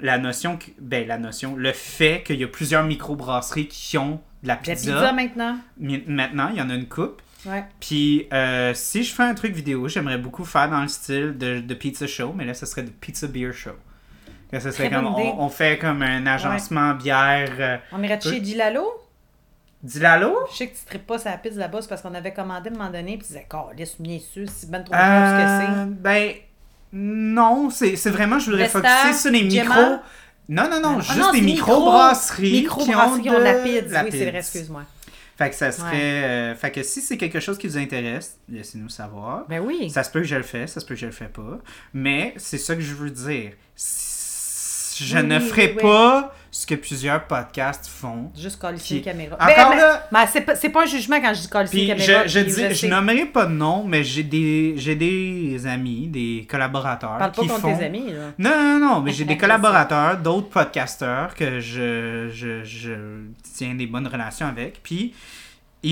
le fait qu'il y a plusieurs microbrasseries qui ont de la pizza. La pizza maintenant. Maintenant, il y en a une coupe. Ouais. Puis, si je fais un truc vidéo, j'aimerais beaucoup faire dans le style de Pizza Show, mais là, ce serait de Pizza Beer Show. Là, ça serait comme, on fait comme un agencement bière. On irait chez Dilalo? Dilalo? Je sais que tu ne tripes pas sa pizza là-bas, c'est parce qu'on avait commandé à un moment donné, puis tu disais, calisse, bien sûr, c'est ben trop bien ce que c'est. Ben, non, c'est vraiment, je voudrais focuser sur les micros. Non, juste des micro-brasseries qui ont de la pizza. Oui, c'est vrai, excuse-moi. Fait que ça serait. Fait que si c'est quelque chose qui vous intéresse, laissez-nous savoir. Ben oui. Ça se peut que je le fais, ça se peut que je le fais pas. Mais c'est ça que je veux dire. Je ne ferai pas ce que plusieurs podcasts font. Juste coller une caméra. Encore là. Mais c'est pas un jugement quand je dis coller une caméra. Je nommerai pas de nom, mais j'ai des amis, des collaborateurs. Parle pas contre tes amis, là. Non, mais j'ai des collaborateurs, d'autres podcasteurs que je tiens des bonnes relations avec. Puis, ils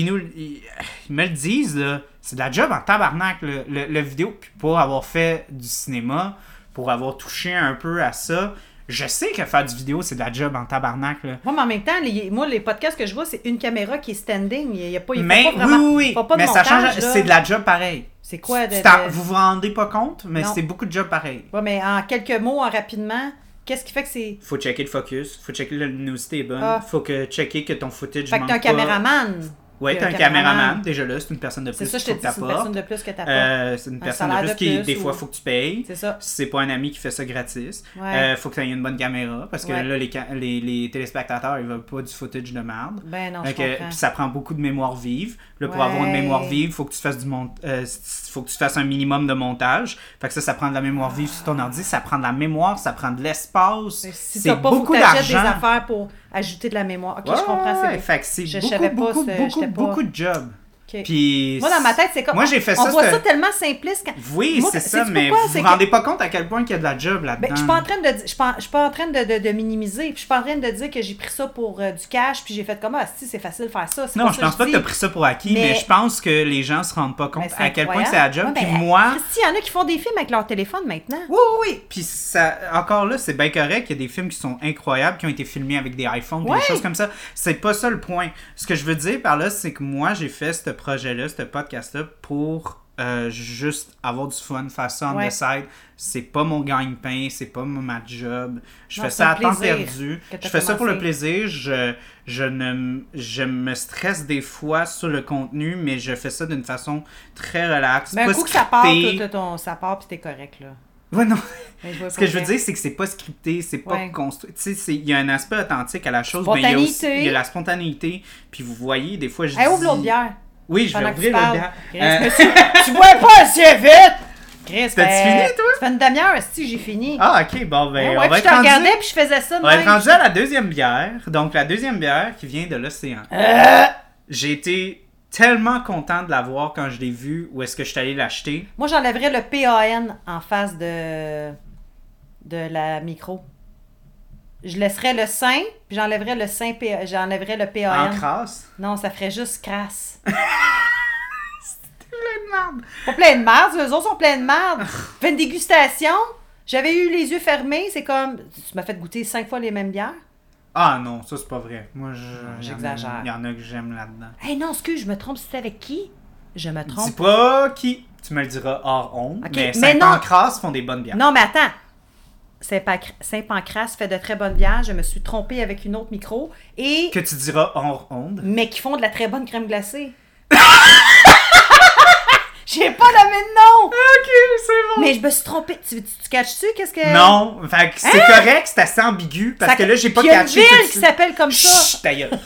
me le disent, là, c'est de la job en tabarnak, le vidéo. Puis pour avoir fait du cinéma, pour avoir touché un peu à ça, je sais que faire du vidéo, c'est de la job en tabarnak. Là. Moi, mais en même temps, les podcasts que je vois, c'est une caméra qui est standing. Il y a pas, mais faut pas vraiment, oui. Faut pas de mais montage, ça change. là. C'est de la job pareil. C'est quoi Vous vous rendez pas compte, mais c'est beaucoup de job pareil. Ouais, mais en quelques mots, rapidement, qu'est-ce qui fait que c'est... Faut checker le focus, faut checker que la luminosité est bonne, faut checker que ton footage manque pas. Fait que t'es un caméraman. Oui, t'es un caméraman. Déjà là, c'est une personne de plus que tu apportes. C'est une personne de plus que t'apportes. C'est une personne de plus qui, des fois, faut que tu payes. C'est ça. C'est pas un ami qui fait ça gratis. Faut que tu aies une bonne caméra. Parce que là, les téléspectateurs, ils veulent pas du footage de merde. Ben non, je comprends. Puis ça prend beaucoup de mémoire vive. Là, pour avoir une mémoire vive, faut que tu fasses faut que tu fasses un minimum de montage. Fait que ça prend de la mémoire vive sur ton ordi. Ça prend de la mémoire, ça prend de l'espace. Si c'est beaucoup d'argent. Des affaires pour ajouter de la mémoire. Ok, je comprends. Fait que c'est beaucoup de jobs. Okay. Puis, moi, dans ma tête, c'est comme. Moi, j'ai fait ça. On voit ça tellement simpliste. Oui, c'est ça, mais vous vous rendez pas compte à quel point il y a de la job là-dedans. Ben, je suis pas en train de, je suis pas en train de minimiser. Puis je suis pas en train de dire que j'ai pris ça pour du cash. Puis j'ai fait comme si c'est facile de faire ça. Non, je pense pas que tu as pris ça pour acquis, mais je pense que les gens se rendent pas compte à quel point c'est la job. Puis moi. Christy, il y en a qui font des films avec leur téléphone maintenant. Oui. Puis ça, encore là, c'est bien correct. Il y a des films qui sont incroyables, qui ont été filmés avec des iPhones, des choses comme ça. C'est pas ça le point. Ce que je veux dire par là, c'est que moi, j'ai fait ce projet-là, ce podcast-là pour juste avoir du fun, faire ça on the side. C'est pas mon gagne-pain, c'est pas ma job. Je fais ça à temps perdu. Je fais ça pour le plaisir. Je me stresse des fois sur le contenu, mais je fais ça d'une façon très relaxe. Mais un coup que ça part, puis t'es correct, là. Ouais, non. Ce que je veux dire, c'est que c'est pas scripté, c'est pas construit. Tu sais, il y a un aspect authentique à la chose, mais il y a la spontanéité. Puis vous voyez, des fois, je dis... ouvre l'autre bière. Oui, je vais ouvrir l'autre bière. Tu bois pas assez vite! Chris, t'as-tu fini, toi? Ça fait une demi-heure, si j'ai fini. Ah, ok, bon, ben, on va être rendu... Je te regardais, puis je faisais ça. On va être rendu à la deuxième bière. Donc, la deuxième bière qui vient de l'océan. J'ai été tellement content de l'avoir quand je l'ai vue. Où est-ce que je suis allé l'acheter? Moi, j'enlèverais le PAN en face de la micro. Je laisserais le sein, puis j'enlèverais le sein, j'enlèverais le PAN. En crasse? Non, ça ferait juste crasse. C'était plein de merde. Pas plein de merde, eux autres sont pleins de merde. Fait une dégustation, j'avais eu les yeux fermés, c'est comme... Tu m'as fait goûter 5 fois les mêmes bières? Ah non, ça c'est pas vrai. Moi, j'exagère. Il y en a que j'aime là-dedans. Hey non, excuse, je me trompe, c'était avec qui? Je me trompe. Dis pas qui. Tu me le diras hors honte. Okay. Mais Saint-Pancras font des bonnes bières. Non, mais attends. Saint-Pancras fait de très bonnes bières. Je me suis trompée avec une autre micro. Et... Que tu diras hors honte. Mais qui font de la très bonne crème glacée. J'ai pas nommé de nom! Ok, c'est bon. mais je me suis trompée. Tu catches-tu? Qu'est-ce que... Non, fait que c'est correct, c'est assez ambigu, parce que là, j'ai pas catché Il y a une tout de ville qui suite. s'appelle comme ça. Chut, ta gueule.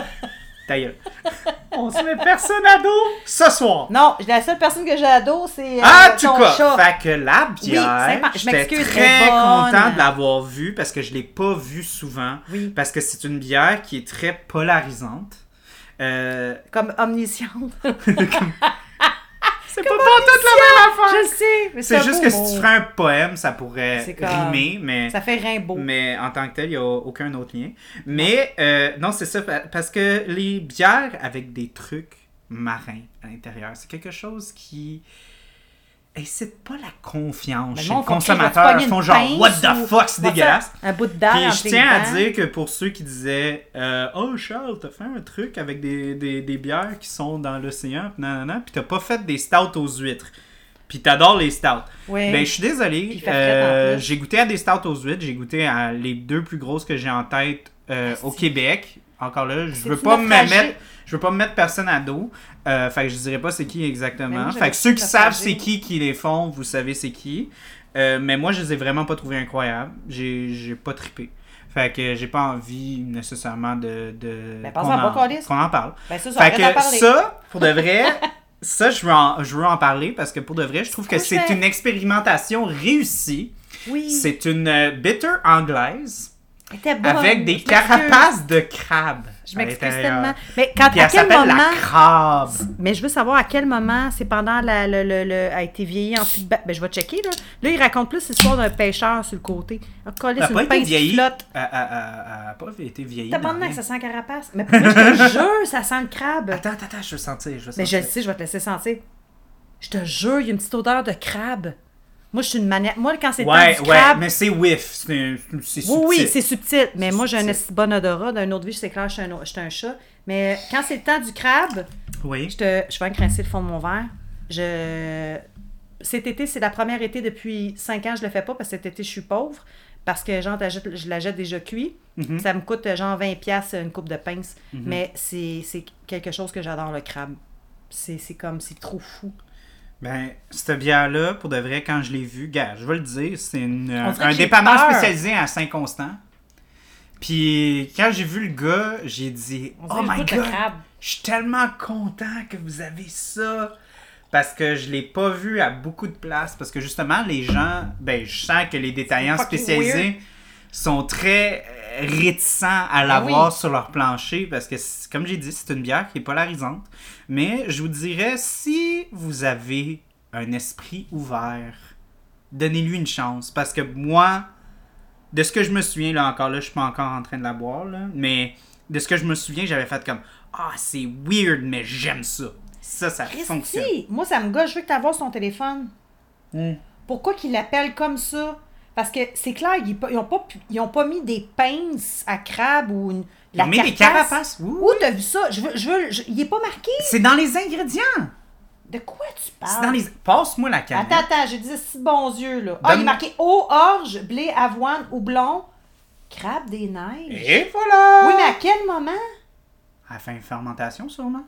Ta gueule. On se met personne à dos ce soir. Non, la seule personne que j'ai à dos, c'est tout ton cas, chat. fait que la bière, je j'étais m'excuse, très elle est bonne. content de l'avoir vue parce que je l'ai pas vue souvent. Oui. Parce que c'est une bière qui est très polarisante. Comme omnisciente. C'est pas toute la même affaire. Je sais, mais C'est un juste beau que si mot. tu ferais un poème, ça pourrait C'est comme- rimer, mais... Ça fait Rimbaud. Mais en tant que tel, il n'y a aucun autre lien. Mais non, c'est ça, parce que les bières avec des trucs marins à l'intérieur, c'est quelque chose qui incite pas la confiance Mais chez le le monde font consommateur. crier, Ils font vas-tu genre, pogner une what pince the ou- fuck, c'est What's dégueulasse. Un bout de dalle Puis entre je tes tiens à dents. dire que pour ceux qui disaient oh Charles, t'as fait un truc avec des bières qui sont dans l'océan, pis nanana, pis t'as pas fait des stouts aux huîtres. Puis t'adores les stouts. Oui. Ben, je suis Puis désolé. il fait frais en plus. J'ai goûté à des stouts aux huîtres. J'ai goûté à les 2 plus grosses que j'ai en tête au Québec. Encore là, je veux C'est pas me naufragé. mettre. Je veux pas me mettre personne à dos. Fait que je dirais pas c'est qui Mais exactement. moi, Fait j'avais que ceux qui tout savent naufragé. c'est qui les font, vous savez c'est qui. Mais moi, je les ai vraiment pas trouvés incroyables. J'ai pas trippé. Fait que j'ai pas envie nécessairement de Ben, pense à Bocalis. qu'on en parle. Ben, ça, Fait arrête d'en que parler. ça, pour de vrai, ça, je veux en parler parce que pour de vrai, je trouve que Moi, je c'est fais- une expérimentation réussie. Oui. C'est une bitter anglaise Elle était bonne. avec des Je m'excuse. carapaces de crabe. Je à m'excuse l'intérieur. tellement. Mais quand, Puis à elle quel s'appelle moment... la crabe. Mais je veux savoir à quel moment c'est pendant a été vieilli en feedback. Ben, je vais checker, là. Là, il raconte plus l'histoire d'un pêcheur sur le côté. Ah, collé Elle sur n'a une pas été pince qui vieillie. flotte. Elle n'a pas été vieillie. T'as dans demandé rien. que ça sent carapace. Mais pour moi, je te jure, ça sent le crabe. Attends, je veux sentir. Mais je le sais, je vais te laisser sentir. Je te jure, il y a une petite odeur de crabe. Moi, je suis une manette. Moi, quand c'est le Ouais, temps du crabe... mais c'est whiff. C'est subtil. Oui, c'est subtil. Mais moi, j'ai un subtil. esti de bon odorat. D'un autre vie, c'est clair, je suis un chat. Mais quand c'est le temps du crabe, Oui. je vais encrincer le fond de mon verre. Cet été, c'est la première été depuis 5 ans, je le fais pas parce que cet été, je suis pauvre. Parce que genre, je la jette déjà cuit. Mhm. Ça me coûte genre 20$ une coupe de pince. Mais c'est quelque chose que j'adore, le crabe. C'est trop fou. Ben, cette bière-là, pour de vrai, quand je l'ai vue, gars, je vais le dire, c'est On dirait un que j'ai dépanneur peur. spécialisé à Saint-Constant. Puis, quand j'ai vu le gars, j'ai dit On oh dirait que my je goûte le god, crabe. je suis tellement content que vous avez ça. Parce que je l'ai pas vu à beaucoup de places. Parce que justement, les gens, ben, je sens que les détaillants fucking spécialisés sont très réticents à l'avoir oui. sur leur plancher. Parce que, comme j'ai dit, c'est une bière qui est polarisante. Mais je vous dirais, si vous avez un esprit ouvert, donnez-lui une chance. Parce que moi, de ce que je me souviens, là encore là, je suis pas encore en train de la boire, là, mais de ce que je me souviens, j'avais fait comme ah, c'est weird, mais j'aime ça. Ça fonctionne. Christy, moi, ça me gâche. Je veux que tu aies son téléphone. Pourquoi qu'il l'appelle comme ça? Parce que c'est clair, ils ont pas mis des pinces à crabe ou Ils ont mis des carcasse. carapaces. Oui, Où t'as vu ça? Il est pas marqué. c'est dans les ingrédients. De quoi tu C'est parles? dans les... Passe-moi la canette. Attends, j'ai dit si bons yeux, là. Ah, il est marqué eau, orge, blé, avoine, houblon, crabe des neiges. Et voilà! Oui, mais à quel moment? À la fin de fermentation, sûrement.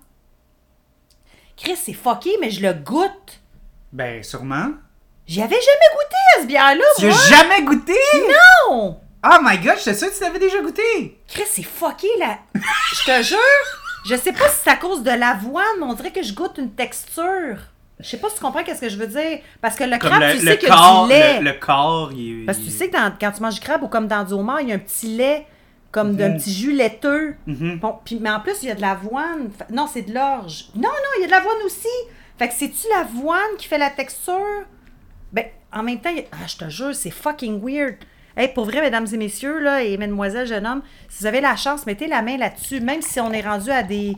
Chris, c'est fucké, mais je le goûte. Ben, sûrement. J'y avais jamais goûté à ce bière-là, Tu moi. as jamais goûté? Non! Oh my god, j'étais sûr que tu l'avais déjà goûté. Chris, c'est fucké, là. Je te jure, je sais pas si c'est à cause de l'avoine, mais on dirait que je goûte une texture. Je sais pas si tu comprends qu'est-ce que je veux dire. Parce que le Comme crabe, tu sais qu'il y a corps, du lait. le corps, il est... Parce que tu sais que quand tu manges du crabe ou comme dans du homard, il y a un petit lait, comme d'un petit jus laiteux. Mhm. Bon, mais en plus, il y a de l'avoine. Non, c'est de l'orge. Non, il y a de l'avoine aussi. Fait que c'est-tu l'avoine qui fait la texture? Ben, en même temps, je te jure, c'est fucking weird. Hey, pour vrai, mesdames et messieurs, là, et mesdemoiselles, jeunes hommes, si vous avez la chance, mettez la main là-dessus. Même si on est rendu à des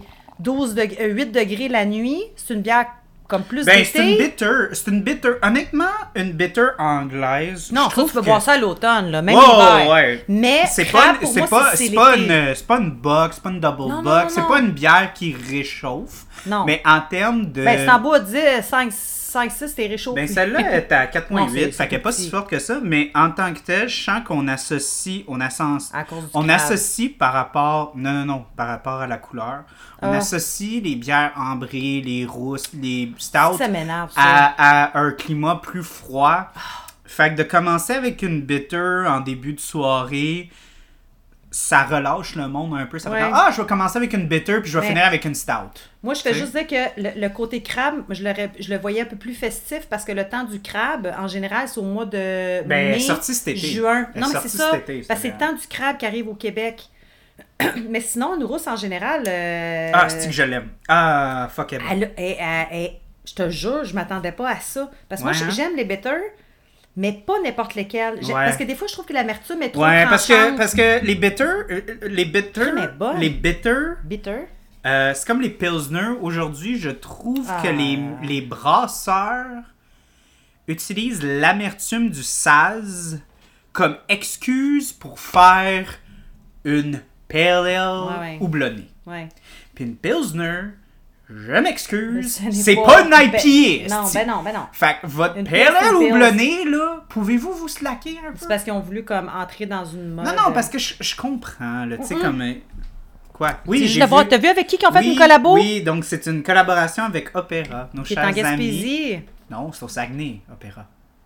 8 degrés la nuit, c'est une bière comme plus Ben, d'été. c'est une bitter, honnêtement, une bitter anglaise. Non, je ça, trouve tu peux que- boire ça à l'automne, là, même Ouais, l'hiver. ouais. Mais C'est crabe, pas, pour c'est moi, pas, c'est c'est pas l'été. c'est pas une box, c'est pas une double Non, non, box, non, c'est non. pas une bière qui réchauffe. Non. Mais en termes de... Ben, c'est en bas de 5 5-6, t'es réchauffé. Ben celle-là, elle est à Non, 4.8, c'est fait qu'elle n'est pas petit. si forte que ça, mais en tant que tel, je sens qu'on associe, À cause du on crabe. associe par rapport, non, par rapport à la couleur, on associe les bières ambrées, les rousses, les stouts Ça m'énerve, ça. à un climat plus froid. Fait que de commencer avec une bitter en début de soirée, ça relâche le monde un peu. Ça fait Ouais. comme, je vais commencer avec une bitter puis je vais Mais- finir avec une stout. Moi, je fais T'sais. juste dire que le côté crabe, je le voyais un peu plus festif parce que le temps du crabe, en général, c'est au mois de Ben, elle est mai, sortie cet été. juin. Elle est Non, mais sortie c'est ça. cet été, Parce que c'est le vrai. temps du crabe qui arrive au Québec. Mais sinon, une rousse, en général... C'est que je l'aime. Fuck it. je te jure, je m'attendais pas à ça. Parce que moi, Ouais, hein? j'aime les bitters, mais pas n'importe lesquels. Ouais. Parce que des fois, je trouve que l'amertume est trop Ouais, tranchante. parce que les bitters, Crème est bonne. Bitter. c'est comme les pilsner. Aujourd'hui, je trouve que Ah. les brasseurs utilisent l'amertume du saz comme excuse pour faire une pale ale Ouais. houblonnée. Ouais. Puis une pilsner, je m'excuse, Ce n'est c'est pas- pas une IPA. Non, esti. ben non, ben non. Fait que votre Une pale pils, c'est ale une pils. houblonnée, là, pouvez-vous vous slacker un peu? C'est parce qu'ils ont voulu comme entrer dans une mode. Non, parce que je comprends, là, tu sais, comme... Quoi? Oui, Tu j'ai l'as vu... t'as vu avec qui ont fait Oui, une collabo? Oui, donc c'est une collaboration avec Opéra, nos Qui est chers en amis. Gaspésie. Non, c'est au Saguenay, Opéra.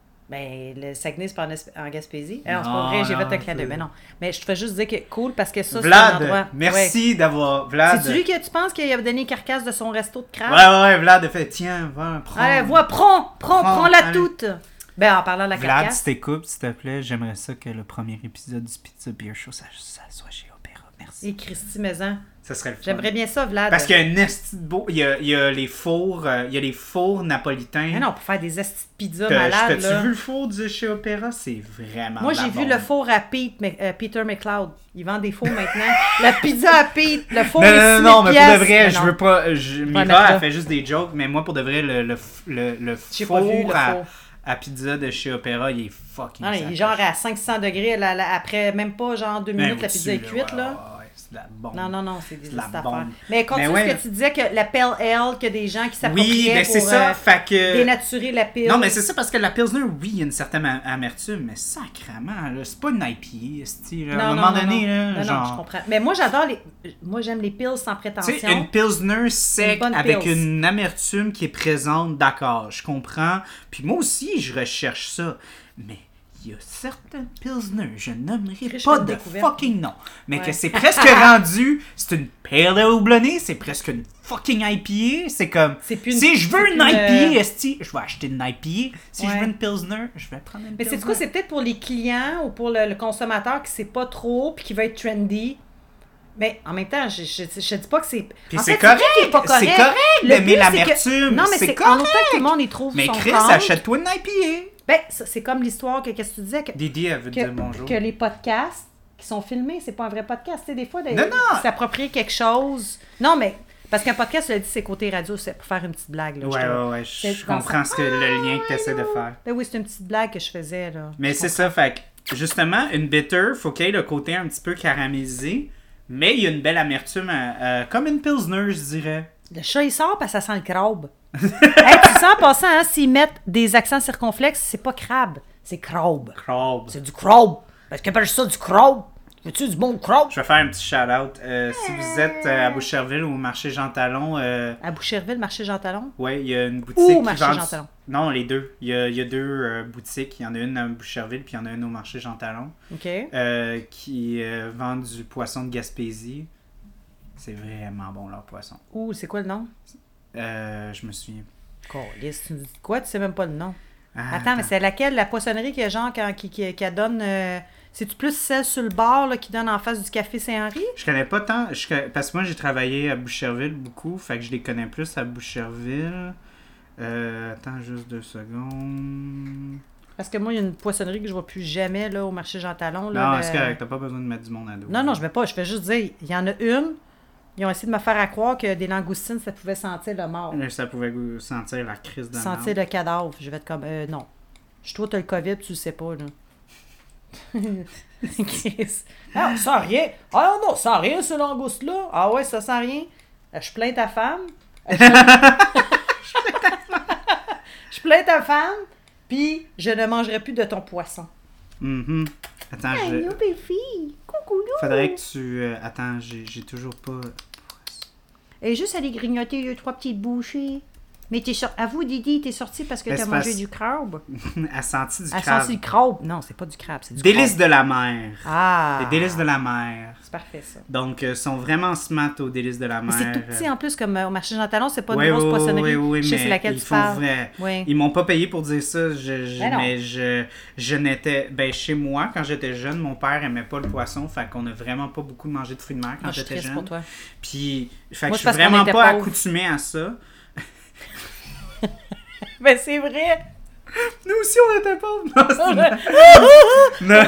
Ben, le Saguenay, c'est pas en Gaspésie. Non, c'est Non, pas vrai, j'ai non, fait un clin d'œil. c'est- Mais non. Mais je te fais juste dire que cool parce que ça, c'est un Vlad, endroit. merci d'avoir... Ouais. Vlad... C'est-tu lui que tu penses qu'il avait donné carcasse de son resto de crabe? Ouais, Vlad a fait, tiens, va, prends... Allez, prends-la allez. toute. Ben, en parlant de la Vlad, carcasse. si t'écoutes, s'il te plaît, j'aimerais ça que le premier épisode du Pizza Beer Show, ça soit chez Opéra. Merci. Et Christy Maison. Ça serait le fun. J'aimerais bien ça, Vlad. Parce qu'il y a un esti de beau... Il y a les fours... il y a les fours napolitains. Mais non, pour faire des estis de pizza T'as- malades, T'as-tu là. vu le four de chez Opéra? C'est vraiment Moi, de la j'ai vu bombe. le four à Peter McLeod. Il vend des fours maintenant. La pizza à Pete, le four Non, est non, 6 000 mais pour de piastres. vrai, Mais je non. veux pas... mettre Mira, là. elle fait juste des jokes, mais moi, pour de vrai, le J'ai pas vu four le four. à pizza de chez Opéra, il est fucking Non, il est genre à 500 degrés. Après même pas genre 2 minutes, la pizza est cuite, là. Ouais, c'est de la bombe. Non, c'est des C'est la petites affaires. bombe. Mais continue Mais ouais. ce que tu disais, que la Pale Ale, que des gens qui s'appropriaient Oui, ben pour c'est ça, fait que... dénaturer la pile. Non, mais c'est ça, parce que la Pilsner, oui, il y a une certaine amertume, mais sacrément, là, c'est pas une IPA, esti, là. À un moment donné, là, non, genre... je comprends. Mais moi, j'adore les... Moi, j'aime les piles sans prétention. Tu sais, une Pilsner sec Une bonne avec Pils. une amertume qui est présente, d'accord, je comprends. Puis moi aussi, je recherche ça. Mais il y a certaines Pilsner, je nommerai Riche pas de de découvertes. fucking nom, mais Ouais. que c'est presque rendu, c'est une pale ale houblonnée, c'est presque une fucking IPA, c'est comme, C'est plus une- si je veux c'est une plus IPA, esti, je vais acheter une IPA. Si je Ouais. veux une Pilsner, je vais prendre une Mais Pilsner. c'est quoi? C'est peut-être pour les clients ou pour le consommateur qui sait pas trop puis qui veut être trendy. Mais en même temps, je dis pas que c'est... Puis en c'est fait, correct, qui est pas c'est correct Le d'aimer but, c'est que- l'amertume, Non, mais c'est c'est en correct. autant que tout le monde y trouve Mais son Chris, compte. achète-toi une IPA. Ben, c'est comme l'histoire qu'est-ce que tu disais, que, Didi, elle veut te dire bonjour. que les podcasts qui sont filmés, c'est pas un vrai podcast. Tu sais, des fois, Non, non. s'approprier quelque chose... Non, mais... Parce qu'un podcast, je l'ai dit, c'est côté radio, c'est pour faire une petite blague. Là, Ouais, C'est je dans comprends ça. ce que le lien que tu essaies de faire. Ben oui, c'est une petite blague que je faisais, là. Mais Je c'est ça, fait que, justement, une bitter, faut qu'il y ait le côté un petit peu caramélisé, mais il y a une belle amertume, comme une Pilsner, je dirais. Le chat, il sort parce que ça sent le crabe. Hey, tu sens en passant, hein, s'ils mettent des accents circonflexes, c'est pas crabe, c'est crabe. Crabe. C'est du crabe. Parce qu'ils appellent ça du crabe. Veux-tu du bon crabe? Je vais faire un petit shout-out. Si vous êtes à Boucherville ou au marché Jean Talon, À Boucherville, marché Jean Talon? ouais, il y a une boutique qui marché vend... Jean Talon. Non, les deux. Il y a deux boutiques. Il y en a une à Boucherville, puis il y en a une au marché Jean Talon, OK. qui vendent du poisson de Gaspésie. C'est vraiment bon, leur poisson. Ouh, c'est quoi le nom? Je me souviens. Calisse, tu me dis quoi? Tu sais même pas le nom. Ah, Attends, mais c'est laquelle, la poissonnerie que genre, qui donne... C'est-tu plus celle sur le bord, là, qui donne en face du café Saint-Henri? Je connais pas tant, parce que moi j'ai travaillé à Boucherville beaucoup, fait que je les connais plus à Boucherville. Attends juste 2 secondes. Parce que moi, il y a une poissonnerie que je vois plus jamais, là, au marché Jean Talon. Là, Non, le- c'est correct, t'as pas besoin de mettre du monde à dos. Non, je vais pas. Je vais juste dire, il y en a une. Ils ont essayé de me faire à croire que des langoustines, ça pouvait sentir le mort. Ça pouvait sentir la crise de la Sentir le cadavre. Je vais être comme, non. Je trouve que t'as le COVID, tu le sais pas, là. Chris. Ah, ça sent rien. Ah non, ça sent rien, ce langouste-là. Ah ouais, ça sent rien. Je plains ta femme. Je Je plains ta femme, puis je ne mangerai plus de ton poisson. Mhm. Attends, Allô, Béfi! Coucou, faudrait que tu... Attends, j'ai toujours pas... Et juste aller grignoter 2-3 petites bouchées. Mais t'es sorti... Avoue, Didi, t'es sorti parce que Ben, t'as c'est mangé parce- du crabe. Elle sentit du Elle crabe. senti du crabe. Non, c'est pas du crabe, c'est du Délices crabe. de la mer. Ah! Les délices de la mer. C'est parfait, ça. Donc, sont vraiment smart aux délices de la Mais mer. c'est tout petit en plus, comme au marché Jean Talon, c'est pas Oui, une grosse oui, poissonnerie. oui, Je sais mais c'est laquelle ils tu font parles. vrai. Oui. Ils m'ont pas payé pour dire ça, Ben non. mais je n'étais... Ben, chez moi, quand j'étais jeune, mon père aimait pas le poisson, fait qu'on a vraiment pas beaucoup mangé de fruits de mer quand Ah, je suis j'étais triste jeune. pour toi. Puis, fait Moi, que c'est je suis parce qu'on vraiment était pas pauvres. accoutumé à ça. Ben, c'est vrai! Nous aussi, on était pauvres. Non, c'est non.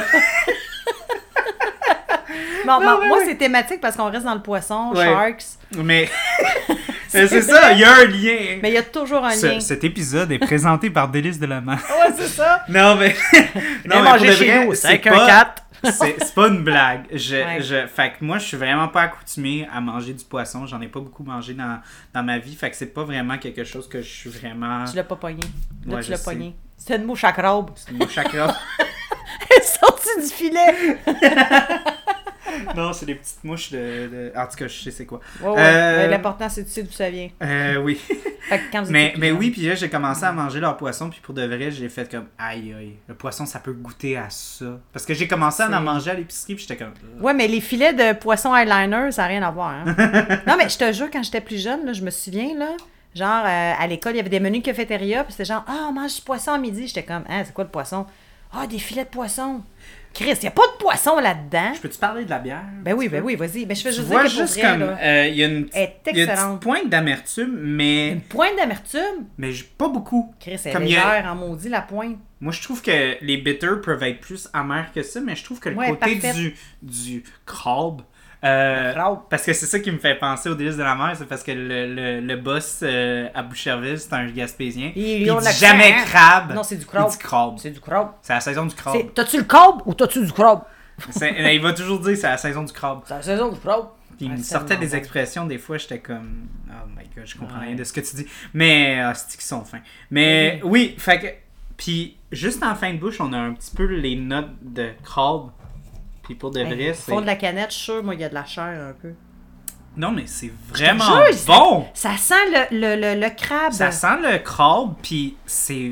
Moi, c'est thématique parce qu'on reste dans le poisson, Ouais. sharks. Mais c'est ça, il y a un lien. Mais il y a toujours un lien. Cet épisode est présenté par Délices de la mer. Ouais, c'est ça. Non, mais... Non, manger pour de chez vrai, nous, c'est avec un 4. C'est pas une blague. Ouais. Fait que moi, je suis vraiment pas accoutumé à manger du poisson. J'en ai pas beaucoup mangé dans ma vie. Fait que c'est pas vraiment quelque chose que je suis vraiment... Tu l'as pas pogné. Là, Ouais, tu je l'as sais. pogné. C'était une mouche à crabe. C'est mon chakra. Elle est sortie du filet. Non, c'est des petites mouches de... En tout cas, je sais c'est quoi. Ouais. Mais l'important, c'est que tu sais d'où ça vient. Oui. Fait que quand vous Mais étiez plus oui, jeune- puis là, j'ai commencé à manger leur poisson, puis pour de vrai, j'ai fait comme aïe aïe, le poisson, ça peut goûter à ça. Parce que j'ai commencé à en manger à l'épicerie, puis j'étais comme. Ouais, mais les filets de poisson eyeliner, ça n'a rien à voir. Hein? Non, mais je te jure, quand j'étais plus jeune, là, je me souviens, là, genre, à l'école, il y avait des menus cafétéria, puis c'était genre, ah, on mange du poisson à midi. J'étais comme, hein, c'est quoi le poisson? Ah, des filets de poisson. Chris, il n'y a pas de poisson là-dedans. Je peux-tu parler de la bière? Ben oui, vas-y. Ben, je fais Tu juste vois dire que pour juste vrai, comme. là, Il y a une elle est il y a une excellente. petite pointe d'amertume, mais. Une pointe d'amertume. Mais pas beaucoup. Chris, elle est Comme il y a- légère en maudit, la pointe. Moi, je trouve que les bitters peuvent être plus amers que ça, mais je trouve que le Ouais, côté parfaite. du crabe. Crabe. Parce que c'est ça qui me fait penser aux délices de la mer, c'est parce que le boss à Boucherville, c'est un Gaspésien. Ils Puis ont il dit l'accent, jamais hein? crabe. Non, c'est du Il crabe. dit crabe. C'est du crabe. C'est la saison du crabe. T'as-tu le crabe ou t'as-tu du crabe? Il va toujours dire c'est la saison du crabe. C'est la saison du crabe. Puis il me Ah, c'est sortait tellement des bon. expressions, des fois, j'étais comme oh my god, je comprends Ouais. rien de ce que tu dis. Mais c'est qu'ils sont fins. Mais oui, fait que. Puis juste en fin de bouche, on a un petit peu les notes de crabe. Puis pour de vrai, Hey, c'est. fond de la canette, je suis sûre, moi, il y a de la chair un peu. Non, mais c'est vraiment jure, bon! Ça sent le crabe. Ça sent le crabe, puis c'est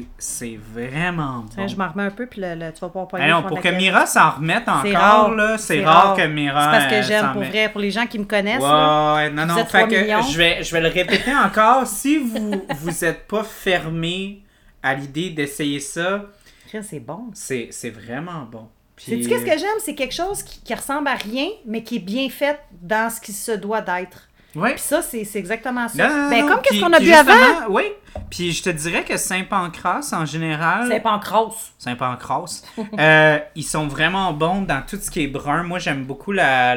vraiment Tiens, bon. je m'en remets un peu, puis tu vas pas pogner Hey, non, le fond pour de que la canette. Mira s'en remette C'est encore, rare. là, c'est C'est rare rare. que Mira. C'est parce que j'aime, s'en pour mette. vrai, pour les gens qui me connaissent. Ouais, là, ouais, non, vous non, êtes fait 3 que millions. je vais le répéter encore. Si vous êtes pas fermé à l'idée d'essayer ça, Chris, c'est bon. c'est vraiment bon. Puis- Sais-tu qu'est-ce que j'aime? C'est quelque chose qui ressemble à rien, mais qui est bien fait dans ce qui se doit d'être. Ouais. Puis ça, c'est exactement ça. Non, non, Ben, non, comme qu'est-ce puis- qu'on a puis bu avant. justement, Oui, puis je te dirais que Saint-Pancras, en général... C'est pas en crosse. Saint-Pancras. Ils sont vraiment bons dans tout ce qui est brun. Moi, j'aime beaucoup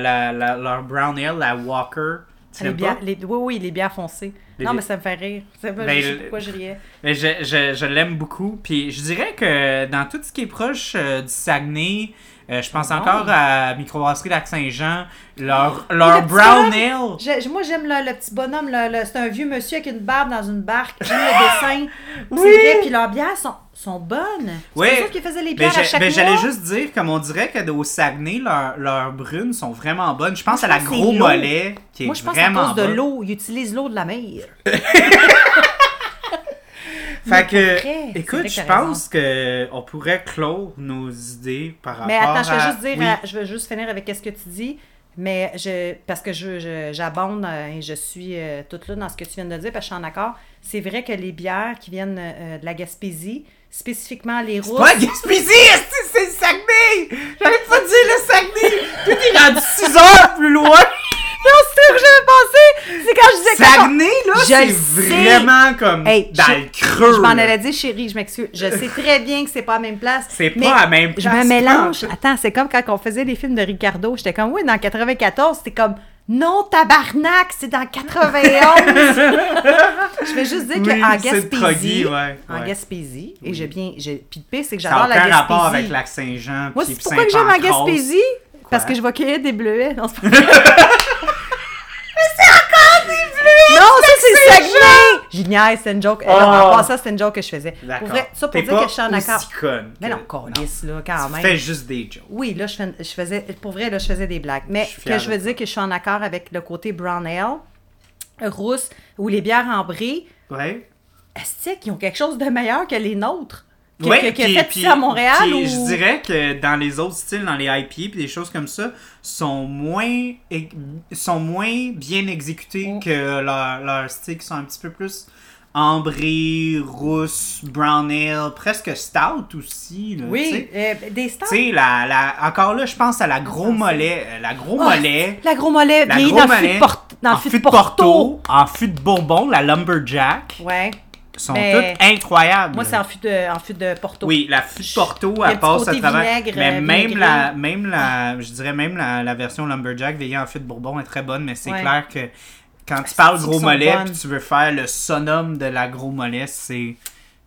leur brown ale, la Walker. Tu Les l'aimes bières, pas? oui, les bières foncées. Non, mais ça me fait rire. Je sais pourquoi je riais. Mais je l'aime beaucoup. Puis je dirais que dans tout ce qui est proche du Saguenay, je pense bon. encore à Microbrasserie Lac-Saint-Jean, leur le petit brown bonhomme. ale. Moi, j'aime le petit bonhomme. C'est un vieux monsieur avec une barbe dans une barque. J'aime le dessin. Oui. C'est vrai. Puis leurs bières sont bonnes. Oui. C'est eux autres qui faisaient les bières à chaque mois. J'allais juste dire, comme on dirait que au Saguenay, leurs brunes sont vraiment bonnes. Je pense à la pense que c'est Gros l'eau. Mollet, qui est Moi, je pense à vraiment cause de bonne. l'eau. Ils utilisent l'eau de la mer. Fait que, pour vrai, c'est écoute, vrai que je t'as pense qu'on pourrait clore nos idées par rapport Mais attends, je vais à... juste dire, Oui. je vais juste finir avec ce que tu dis, mais parce que j'abonde et je suis toute là dans ce que tu viens de dire, parce que je suis en accord. C'est vrai que les bières qui viennent de la Gaspésie, spécifiquement les rousses... Ouais, Gaspésie, c'est le Saguenay! J'allais pas dire le Saguenay! Tout est rendu 6 heures plus loin! Non, c'est sûr que j'avais pensé! C'est quand je disais que... Saguenay, là, Je c'est le sais. vraiment comme Hey, dans je- le creux. Je m'en là. allais dire, chérie, je m'excuse. Je sais très bien que c'est pas à la même place. C'est mais pas à la même Je place, me mélange. pas. Attends, c'est comme quand on faisait les films de Ricardo. J'étais comme, oui, dans 94, c'était comme, non, tabarnak, c'est dans 91. Je vais juste dire Oui, qu'en c'est Gaspésie, Troggy, ouais, en ouais. Gaspésie, et Oui. puis le pire, c'est que Ça j'adore n'a la aucun Gaspésie. rapport avec Lac-Saint-Jean. Moi, puis c'est pourquoi que j'aime la Saint-Pancras. Gaspésie? Parce Quoi? que je vais cueillir des bleuets. Non, c'est pas vrai. Non, ça c'est Saguenay! Je niaise, c'est une joke. Non, en passant, c'était une joke que je faisais. D'accord. Pour vrai, ça pour T'es dire pas que je suis en accord. aussi conne Mais que- non, câlisse, là, quand même. Tu fais juste des jokes. Oui, là, je faisais... Pour vrai, là, je faisais des blagues. Mais Je suis fier que je veux de dire que je suis en accord avec le côté brown ale, rousse, ou les bières ambrées, Ouais. est-ce qu'ils ont quelque chose de meilleur que les nôtres? Ouais, Que fait ici à Montréal? puis Ou... je dirais que dans les autres styles, dans les IPA puis des choses comme ça, sont moins bien exécutés Mm. que leurs styles qui sont un petit peu plus ambrés, rousses, brown ale, presque stout aussi. Là, Oui, tu sais. des stands. Tu sais, encore là, je pense à la gros mollet. La gros mollet. La gros mollet, La vieillie gros dans le fût mollet, de Porto. Dans le en fût fût de Porto. en fût de Bourbon, la Lumberjack, Ouais. sont Mais toutes incroyables. Moi, c'est en fût de Porto. Oui, la fût de Porto, Il y a elle le petit passe à côté travers. vinaigre, Mais vinaigré. je dirais même la version Lumberjack veillée en fût de Bourbon est très bonne, mais c'est Ouais. clair que quand tu parles C'est gros qu'ils sont mollet bonnes. puis tu veux faire le sonum de la gros mollet, c'est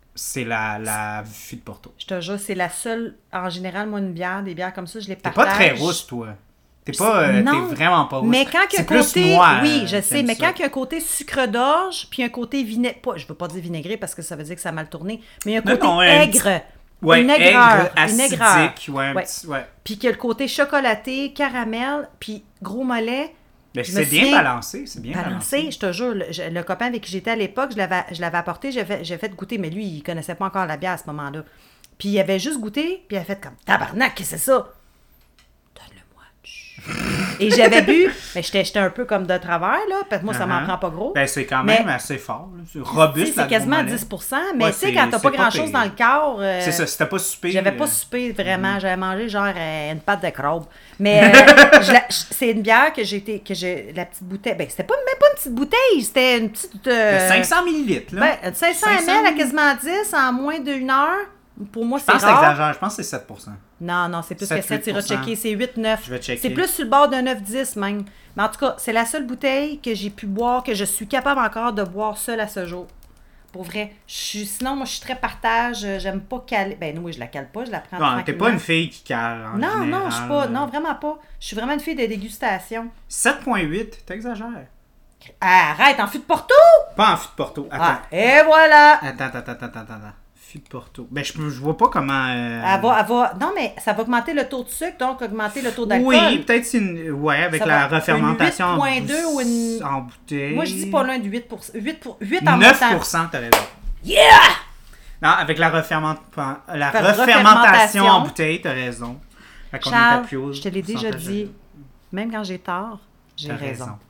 la fût de Porto. Je te jure, c'est la seule, en général, moi, une bière, des bières comme ça, je les T'es partage. pas très rousse, toi. T'es Non. vraiment pas rousse. Mais quand il y a un C'est plus côté, moi, oui, je sais, j'aime mais ça. quand il y a un côté sucre d'orge, puis un côté vinaigre, je veux pas dire vinaigré parce que ça veut dire que ça a mal tourné, mais il y a un côté Non, un aigre. Ouais, une aigre, aigreur. acidique, ouais, un Ouais. petit, ouais. Puis qu'il y a le côté chocolaté, caramel, puis gros mollet. Mais Je me c'est bien souviens- balancé, c'est bien Balancé, je te jure. Le copain avec qui j'étais à l'époque, je l'avais apporté, j'ai fait goûter, mais lui, il connaissait pas encore la bière à ce moment-là. Puis il avait juste goûté, puis il a fait comme tabarnak, qu'est-ce que c'est ça? Donne-le-moi. Chut. Et j'avais bu, mais j'étais un peu comme de travers, là, parce que moi, ça m'en Uh-huh. prend pas gros. Ben, c'est quand Mais- même assez fort. Là. C'est Tu sais, robuste, la c'est quasiment gros mollet. 10%, mais Ouais, tu sais, c'est- quand t'as pas c'est pas grand-chose pire. dans le corps... C'est ça, si t'as pas soupé... J'avais pas euh, soupé vraiment, j'avais mangé genre une pâte de crabe. Mais c'est une bière la petite bouteille, ben c'était même pas une petite bouteille, c'était une petite... de 500 millilitres, là. Ben, 500 ml à quasiment 10 en moins d'une heure. Pour moi, Je c'est pense que rare. t'exagères, je pense que c'est 7%. Non, c'est plus que 7, tu iras 7-8%. checker, c'est 8-9. Je vais checker. C'est plus sur le bord de 9-10 même. Mais en tout cas, c'est la seule bouteille que j'ai pu boire, que je suis capable encore de boire seule à ce jour. Pour vrai. Sinon, moi, je suis très partage. J'aime pas caler. Ben, oui, je la cale pas, je la prends Non, t'es tranquillement. pas une fille qui cale, en Non, général. je suis pas. Non, vraiment pas. Je suis vraiment une fille de dégustation. 7,8, t'exagères. Arrête, en fût de Porto! Pas en fût de Porto. Attends. Ah, et voilà! Attends. Fût de Porto. Ben, je vois pas comment... Elle va... Non, mais ça va augmenter le taux de sucre, donc augmenter le taux d'alcool. Oui, peut-être c'est une... Ouais, avec Ça la va- refermentation une 8,2 ou une- en bouteille. Moi, je dis pas loin du 8 8 en montant. 9%, t'as raison. Yeah! Non, avec la refermentation refermentation. en bouteille, t'as raison. Fait qu'on est à Charles, plus haut je te l'ai déjà pourcentage dit, de- même quand j'ai tort, j'ai T'as raison.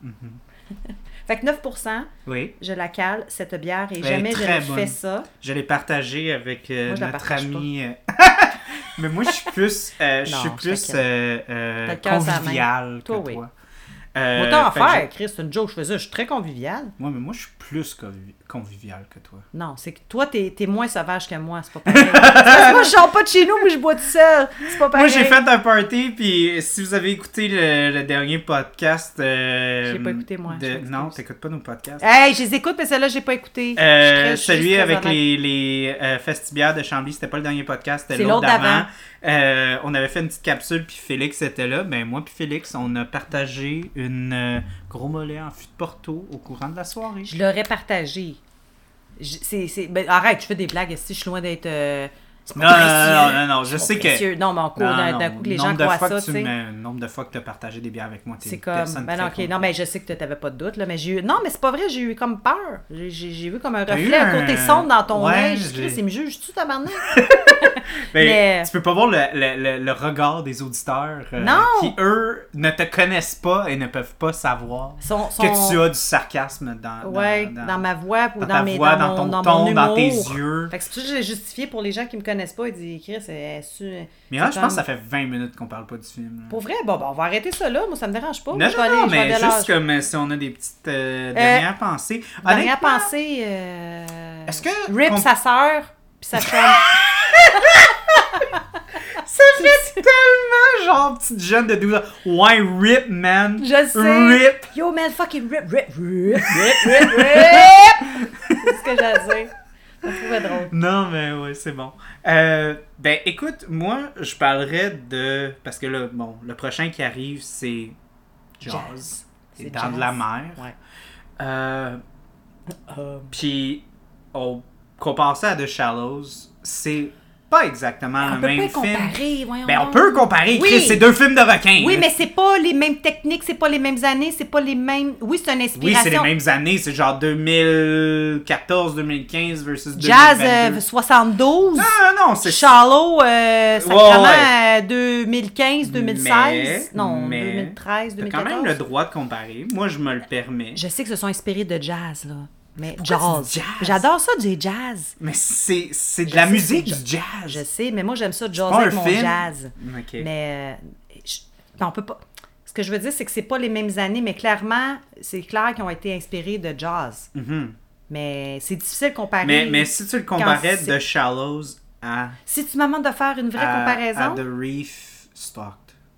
Fait que 9%, Oui. je la cale, cette bière, et Elle jamais est je très ne bonne. fais ça. Je l'ai partagé avec Moi, je la notre partage ami. Mais moi, je suis plus, Non, je euh, T'as le cœur sur la main. convivial Toi, que oui. toi. Autant en fait que faire, Chris, c'est une joke, je faisais, je suis très convivial. Ouais, mais moi, je suis plus convivial que toi. Non, c'est que toi, t'es moins sauvage que moi, c'est pas pareil. C'est parce que moi, je sors pas de chez nous, mais je bois tout seul. C'est pas pareil. Moi, j'ai fait un party, puis si vous avez écouté le dernier podcast... Je l'ai pas écouté, moi, je m'excuse. Non, t'écoutes pas nos podcasts. Hey, je les écoute, mais celle-là, j'ai pas écouté. Je suis Celui très avec honnête. les festibières de Chambly, c'était pas le dernier podcast, c'était C'est l'autre l'autre d'avant. On avait fait une petite capsule, puis Félix était là. Ben moi puis Félix, on a partagé une gros mollet en fût de Porto au courant de la soirée. Je l'aurais partagé. Ben, arrête, je fais des blagues, si je suis loin d'être... c'est pas précieux. Non, je C'est sais pas que... précieux. Non, mais en cours, d'un coup, que les gens croient ça, tu sais. Nombre de fois que tu as partagé des bières avec moi, t'es C'est une comme... personne Ben très non, ok, non, confiante. mais je sais que tu n'avais pas de doute, là, mais j'ai eu... Non, mais c'est pas vrai, j'ai eu comme peur. J'ai vu comme un T'as eu reflet, un côté sombre dans ton Ouais, œil. Je j'ai- dis, il me juge-tu, tabarnak? Mais Mais- tu peux pas voir le regard des auditeurs Non. qui, eux, ne te connaissent pas et ne peuvent pas savoir que tu as du sarcasme dans ma voix ou dans dans, ta mes, voix, dans, dans mon, ton dans mon ton, dans tes humour. yeux. Fait que c'est pour ça que je l'ai justifié pour les gens qui me connaissent pas. Ils disent, Chris, Mais là, je pense que ça fait 20 minutes qu'on parle pas du film. là. Pour vrai, bon, on va arrêter ça là. Moi, ça me dérange pas. Non, Moi, je vais non, aller, je vais mais aller à juste l'âge. comme si on a des petites dernières pensées. Dernière Honnêtement, pensée. Est-ce que... Rip sa sœur, puis sa chum. Ça fait tellement genre petite jeune de 12 ans. Ouais, rip, man. Je sais. Rip. Yo, man, fucking rip. C'est ce que j'ai à dire. Je le trouvais drôle. Non, mais ouais, c'est bon. Ben, écoute, moi, je parlerais de... Parce que là, bon, le prochain qui arrive, c'est Jazz. C'est C'est dans jazz. de la mer. Ouais. Puis, on compare ça à The Shallows, c'est pas exactement le même film. On peut pas comparer, voyons. Ben, on peut comparer, Chris, Oui. c'est 2 films de requins. Oui, là. mais c'est pas les mêmes techniques, c'est pas les mêmes années, c'est pas les mêmes... Oui, c'est une Oui, inspiration. c'est les mêmes années, c'est genre 2014, 2015 versus 2022. Jazz 72. Non, c'est... Shallow, sacrément, ouais. 2015, 2016. Non, 2013, T'as 2014. quand même le droit de comparer. Moi, je me le permets. Je sais que ce sont inspirés de jazz, là. Mais Pourquoi tu dis jazz? J'adore ça, du jazz. Mais c'est de Je la sais, musique je- du jazz. Je sais, mais moi, j'aime ça, pas jazz un avec mon film. jazz. OK. Mais non, on peut pas... Ce que je veux dire, c'est que c'est pas les mêmes années, mais clairement, c'est clair qu'ils ont été inspirés de jazz. Mhm. Mais c'est difficile de comparer. Mais si tu le comparais c'est- de Shallows à... Si tu me demandes de faire une vraie comparaison À The Reef Stocked.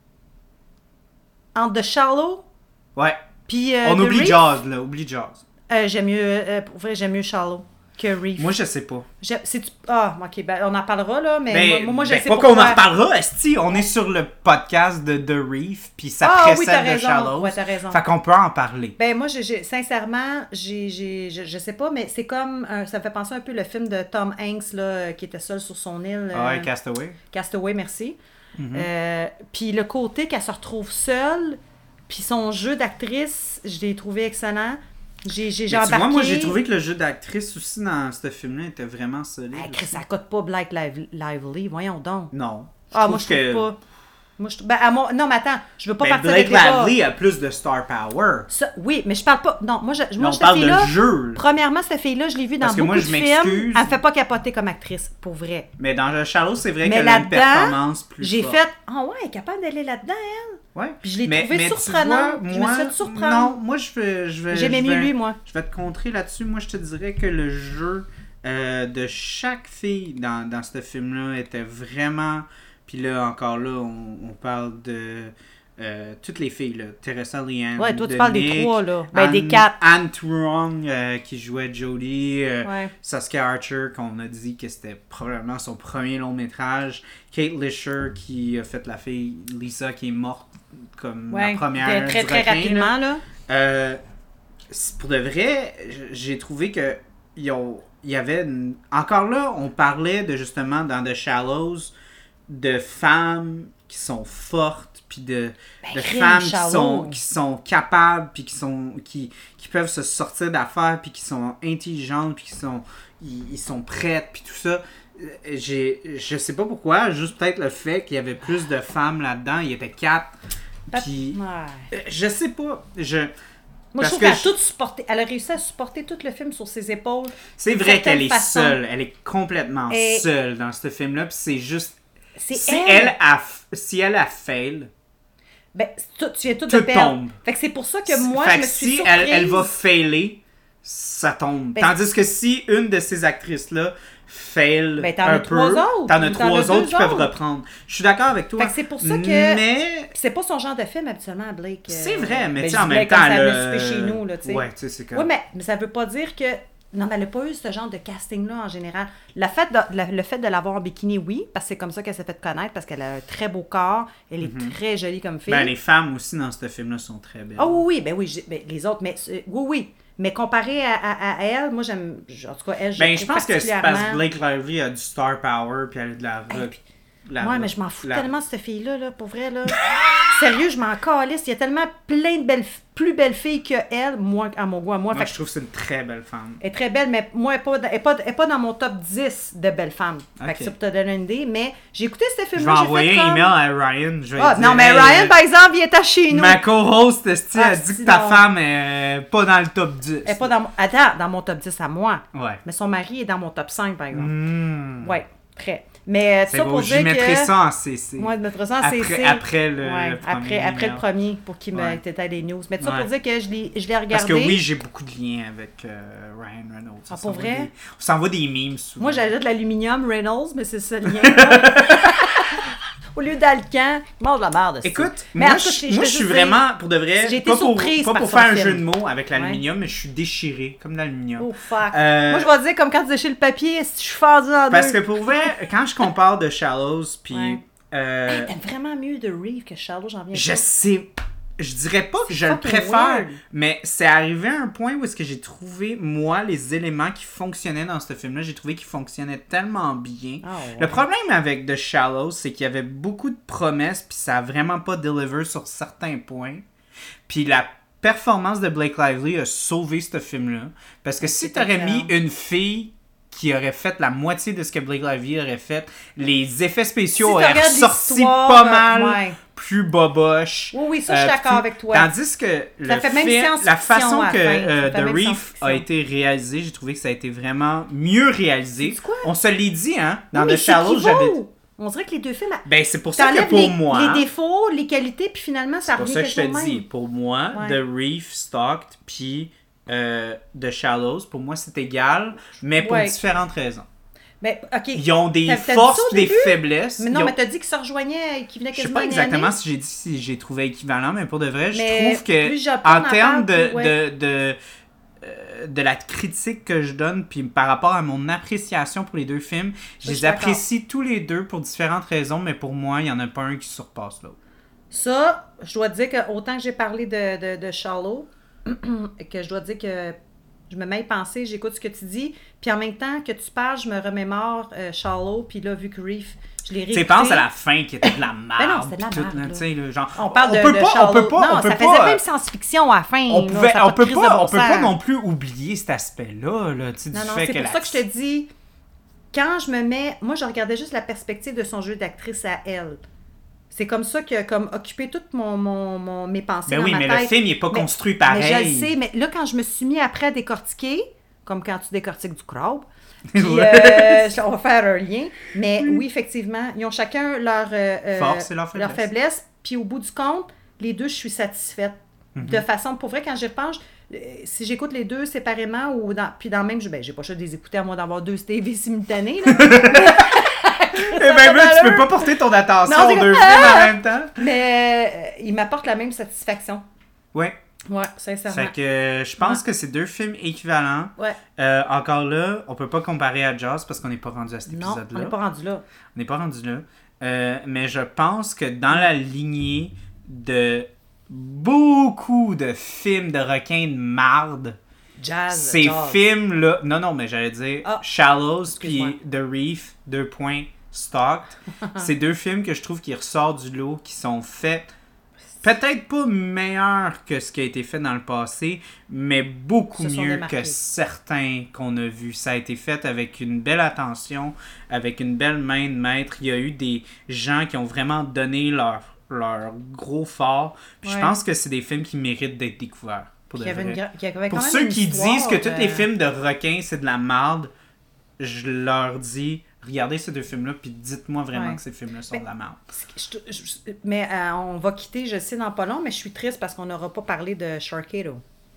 entre The Shallow Ouais. puis On The oublie Reef, Jaws, là. Oublie Jaws. j'aime mieux, pour vrai, j'aime mieux Shallow que Reef. Moi, je sais pas. Ok, ben on en parlera là, mais moi je ben, sais pas pourquoi. qu'on en reparlera, esti. On est sur le podcast de The Reef, puis ça Ah oui, précède t'as de raison. Shallows. Ouais, t'as raison. Fait qu'on peut en parler. Ben moi, sincèrement, je sais pas, mais c'est comme, ça me fait penser un peu le film de Tom Hanks là, qui était seul sur son île. Ouais, Castaway. Castaway, merci. Puis le côté qu'elle se retrouve seule, puis son jeu d'actrice, je l'ai trouvé excellent. J'ai Mais tu embarqué. vois, moi, j'ai trouvé que le jeu d'actrice aussi dans ce film-là était vraiment solide. Hey, Chris, aussi. ça cote pas Blake Lively, voyons donc. Non. Moi je trouve pas. Moi, non, mais attends, je veux pas Mais partir Blake de débat. Lively a plus de star power. Oui, mais je parle pas. Non, moi, Mais on cette parle fille-là. de jeu. là. Premièrement, cette fille-là, je l'ai vue dans Parce que beaucoup moi, de je films. m'excuse. Elle me fait pas capoter comme actrice, pour vrai. Mais dans The Shallows, c'est vrai Mais qu'elle a une là-dedans, performance plus j'ai forte. fait ah ouais, elle est capable d'aller là-dedans, elle. Ouais. Puis je l'ai Mais trouvé tu surprenant. vois, Je me moi, suis fait surprendre. Non, moi, je vais J'aimais je mieux vais- lui, moi. Je vais te contrer là-dessus. Moi, je te dirais que le jeu de chaque fille dans ce film-là était vraiment... Puis là, encore là, on parle de... toutes les filles, là. Teresa Liane, Ouais, toi, tu parles des Nick, 3, là. Ben, des Anne- 4. Anne Truong, qui jouait Jodie. Ouais. Saskia Archer, qu'on a dit que c'était probablement son premier long métrage. Kate Lisher, qui a fait la fille Lisa, qui est morte comme la première. Très, du très requin, rapidement, là. Pour de vrai, j'ai trouvé que il y avait encore là, on parlait de justement dans The Shallows de femmes qui sont fortes, puis de crime, femmes Shallow. qui sont capables, puis qui peuvent se sortir d'affaires, puis qui sont intelligentes, puis ils sont prêtes, puis tout ça. Je sais pas pourquoi, juste peut-être le fait qu'il y avait plus de femmes là-dedans, il y était 4. Puis Ouais. je sais pas, Moi, je parce trouve que qu'elle a tout supporté. Elle a réussi à supporter tout le film sur ses épaules. c'est d'une vrai qu'elle certaine est façon. seule, elle est complètement Et- seule dans ce film-là, puis c'est juste C'est si elle. si elle a fail, Ben, tu viens tout Tout de perdre. tombe. Fait que c'est pour ça que moi, fait je que me suis si surprise. elle va failer, ça tombe. Ben, Tandis que si une de ces actrices-là fail Ben, t'en un as peu, 3 autres. t'en as Ou 3 deux autres qui peuvent autres. reprendre. Je suis d'accord avec toi. Fait que c'est pour ça que- Mais C'est pas son genre de film, habituellement, Blake. c'est vrai, mais ben, tu sais, je en dis même Blake temps, comme ça, elle elle a souper chez nous, là, tu sais. Ouais, tu sais, c'est comme... Oui, mais ça veut pas dire que... Non, mais elle n'a pas eu ce genre de casting-là en général. Le fait de l'avoir en bikini, oui, parce que c'est comme ça qu'elle s'est fait connaître, parce qu'elle a un très beau corps, elle est très jolie comme fille. Ben, les femmes aussi dans ce film-là sont très belles. Ah oui, ben oui, ben, les autres, mais oui. Mais comparé à elle, moi, j'aime... En tout cas, elle, Ben, je trouve pense que c'est parce que particulièrement- Blake Lively a du star power, puis elle a de la... Hey, puis- Ouais, mais je m'en fous tellement de cette fille-là, là, pour vrai, là. Sérieux, je m'en calisse. Il y a tellement plein de plus belles filles que elle, moi, à mon goût, à moi. Moi, Fait je trouve que c'est une très belle femme. elle est très belle, mais moi, elle est pas dans mon top 10 de belles femmes. Fait Ok. que ça pour te donner une idée. Mais j'ai écouté ce Je vais film-là. j'ai envoyer fait un comme... email à Ryan. Je vais Ah, lui non, dire, mais hey, Ryan, par exemple, il est à chez nous. ma co-host, esti, Ah, a dit que si, ta non. femme est pas dans le top 10. Elle est pas dans mon... Attends, dans mon top 10 à moi. Ouais. Mais son mari est dans mon top 5, par exemple. Hmm. Ouais, très. Mais C'est ça beau, pour j'y dire mettrai que... ça en CC. Moi, de mettre ça en Après- CC. après le Ouais, premier après le email. premier, pour qu'il me Ouais. t'étais les news. Mais tout ça Ouais. pour dire que je l'ai regardé. Parce que oui, j'ai beaucoup de liens avec Ryan Reynolds. Ah, On pour s'envoie vrai? on s'envoie des memes souvent. Moi, j'ajoute l'aluminium Reynolds, mais c'est ça le lien. Au lieu d'Alcan, il mange la merde. c'est Écoute, ça. Mais moi, en tout cas, je te suis juste vraiment, pour de vrai, j'ai été pas pour surprise par faire son un film. jeu de mots avec l'aluminium, mais je suis déchiré, comme l'aluminium. Oh fuck. Euh, Moi, je vais te dire, comme quand tu déchires le papier, si je suis fendu en Parce que deux. pour vrai, quand je compare de Shallows, puis... Ouais. Hey, t'aimes vraiment mieux The Reef que Shallow, j'en viens je pas. sais... Je dirais pas que je le fucking préfère, weird. mais c'est arrivé à un point où est-ce que j'ai trouvé, moi, les éléments qui fonctionnaient dans ce film-là, j'ai trouvé qu'ils fonctionnaient tellement bien. Ah ouais. Le problème avec The Shallows, c'est qu'il y avait beaucoup de promesses, puis ça a vraiment pas deliver sur certains points. Puis la performance de Blake Lively a sauvé ce film-là. Parce que si t'aurais mis une fille qui aurait fait la moitié de ce que Blake Lively aurait fait, les effets spéciaux Si auraient tu regardes ressorti l'histoire, pas mal ouais. plus boboche. Oui, ça, je suis d'accord avec toi. Tandis que Ça fait même science-fiction la façon à la que fin. Ça fait The même Reef science-fiction. a été réalisé, j'ai trouvé que ça a été vraiment mieux réalisé. Sais-tu quoi? On se l'est dit, hein? Dans Oui, The Shallows, c'est j'avais... équivaut. On dirait que les deux films... Ben, c'est pour ça que T'enlèves pour moi... les défauts, les qualités, puis finalement, ça C'est pour revient ça que je te quelque chose de dis, même. pour moi, Ouais. The Reef, Stalked, puis The Shallows, pour moi, c'est égal, mais pour Ouais. différentes raisons. Mais, OK. Ils ont des T'as dit forces ça au et des début? faiblesses. Mais non, Ils ont- mais t'as dit qu'ils se rejoignaient, qu'ils venaient Je sais quasiment pas exactement année. si j'ai dit si j'ai trouvé équivalent, mais pour de vrai, je Mais trouve que plus j'en en parle, termes plus, ouais. de la critique que je donne, puis par rapport à mon appréciation pour les deux films, je je les suis d'accord. apprécie tous les deux pour différentes raisons, mais pour moi, il y en a pas un qui surpasse l'autre. Ça, je dois dire que autant que j'ai parlé de Shallow, que je dois dire que je me mets à y penser, j'écoute ce que tu dis, puis en même temps que tu parles, je me remémore Shallow, puis là, vu que Reef, je l'ai Tu réécouté. sais, pense à la fin qui était de la Ben non, merde. c'était de la puis tout, merde, là, là. tu sais, là, genre, On parle de peut pas, Shallow. on peut pas, non, on peut ça pas, faisait même science-fiction à la fin. on là, pouvait, ça a on de peut crise de pas, bon on peut pas sens. non plus oublier cet aspect-là, là, tu sais, Non, du non, fait c'est que pour la- ça que je te dis, quand je me mets... Moi, je regardais juste la perspective de son jeu d'actrice à elle. C'est comme ça que comme occupé toutes mes pensées Ben dans oui, ma mais tête. le film, il est pas Mais- construit pareil. Mais je le sais, mais là, quand je me suis mis après à décortiquer, comme quand tu décortiques du crabe, puis Ouais. on va faire un lien, mais oui, effectivement, ils ont chacun leur, Force et leur faiblesse. faiblesse, puis au bout du compte, les deux, je suis satisfaite. Mhm. De façon, pour vrai, quand j'y repense, si j'écoute les deux séparément ou puis dans le même, j'ai pas le choix de les écouter à moins d'avoir deux TV simultanés, là. Et même là, tu peux pas porter ton attention Non, c'est aux deux comme- films en même temps. Mais ils m'apportent la même satisfaction. Ouais. Ouais, sincèrement. Fait que je pense que c'est deux films équivalents. Ouais. Encore là, on peut pas comparer à Jaws parce qu'on n'est pas rendu à cet Non, on épisode-là. n'est pas rendu là. On n'est pas rendu là. Mais je pense que dans la lignée de beaucoup de films de requins de marde, Jazz. ces jazz. films-là... Non, mais j'allais dire Ah, Shallows excuse-moi. puis The Reef, 2 points, Stalked. C'est deux films que je trouve qui ressortent du lot, qui sont faits peut-être pas meilleurs que ce qui a été fait dans le passé, mais beaucoup Se sont mieux démarqués. que certains qu'on a vus. Ça a été fait avec une belle attention, avec une belle main de maître. Il y a eu des gens qui ont vraiment donné leur gros fort. Puis je Ouais. pense que c'est des films qui méritent d'être découverts. Pour de Qui avait vrai. qui avait quand Pour même ceux une qui histoire, disent que tous les films de requins, c'est de la merde, je leur dis, regardez ces deux films-là, puis dites-moi vraiment Ouais. que ces films-là sont Mais- de la merde. Mais on va quitter, je sais, dans pas long, mais je suis triste parce qu'on n'aura pas parlé de Sharknado.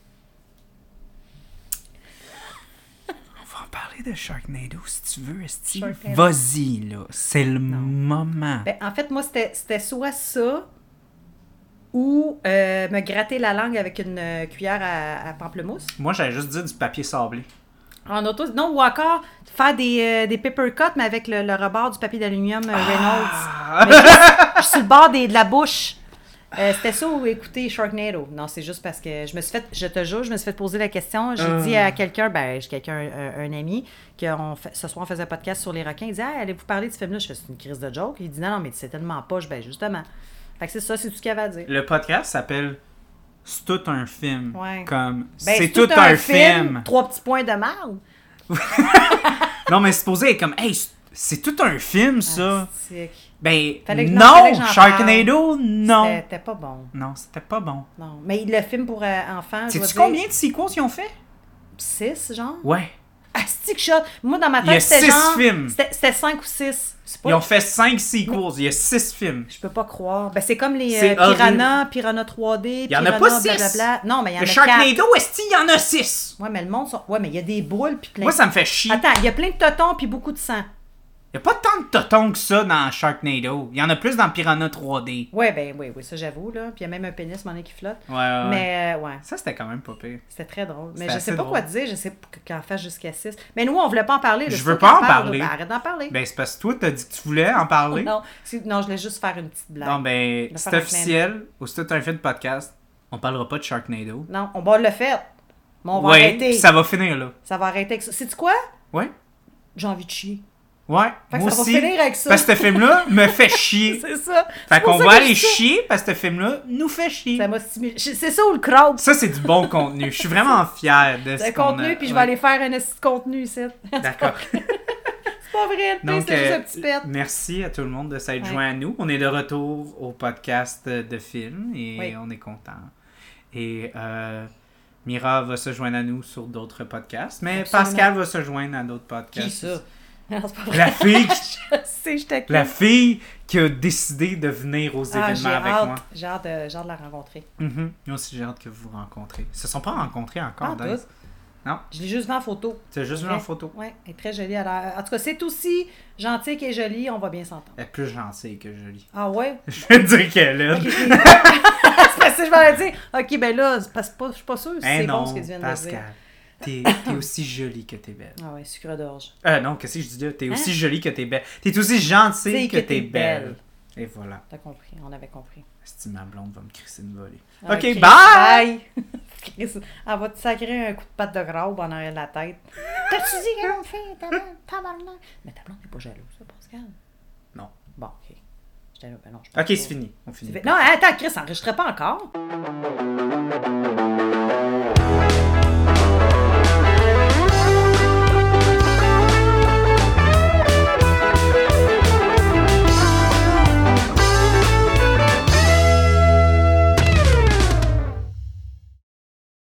On va en parler de Sharknado si tu veux, Esti. Sharknado. Vas-y, là. C'est le moment. Ben, en fait, moi, c'était soit ça ou me gratter la langue avec une cuillère à pamplemousse. Moi, j'allais juste dire du papier sablé. En auto, non, ou encore faire des paper cuts, mais avec le rebord du papier d'aluminium Reynolds. Mais je suis sur le bord de la bouche. C'était ça ou écouter Sharknado? Non, c'est juste parce que je te jure, je me suis fait poser la question. J'ai dit à quelqu'un, un ami, que ce soir on faisait un podcast sur les requins. Il dit, hey, allez-vous parler de ce film-là? Je fais, c'est une crise de joke. Il dit, non, mais c'est tellement poche. Ben, justement. Fait que c'est ça, c'est tout ce qu'il y avait à dire. Le podcast s'appelle C'est tout un film. Ouais. Comme Ben, c'est tout un film. 3 petits points de marde. Non, mais supposé être comme hey, c'est tout un film ça. Astique. Ben Fallait que non, j'en Sharknado, non. C'était pas bon. Non, c'était pas bon. Non. Mais le film pour enfants, je Sais-tu vais dire, combien de sequels ils ont fait? 6, genre? Ouais. Astique shot. Moi, dans ma Il y a tête, c'était 6 genre... films. C'était 5 ou 6. C'est pas... Ils ont fait 5 sequels, il y a 6 films. Je peux pas croire. Ben, c'est comme les C'est Piranha 3D, Il y en a Piranha, pas 6. blablabla. Non, mais il y en Le a 4. Sharknado, est-ce qu'il y en a 6? Ouais, mais le monde... Ouais, mais il y a des boules puis plein... Moi, ça me fait chier. Attends, il y a plein de totons puis beaucoup de sang. Il n'y a pas tant de totons que ça dans Sharknado. Il y en a plus dans Piranha 3D. Ouais, ben oui, ça j'avoue, là. Puis il y a même un pénis, mon qui flotte. Ouais. Mais, ouais. Ça, c'était quand même pas pire. C'était très drôle. Mais C'était je sais assez pas quoi drôle. dire, je sais qu'en fasse jusqu'à 6. Mais nous, on voulait pas en parler. Je veux pas en parler. Ben, arrête d'en parler. Ben, c'est parce que toi, t'as dit que tu voulais en parler. Non, non, je voulais juste faire une petite blague. Non, ben, Le c'est faire un officiel. Aussitôt que tu as fait de podcast, on parlera pas de Sharknado. Non, on va le faire. Mais on va Ouais, arrêter. puis ça va finir là. Ça va arrêter avec ça. Sais-tu quoi? Ouais. J'ai envie de chier. Ouais, Fait que moi ça aussi. va finir avec ça. Parce que ce film-là me fait chier. C'est ça. Fait C'est pour qu'on ça va que aller je dis ça. chier parce que ce film-là nous fait chier. Ça m'a stimulé. C'est ça ou le crowd? Ça, c'est du bon contenu. Je suis vraiment fier de ce C'est qu'on contenu, a. puis je Ouais. vais aller faire un esti de contenu ici. D'accord. C'est pas vrai, le pire, Donc, c'est juste un petit pet. merci à tout le monde de s'être Ouais. joint à nous. On est de retour au podcast de films et Oui. on est content. Et Mira va se joindre à nous sur d'autres podcasts, mais Absolument. Pascal va se joindre à d'autres podcasts. Qui ça? Non, c'est pas vrai. La fille, Je sais, je t'accuse. la fille qui a décidé de venir aux événements j'ai avec hâte. moi. J'ai hâte de la rencontrer. Mhm. Moi aussi, j'ai hâte que vous vous rencontrez. Ils se sont pas rencontrés encore, Pas en Daisy. tout. Non? Je l'ai juste vu en photo. Tu as juste vu Ouais. en photo. Oui, elle est très jolie. En tout cas, c'est aussi gentil qu'elle est jolie, on va bien s'entendre. Elle est plus gentille que jolie. Ah ouais? Je veux dire qu'elle est. Ok, c'est parce que je m'en dire. Ok, ben là, c'est parce que je suis pas sûre si Eh c'est non, bon ce que tu viens de me dire. Pascal. T'es aussi jolie que t'es belle. Ah ouais, sucre d'orge. Non, qu'est-ce que je dis là? T'es Hein? aussi jolie que t'es belle. T'es aussi gentille C'est que t'es belle. Et voilà. T'as compris, on avait compris. Esti, ma blonde va me crisser une volée. Ah, Ok, Chris, bye! Chris, elle va te sacrer un coup de patte de graube en arrière de la tête. T'as-tu dit qu'elle fait tabarnak? Mais ta blonde n'est pas jalouse, ça, Pascal? Non. Bon, ok. J'étais là, ben non, je pense Ok, pas. c'est fini. On finit. Non, attends, Chris, enregistrait pas encore.